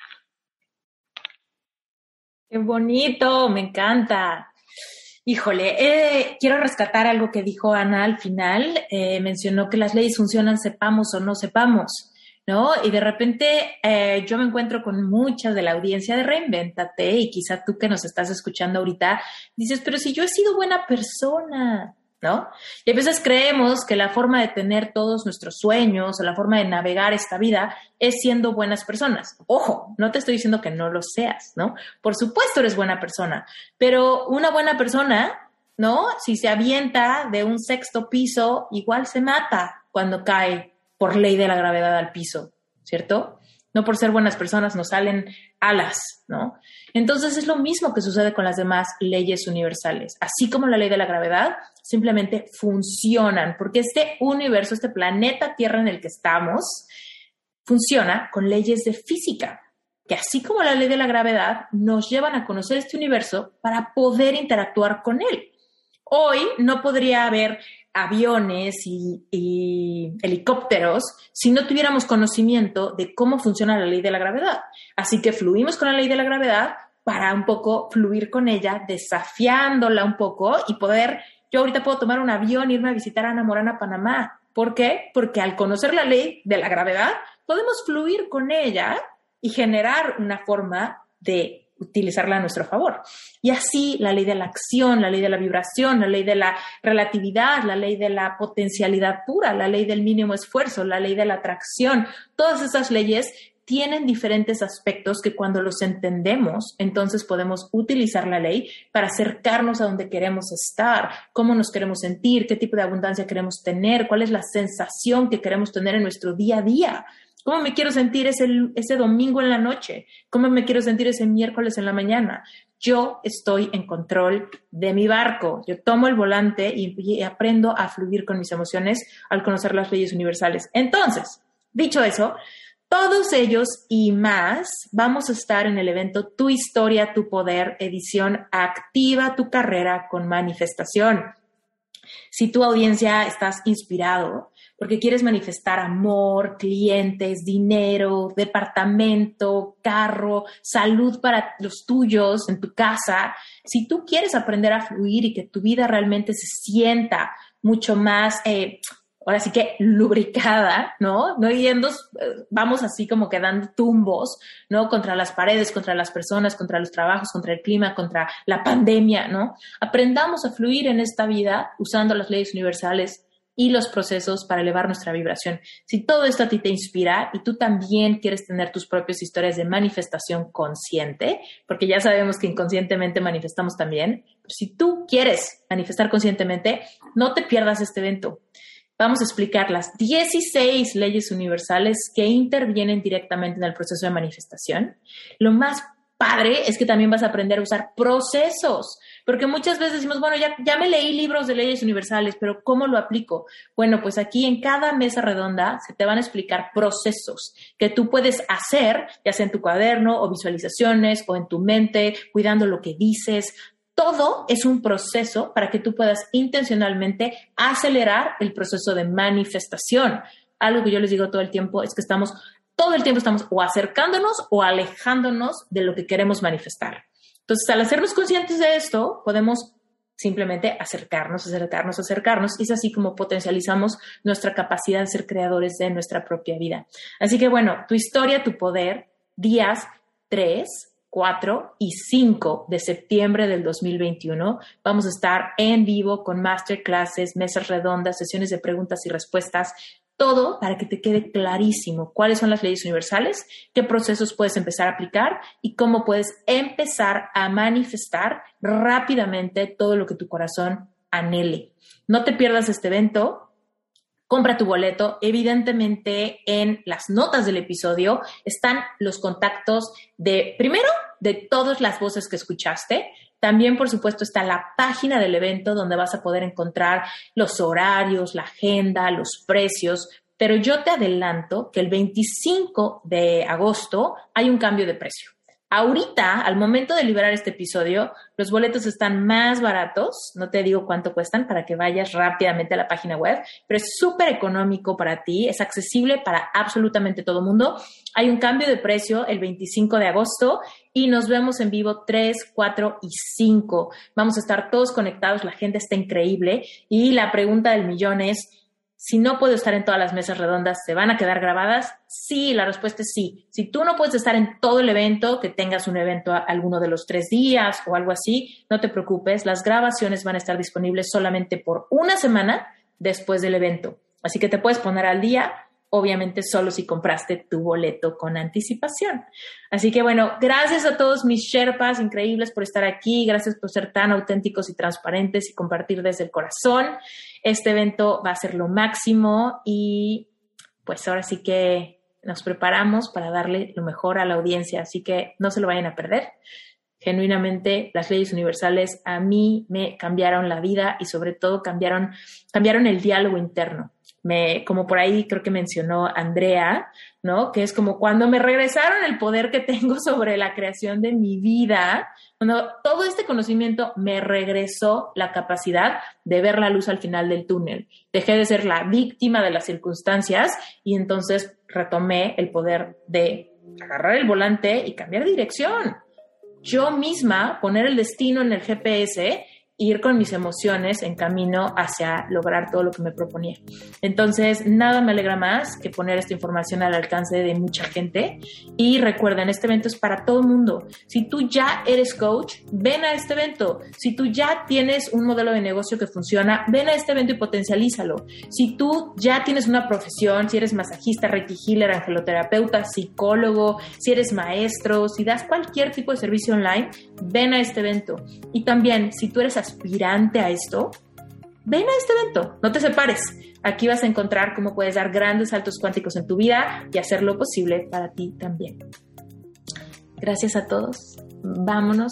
¡Qué bonito! Me encanta. Híjole, quiero rescatar algo que dijo Ana al final. Mencionó que las leyes funcionan sepamos o no sepamos, ¿no? Y de repente yo me encuentro con muchas de la audiencia de Reinvéntate y quizá tú que nos estás escuchando ahorita dices, pero si yo he sido buena persona, ¿no? Y a veces creemos que la forma de tener todos nuestros sueños o la forma de navegar esta vida es siendo buenas personas. Ojo, no te estoy diciendo que no lo seas, ¿no? Por supuesto eres buena persona, pero una buena persona, ¿no? Si se avienta de un 6º piso, igual se mata cuando cae por ley de la gravedad al piso, ¿cierto? No por ser buenas personas nos salen alas, ¿no? Entonces es lo mismo que sucede con las demás leyes universales. Así como la ley de la gravedad, simplemente funcionan, porque este universo, este planeta Tierra en el que estamos, funciona con leyes de física, que así como la ley de la gravedad, nos llevan a conocer este universo para poder interactuar con él. Hoy no podría haber aviones y helicópteros si no tuviéramos conocimiento de cómo funciona la ley de la gravedad. Así que fluimos con la ley de la gravedad para un poco fluir con ella, desafiándola un poco y poder, yo ahorita puedo tomar un avión e irme a visitar a Ana Morana, Panamá. ¿Por qué? Porque al conocer la ley de la gravedad podemos fluir con ella y generar una forma de utilizarla a nuestro favor. Y así la ley de la acción, la ley de la vibración, la ley de la relatividad, la ley de la potencialidad pura, la ley del mínimo esfuerzo, la ley de la atracción, todas esas leyes tienen diferentes aspectos que cuando los entendemos, entonces podemos utilizar la ley para acercarnos a donde queremos estar, cómo nos queremos sentir, qué tipo de abundancia queremos tener, cuál es la sensación que queremos tener en nuestro día a día. ¿Cómo me quiero sentir ese domingo en la noche? ¿Cómo me quiero sentir ese miércoles en la mañana? Yo estoy en control de mi barco. Yo tomo el volante y aprendo a fluir con mis emociones al conocer las leyes universales. Entonces, dicho eso, todos ellos y más vamos a estar en el evento Tu Historia, Tu Poder, edición Activa tu Carrera con Manifestación. Si tu audiencia estás inspirado porque quieres manifestar amor, clientes, dinero, departamento, carro, salud para los tuyos en tu casa, si tú quieres aprender a fluir y que tu vida realmente se sienta mucho más, ahora sí que lubricada, ¿no? No yendo, vamos así como que dando tumbos, ¿no? Contra las paredes, contra las personas, contra los trabajos, contra el clima, contra la pandemia, ¿no? Aprendamos a fluir en esta vida usando las leyes universales y los procesos para elevar nuestra vibración. Si todo esto a ti te inspira y tú también quieres tener tus propias historias de manifestación consciente, porque ya sabemos que inconscientemente manifestamos también, si tú quieres manifestar conscientemente, no te pierdas este evento. Vamos a explicar las 16 leyes universales que intervienen directamente en el proceso de manifestación. Lo más padre es que también vas a aprender a usar procesos, porque muchas veces decimos, bueno, ya me leí libros de leyes universales, pero ¿cómo lo aplico? Bueno, pues aquí en cada mesa redonda se te van a explicar procesos que tú puedes hacer, ya sea en tu cuaderno o visualizaciones o en tu mente, cuidando lo que dices. Todo es un proceso para que tú puedas intencionalmente acelerar el proceso de manifestación. Algo que yo les digo todo el tiempo es que todo el tiempo estamos o acercándonos o alejándonos de lo que queremos manifestar. Entonces, al hacernos conscientes de esto, podemos simplemente acercarnos. Y es así como potencializamos nuestra capacidad de ser creadores de nuestra propia vida. Así que bueno, Tu Historia, Tu Poder, días 3, 4 y 5 de septiembre del 2021. Vamos a estar en vivo con masterclasses, mesas redondas, sesiones de preguntas y respuestas, todo para que te quede clarísimo cuáles son las leyes universales, qué procesos puedes empezar a aplicar y cómo puedes empezar a manifestar rápidamente todo lo que tu corazón anhele. No te pierdas este evento. Compra tu boleto. Evidentemente, en las notas del episodio están los contactos primero, de todas las voces que escuchaste. También, por supuesto, está la página del evento donde vas a poder encontrar los horarios, la agenda, los precios. Pero yo te adelanto que el 25 de agosto hay un cambio de precio. Ahorita, al momento de liberar este episodio, los boletos están más baratos. No te digo cuánto cuestan para que vayas rápidamente a la página web, pero es súper económico para ti, es accesible para absolutamente todo mundo. Hay un cambio de precio el 25 de agosto y nos vemos en vivo 3, 4 y 5. Vamos a estar todos conectados, la gente está increíble y la pregunta del millón es, si no puedo estar en todas las mesas redondas, ¿se van a quedar grabadas? Sí, la respuesta es sí. Si tú no puedes estar en todo el evento, que tengas un evento alguno de los 3 días o algo así, no te preocupes. Las grabaciones van a estar disponibles solamente por una semana después del evento. Así que te puedes poner al día, obviamente solo si compraste tu boleto con anticipación. Así que bueno, gracias a todos mis Sherpas increíbles por estar aquí. Gracias por ser tan auténticos y transparentes y compartir desde el corazón. Este evento va a ser lo máximo y pues ahora sí que nos preparamos para darle lo mejor a la audiencia. Así que no se lo vayan a perder. Genuinamente, las leyes universales a mí me cambiaron la vida y sobre todo cambiaron el diálogo interno. Como por ahí creo que mencionó Andrea, ¿no? Que es como cuando me regresaron el poder que tengo sobre la creación de mi vida, cuando todo este conocimiento me regresó la capacidad de ver la luz al final del túnel. Dejé de ser la víctima de las circunstancias y entonces retomé el poder de agarrar el volante y cambiar de dirección. Yo misma poner el destino en el GPS ir con mis emociones en camino hacia lograr todo lo que me proponía. Entonces, nada me alegra más que poner esta información al alcance de mucha gente. Y recuerden, este evento es para todo el mundo. Si tú ya eres coach, ven a este evento. Si tú ya tienes un modelo de negocio que funciona, ven a este evento y potencialízalo. Si tú ya tienes una profesión, si eres masajista, reiki healer, angeloterapeuta, psicólogo, si eres maestro, si das cualquier tipo de servicio online, ven a este evento. Y también, si tú eres aspirante a esto, ven a este evento, no te separes. Aquí vas a encontrar cómo puedes dar grandes saltos cuánticos en tu vida y hacer lo posible para ti también. Gracias a todos. Vámonos.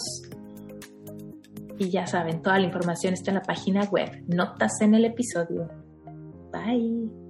Y ya saben, toda la información está en la página web. Notas en el episodio. Bye.